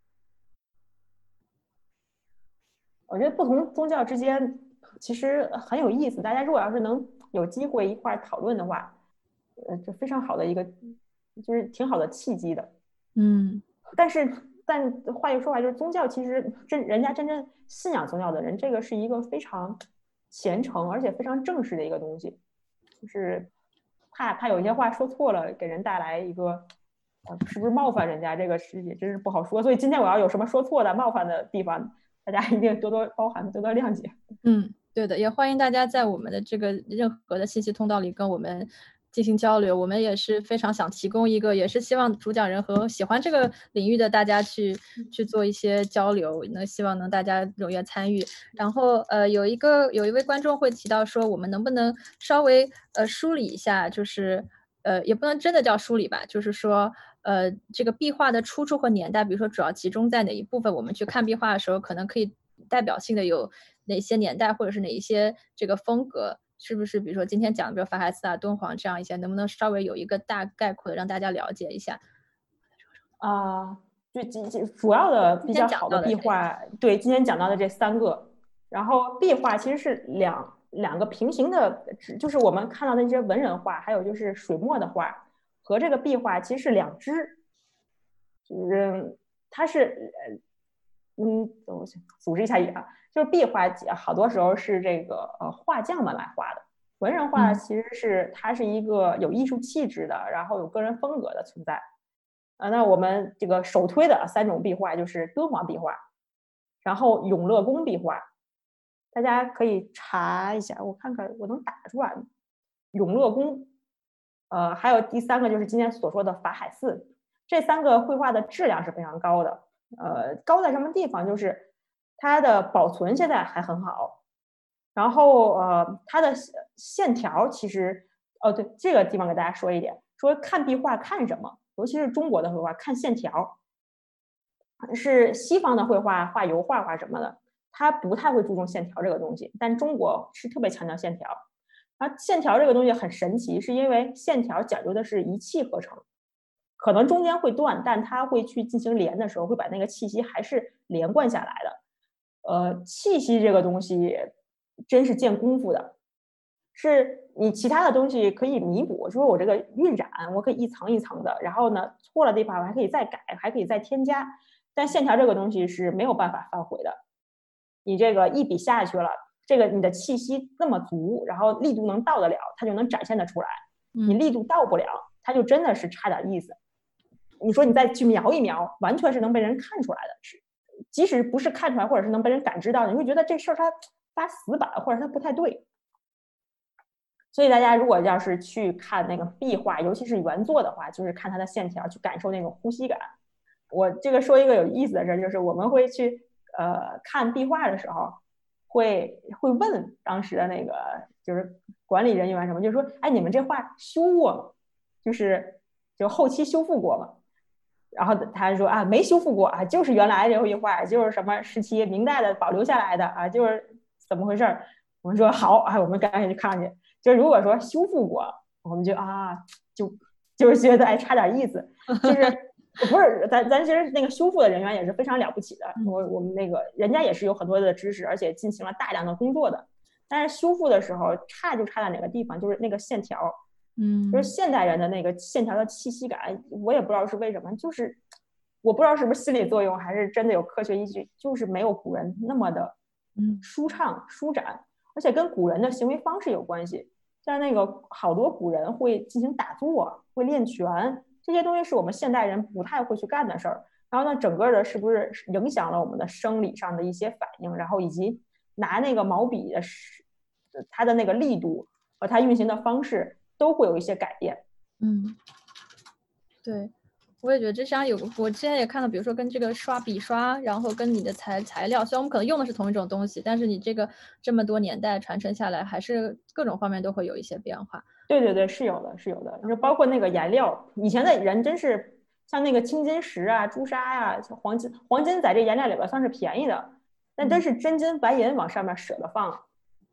我觉得不同宗教之间其实很有意思，大家如果要是能有机会一块讨论的话，呃，就非常好的一个，就是挺好的契机的。 嗯， 但是但话又说回来，就是宗教其实真人家真正信仰宗教的人，这个是一个非常虔诚而且非常正式的一个东西，就是怕怕有些话说错了，给人带来一个呃是不是冒犯人家，这个是也真是不好说。所以今天我要有什么说错的、冒犯的地方，大家一定多多包涵，多多谅解。 嗯，对的，也欢迎大家在我们的这个任何的信息通道里跟我们进行交流。我们也是非常想提供一个，也是希望主讲人和喜欢这个领域的大家去去做一些交流，那希望能大家踊跃参与。然后呃，有一个有一位观众会提到说，我们能不能稍微呃梳理一下，就是呃也不能真的叫梳理吧，就是说呃这个壁画的出处和年代，比如说主要集中在哪一部分，我们去看壁画的时候，可能可以代表性的有哪些年代，或者是哪一些这个风格，是不是比如说今天讲的比如法海寺啊、敦煌这样一些，能不能稍微有一个大概括的让大家了解一下？ 啊，就就主要的比较好的壁画，对，今天讲到的这三个，然后壁画其实是两两个平行的，就是我们看到的那些文人画，还有就是水墨的画和这个壁画其实是两支，就是它是嗯，我组织一下也啊，就是壁画好多时候是这个呃画匠们来画的，文人画其实是它是一个有艺术气质的，然后有个人风格的存在。啊，那我们这个首推的三种壁画就是敦煌壁画，然后永乐宫壁画，大家可以查一下，我看看我能打出来。永乐宫，呃，还有第三个就是今天所说的法海寺，这三个绘画的质量是非常高的。呃，高在什么地方？就是它的保存现在还很好，然后呃，它的线条其实，哦对，这个地方给大家说一点，说看壁画看什么？尤其是中国的绘画，看线条，是西方的绘画画油画画什么的，它不太会注重线条这个东西，但中国是特别强调线条。而线条这个东西很神奇，是因为线条讲究的是一气呵成，可能中间会断，但它会去进行连的时候，会把那个气息还是连贯下来的。呃，气息这个东西真是见功夫的。是你其他的东西可以弥补，就是我这个晕染，我可以一层一层的，然后呢，错了地方我还可以再改，还可以再添加。但线条这个东西是没有办法反悔的，你这个一笔下去了，这个你的气息那么足，然后力度能到得了，它就能展现得出来。你力度到不了，它就真的是差点意思。你说你再去描一描，完全是能被人看出来的，是即使不是看出来，或者是能被人感知到，你会觉得这事儿它发死板，或者它不太对。所以大家如果要是去看那个壁画，尤其是原作的话，就是看它的线条，去感受那种呼吸感。我这个说一个有意思的事，就是我们会去呃看壁画的时候，会会问当时的那个就是管理人员什么，就是说，哎，你们这画修过吗？就是就后期修复过吗？然后他说啊，没修复过啊，就是原来这壁画，就是什么时期明代的保留下来的啊，就是怎么回事？我们说好啊，我们赶紧去看去。 就如果说修复过，我们就啊，就就是觉得哎差点意思，就是不是咱咱其实那个修复的人员也是非常了不起的，我我们那个人家也是有很多的知识，而且进行了大量的工作的。但是修复的时候差就差在哪个地方，就是那个线条， 嗯， 就是现代人的那个线条的气息感，我也不知道是为什么，就是我不知道是不是心理作用，还是真的有科学依据，就是没有古人那么的舒畅舒展，而且跟古人的行为方式有关系。像那个好多古人会进行打坐，会练拳，这些东西是我们现代人不太会去干的事儿。然后呢，整个的是不是影响了我们的生理上的一些反应，然后以及拿那个毛笔的它的那个力度和它运行的方式都会有一些改变。 嗯，对，我也觉得这上有我之前也看到，比如说跟这个刷笔刷，然后跟你的材材料，虽然我们可能用的是同一种东西，但是你这个这么多年代传承下来，还是各种方面都会有一些变化。 对对对，是有的，是有的。就包括那个颜料，以前的人真是像那个青金石啊、朱砂呀、啊、黄金，黄金在这颜料里边算是便宜的，但真是真金白银往上面舍得放。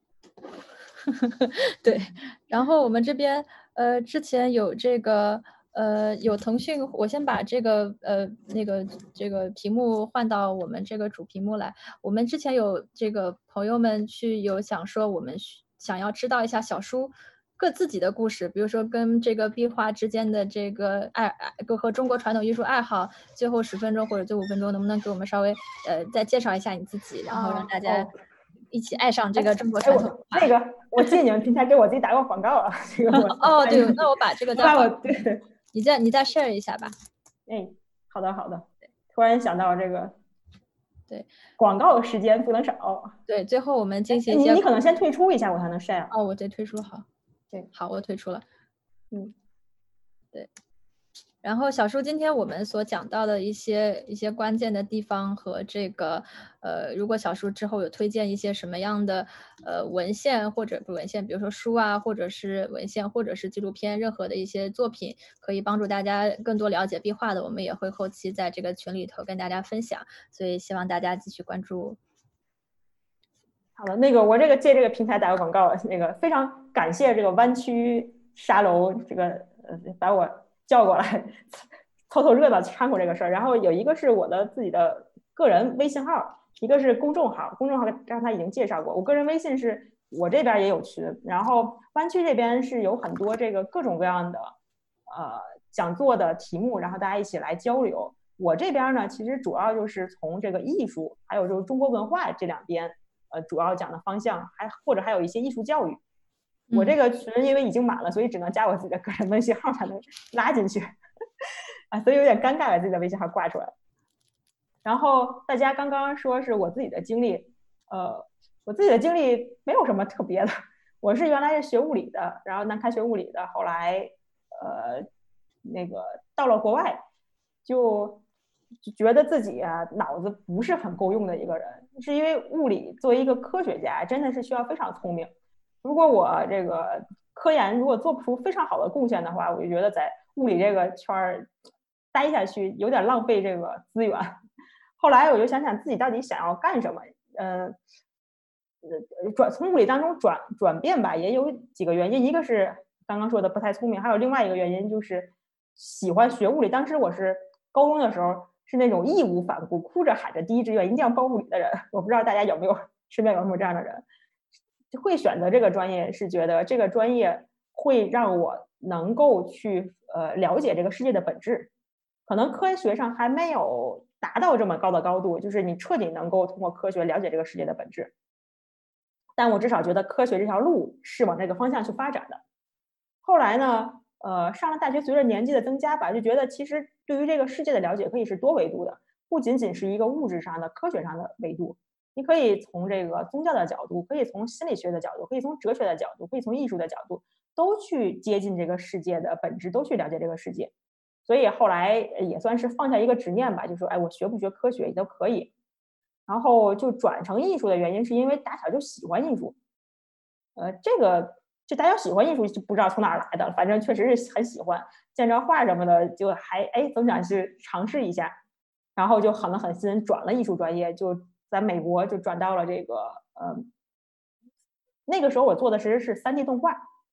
对，然后我们这边呃之前有这个呃有腾讯，我先把这个呃那个这个屏幕换到我们这个主屏幕来。我们之前有这个朋友们去有想说我们想要知道一下小叔各自己的故事，比如说跟这个壁画之间的这个爱爱和中国传统艺术爱好，最后十分钟或者最五分钟，能不能给我们稍微呃再介绍一下你自己，然后让大家一起爱上这个中国传统、 哎、那个我借你们平台给我自己打个广告啊，这个我哦对，那我把这个再把我对， 你再你再 share 一下吧。 哎，好的好的，突然想到这个， 对， 广告时间不能少。 对，最后我们进行一些，你你可能先退出一下，我才能 share。 哦，我得退出好。 对， 好，我退出了。 嗯， 对。然后小叔，今天我们所讲到的一些一些关键的地方和这个呃，如果小叔之后有推荐一些什么样的呃文献或者不文献，比如说书啊，或者是文献，或者是纪录片，任何的一些作品，可以帮助大家更多了解壁画的，我们也会后期在这个群里头跟大家分享，所以希望大家继续关注。 好的，那个我这个借这个平台打个广告，那个非常感谢这个湾区沙楼这个呃把我叫过来凑凑热闹掺和这个事儿。然后有一个是我的自己的个人微信号，一个是公众号，公众号刚才已经介绍过。我个人微信是我这边也有群，然后湾区这边是有很多这个各种各样的呃讲座的题目，然后大家一起来交流。我这边呢，其实主要就是从这个艺术，还有就是中国文化这两边。呃，主要讲的方向，还或者还有一些艺术教育。我这个群因为已经满了，所以只能加我自己的个人微信号才能拉进去啊，所以有点尴尬，把自己的微信号挂出来。然后大家刚刚说是我自己的经历，呃，我自己的经历没有什么特别的。我是原来是学物理的，然后南开学物理的，后来呃那个到了国外就。就觉得自己啊脑子不是很够用的一个人，是因为物理作为一个科学家真的是需要非常聪明。如果我这个科研如果做不出非常好的贡献的话，我就觉得在物理这个圈儿待下去有点浪费这个资源。后来我就想想自己到底想要干什么，嗯、呃，转从物理当中转转变吧，也有几个原因，一个是刚刚说的不太聪明，还有另外一个原因就是喜欢学物理。当时我是高中的时候。是那种义无反顾、哭着喊着第一志愿一定要报物理的人。我不知道大家有没有身边有没有这样的人，会选择这个专业是觉得这个专业会让我能够去呃了解这个世界的本质。可能科学上还没有达到这么高的高度，就是你彻底能够通过科学了解这个世界的本质。但我至少觉得科学这条路是往这个方向去发展的。后来呢？呃，上了大学，随着年纪的增加吧，就觉得其实对于这个世界的了解可以是多维度的，不仅仅是一个物质上的、科学上的维度。你可以从这个宗教的角度，可以从心理学的角度，可以从哲学的角度，可以从艺术的角度，都去接近这个世界的本质，都去了解这个世界。所以后来也算是放下一个执念吧，就说，哎，我学不学科学也都可以。然后就转成艺术的原因，是因为打小就喜欢艺术。呃，这个。就大家喜欢艺术，就不知道从哪儿来的，反正确实是很喜欢，见着画什么的，就还哎总想去尝试一下，然后就狠了狠心转了艺术专业，就在美国就转到了这个呃，那个时候我做的其实是三 D 动画，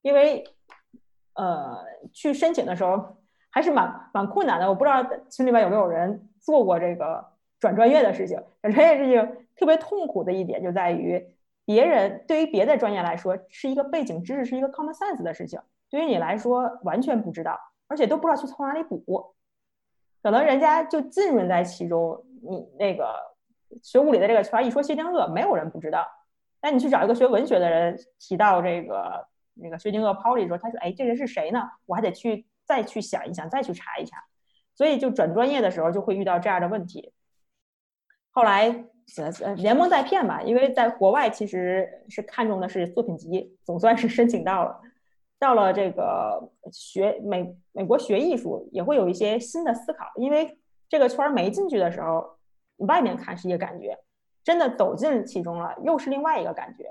因为呃去申请的时候还是蛮蛮困难的。我不知道群里面有没有人做过这个转专业的事情。转专业事情特别痛苦的一点就在于，别人对于别的专业来说是一个背景知识，是一个 common sense 的事情，对于你来说完全不知道，而且都不知道去从哪里补。可能人家就浸润在其中，你那个学物理的这个圈一说薛定谔，没有人不知道。但你去找一个学文学的人提到这个那个薛定谔 Pauli 的时候，他说：“哎，这人是谁呢？我还得去再去想一想，再去查一查。”所以就转专业的时候就会遇到这样的问题。后来呃连蒙带骗吧，因为在国外其实是看重的是作品集，总算是申请到了。到了这个学美美国学艺术也会有一些新的思考，因为这个圈没进去的时候，外面看是一个感觉，真的走进其中了又是另外一个感觉。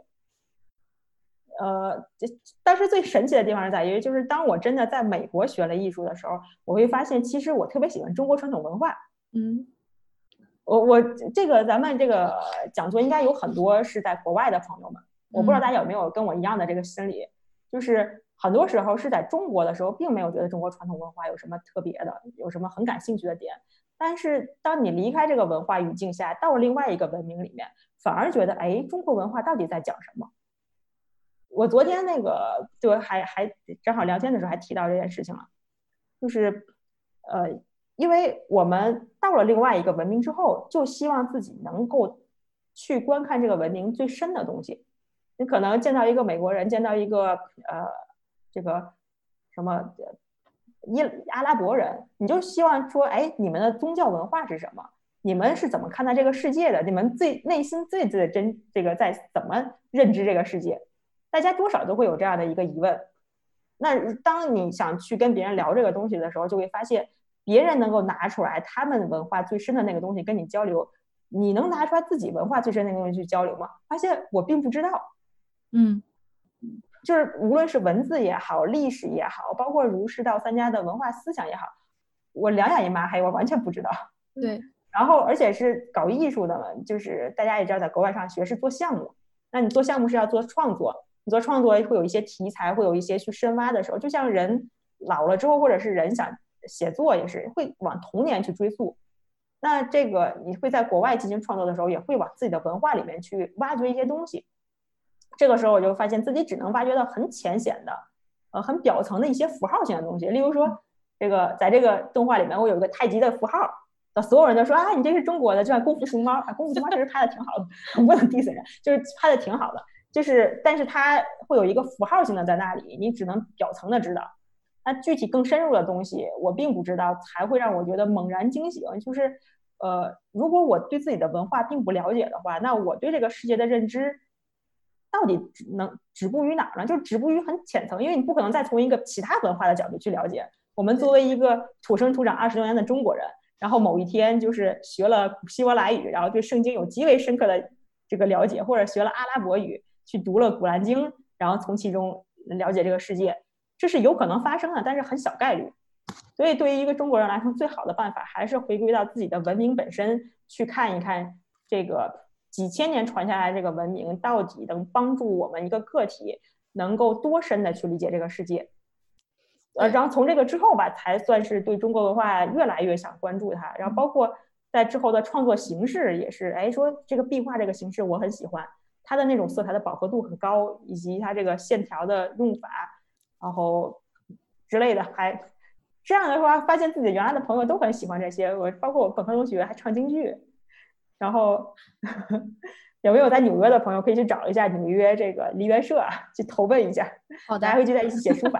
呃，但是最神奇的地方是在于，就是当我真的在美国学了艺术的时候，我会发现其实我特别喜欢中国传统文化。 嗯， 我我这个咱们这个讲座应该有很多是在国外的朋友们，我不知道大家有没有跟我一样的这个心理，就是很多时候是在中国的时候并没有觉得中国传统文化有什么特别的，有什么很感兴趣的点，但是当你离开这个文化语境下，到了另外一个文明里面，反而觉得哎，中国文化到底在讲什么。我昨天那个就还还正好聊天的时候还提到这件事情了，就是呃因为我们到了另外一个文明之后，就希望自己能够去观看这个文明最深的东西。你可能见到一个美国人，见到一个呃这个什么伊阿拉伯人，你就希望说，哎，你们的宗教文化是什么？你们是怎么看待这个世界的？你们最内心最最真这个在怎么认知这个世界？大家多少都会有这样的一个疑问。那当你想去跟别人聊这个东西的时候，就会发现别人能够拿出来他们文化最深的那个东西跟你交流，你能拿出来自己文化最深的那个东西去交流吗？发现我并不知道。 嗯， 就是无论是文字也好，历史也好，包括儒释道三家的文化思想也好，我两眼一抹黑，我完全不知道。 对。 然后而且是搞艺术的嘛，就是大家也知道在国外上学是做项目，那你做项目是要做创作，你做创作会有一些题材，会有一些去深挖的时候，就像人老了之后，或者是人想写作也是会往童年去追溯。那这个你会在国外进行创作的时候，也会往自己的文化里面去挖掘一些东西。这个时候我就发现自己只能挖掘到很浅显的呃，很表层的一些符号性的东西。例如说这个在这个动画里面我有一个太极的符号，所有人都说啊，你这是中国的，就像功夫熊猫啊，功夫熊猫其实拍的挺好的，我不能 diss 人，就是拍的挺好的，就是但是它会有一个符号性的在那里，你只能表层的知道，那具体更深入的东西我并不知道，才会让我觉得猛然惊醒。就是呃，如果我对自己的文化并不了解的话，那我对这个世界的认知到底能止步于哪儿呢？就止步于很浅层，因为你不可能再从一个其他文化的角度去了解。我们作为一个土生土长二十多年的中国人，然后某一天就是学了希伯来语，然后对圣经有极为深刻的这个了解，或者学了阿拉伯语，去读了古兰经，然后从其中了解这个世界，这是有可能发生的，但是很小概率。所以对于一个中国人来说，最好的办法还是回归到自己的文明本身，去看一看这个几千年传下来这个文明到底能帮助我们一个个体能够多深的去理解这个世界。呃，然后从这个之后吧，才算是对中国文化越来越想关注它。然后包括在之后的创作形式也是，哎，说这个壁画这个形式我很喜欢，它的那种色彩的饱和度很高，以及它这个线条的用法，然后之类的，还这样的话，发现自己原来的朋友都很喜欢这些。我包括我本科同学还唱京剧，然后呵呵有没有在纽约的朋友可以去找一下纽约这个梨园社啊，去投奔一下， 好的， 大家会聚在一起写书法。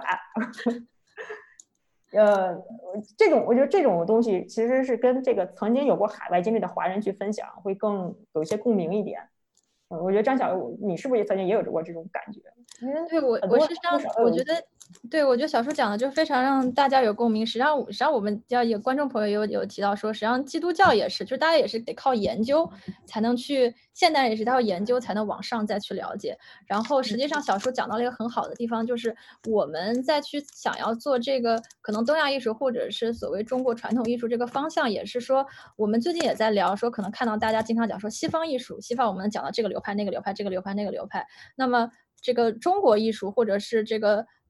呃，这种我觉得这种东西其实是跟这个曾经有过海外经历的华人去分享，会更有一些共鸣一点。嗯，我觉得张小，你是不是也曾经也有过这种感觉？ 对，我我是这样，我觉得，对我觉得小叔讲的就非常让大家有共鸣。实际上，实际上我们叫有观众朋友有有提到说，实际上基督教也是，就是大家也是得靠研究才能去，现代人也是靠研究才能往上再去了解。然后实际上小叔讲到了一个很好的地方，就是我们再去想要做这个可能东亚艺术或者是所谓中国传统艺术这个方向，也是说我们最近也在聊说，可能看到大家经常讲说西方艺术，西方我们讲到这个流派那个流派这个流派那个流派，那么这个中国艺术或者是这个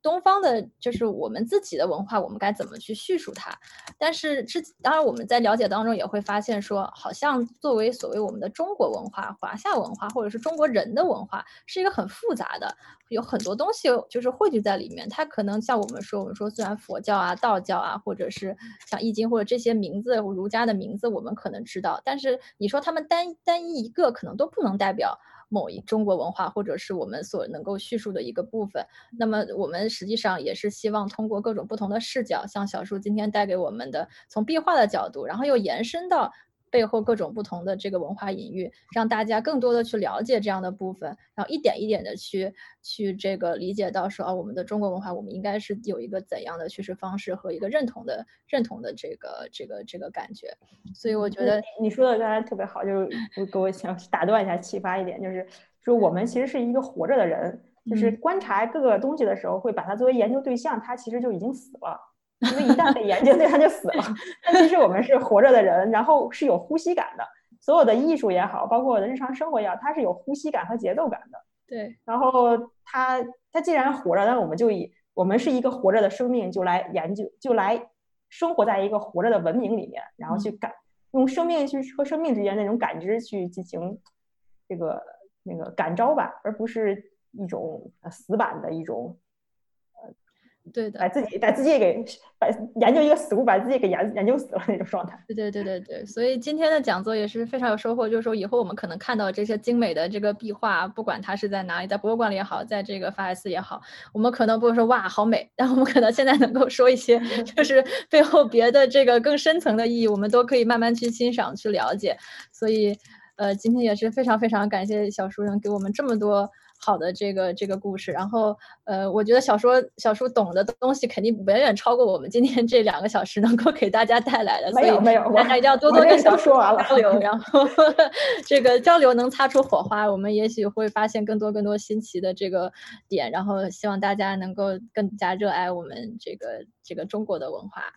东方的就是我们自己的文化，我们该怎么去叙述它。但是之当然我们在了解当中也会发现说，好像作为所谓我们的中国文化、华夏文化或者是中国人的文化，是一个很复杂的，有很多东西就是汇聚在里面。它可能像我们说我们说虽然佛教啊、道教啊，或者是像易经或者这些名字儒家的名字我们可能知道，但是你说他们单单一一个可能都不能代表某一中国文化或者是我们所能够叙述的一个部分。那么我们实际上也是希望通过各种不同的视角，像小树今天带给我们的从壁画的角度，然后又延伸到背后各种不同的这个文化隐喻，让大家更多的去了解这样的部分，然后一点一点的去去这个理解到说，哦，我们的中国文化我们应该是有一个怎样的叙事方式和一个认同的认同的这个这个这个感觉。所以我觉得你说的刚才特别好，就是给我想打断一下，启发一点，就是说我们其实是一个活着的人，就是观察各个东西的时候会把它作为研究对象，它其实就已经死了，因为一旦被研究对象就死了。但其实我们是活着的人，然后是有呼吸感的，所有的艺术也好，包括我的日常生活也好，它是有呼吸感和节奏感的。 对， 然后它它既然活着，那我们就以我们是一个活着的生命，就来研究，就来生活在一个活着的文明里面，然后去感、嗯、用生命去和生命之间那种感知去进行这个那个感召吧，而不是一种死板的一种呃， 对的， 把自己把自己给把研究一个死物，把自己给研研究死了那种状态。 对对对对对，所以今天的讲座也是非常有收获，就是说以后我们可能看到这些精美的这个壁画，不管它是在哪里，在博物馆里也好，在这个法海寺也好，我们可能不会说哇好美，但我们可能现在能够说一些就是背后别的这个更深层的意义，我们都可以慢慢去欣赏去了解。所以呃，今天也是非常非常感谢小树能给我们这么多好的这个这个故事，然后呃，我觉得小树小树懂的东西肯定远远超过我们今天这两个小时能够给大家带来的， 没有没有， 大家一定要多多跟小树说完了交流，然后这个交流能擦出火花，我们也许会发现更多更多新奇的这个点，然后希望大家能够更加热爱我们这个这个中国的文化。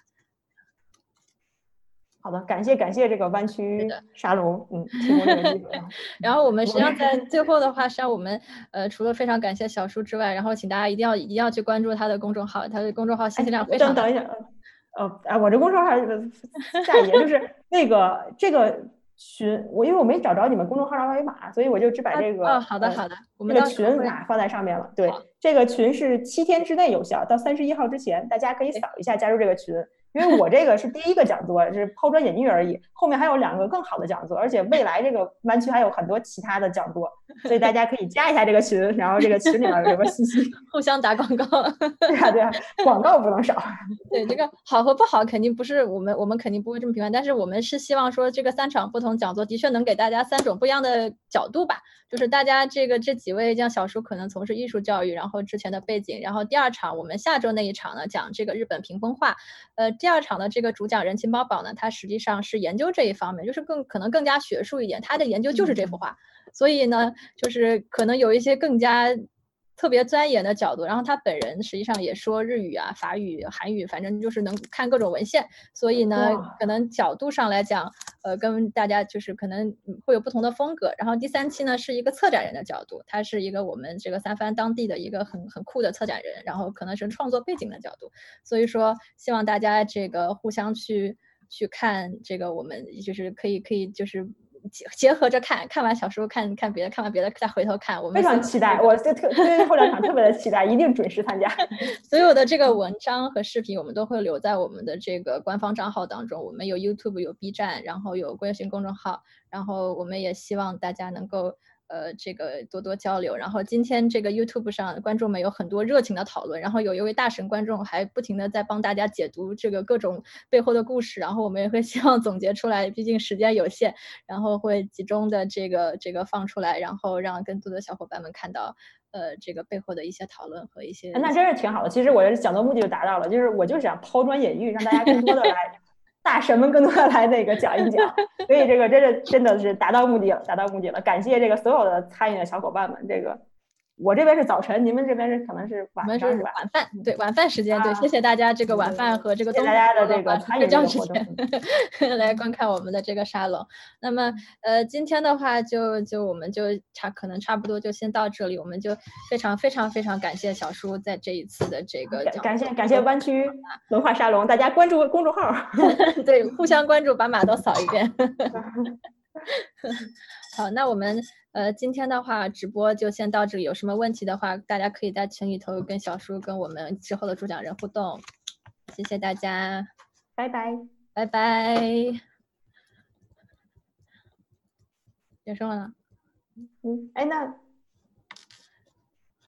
好的，感谢感谢这个湾区沙龙，嗯，提供这个机会。 然后我们实际上在最后的话，实际上我们呃除了非常感谢小树之外，然后请大家一定要一定要去关注他的公众号，他的公众号信息量非常大。 等等一下，呃，啊，我这公众号下一页就是那个这个群，我因为我没找着你们公众号的二维码，所以我就只把这个哦、啊，好的好的，我们这个群码放在上面了。对，这个群是七天之内有效，到三十一号之前，大家可以扫一下加入这个群。因为我这个是第一个讲座，是抛砖引玉而已，后面还有两个更好的讲座，而且未来这个湾区还有很多其他的讲座，所以大家可以加一下这个群，然后这个群里面有什么信息， 互相打广告。 对啊对啊，广告不能少。 对，这个好和不好肯定不是我们我们肯定不会这么评判，但是我们是希望说这个三场不同讲座的确能给大家三种不一样的角度吧，就是大家这个这几位像小树可能从事艺术教育，然后之前的背景，然后第二场我们下周那一场呢讲这个日本屏风画，呃。第二场的这个主讲人秦宝宝呢，他实际上是研究这一方面，就是更可能更加学术一点，他的研究就是这幅画，所以呢，就是可能有一些更加特别钻研的角度。然后他本人实际上也说日语啊、法语、韩语，反正就是能看各种文献，所以呢，可能角度上来讲，呃，跟大家就是可能会有不同的风格。然后第三期呢是一个策展人的角度，他是一个我们这个三藩当地的一个很很酷的策展人，然后可能是创作背景的角度。所以说，希望大家这个互相去去看这个，我们就是可以可以就是结合着看，看完小说看看别的，看完别的再回头看。我们非常期待，我就特对后两场特别的期待，一定准时参加。 所有的这个文章和视频，我们都会留在我们的这个官方账号当中。我们有 YouTube， 有 B 站，然后有微信公众号，然后我们也希望大家能够。呃，这个多多交流。然后今天这个 YouTube 上观众们有很多热情的讨论，然后有一位大神观众还不停的在帮大家解读这个各种背后的故事，然后我们也会希望总结出来，毕竟时间有限，然后会集中的这个这个放出来，然后让更多的小伙伴们看到呃这个背后的一些讨论和一些。 那真是挺好的。其实我讲座目的就达到了，就是我就想抛砖引玉，让大家更多的来。大神们更多的来那个讲一讲，所以这个真的真的是达到目的了，达到目的了。感谢这个所有的参与的小伙伴们，这个我这边是早晨，你们这边是可能是晚上是吧？ 晚饭，对，晚饭时间， 啊、 对，谢谢大家这个晚饭和这个谢谢大家的这个参与这个活动来观看我们的这个沙龙。那么呃，今天的话就就我们就差可能差不多就先到这里，我们就非常非常非常感谢小叔在这一次的这个感谢感谢湾区文化沙龙，大家关注公众号， 对，互相关注，把码都扫一遍。好，那我们呃今天的话直播就先到这里，有什么问题的话，大家可以在群里头跟小叔跟我们之后的主讲人互动。谢谢大家， 拜拜， 拜拜。结束了。 嗯，哎，那。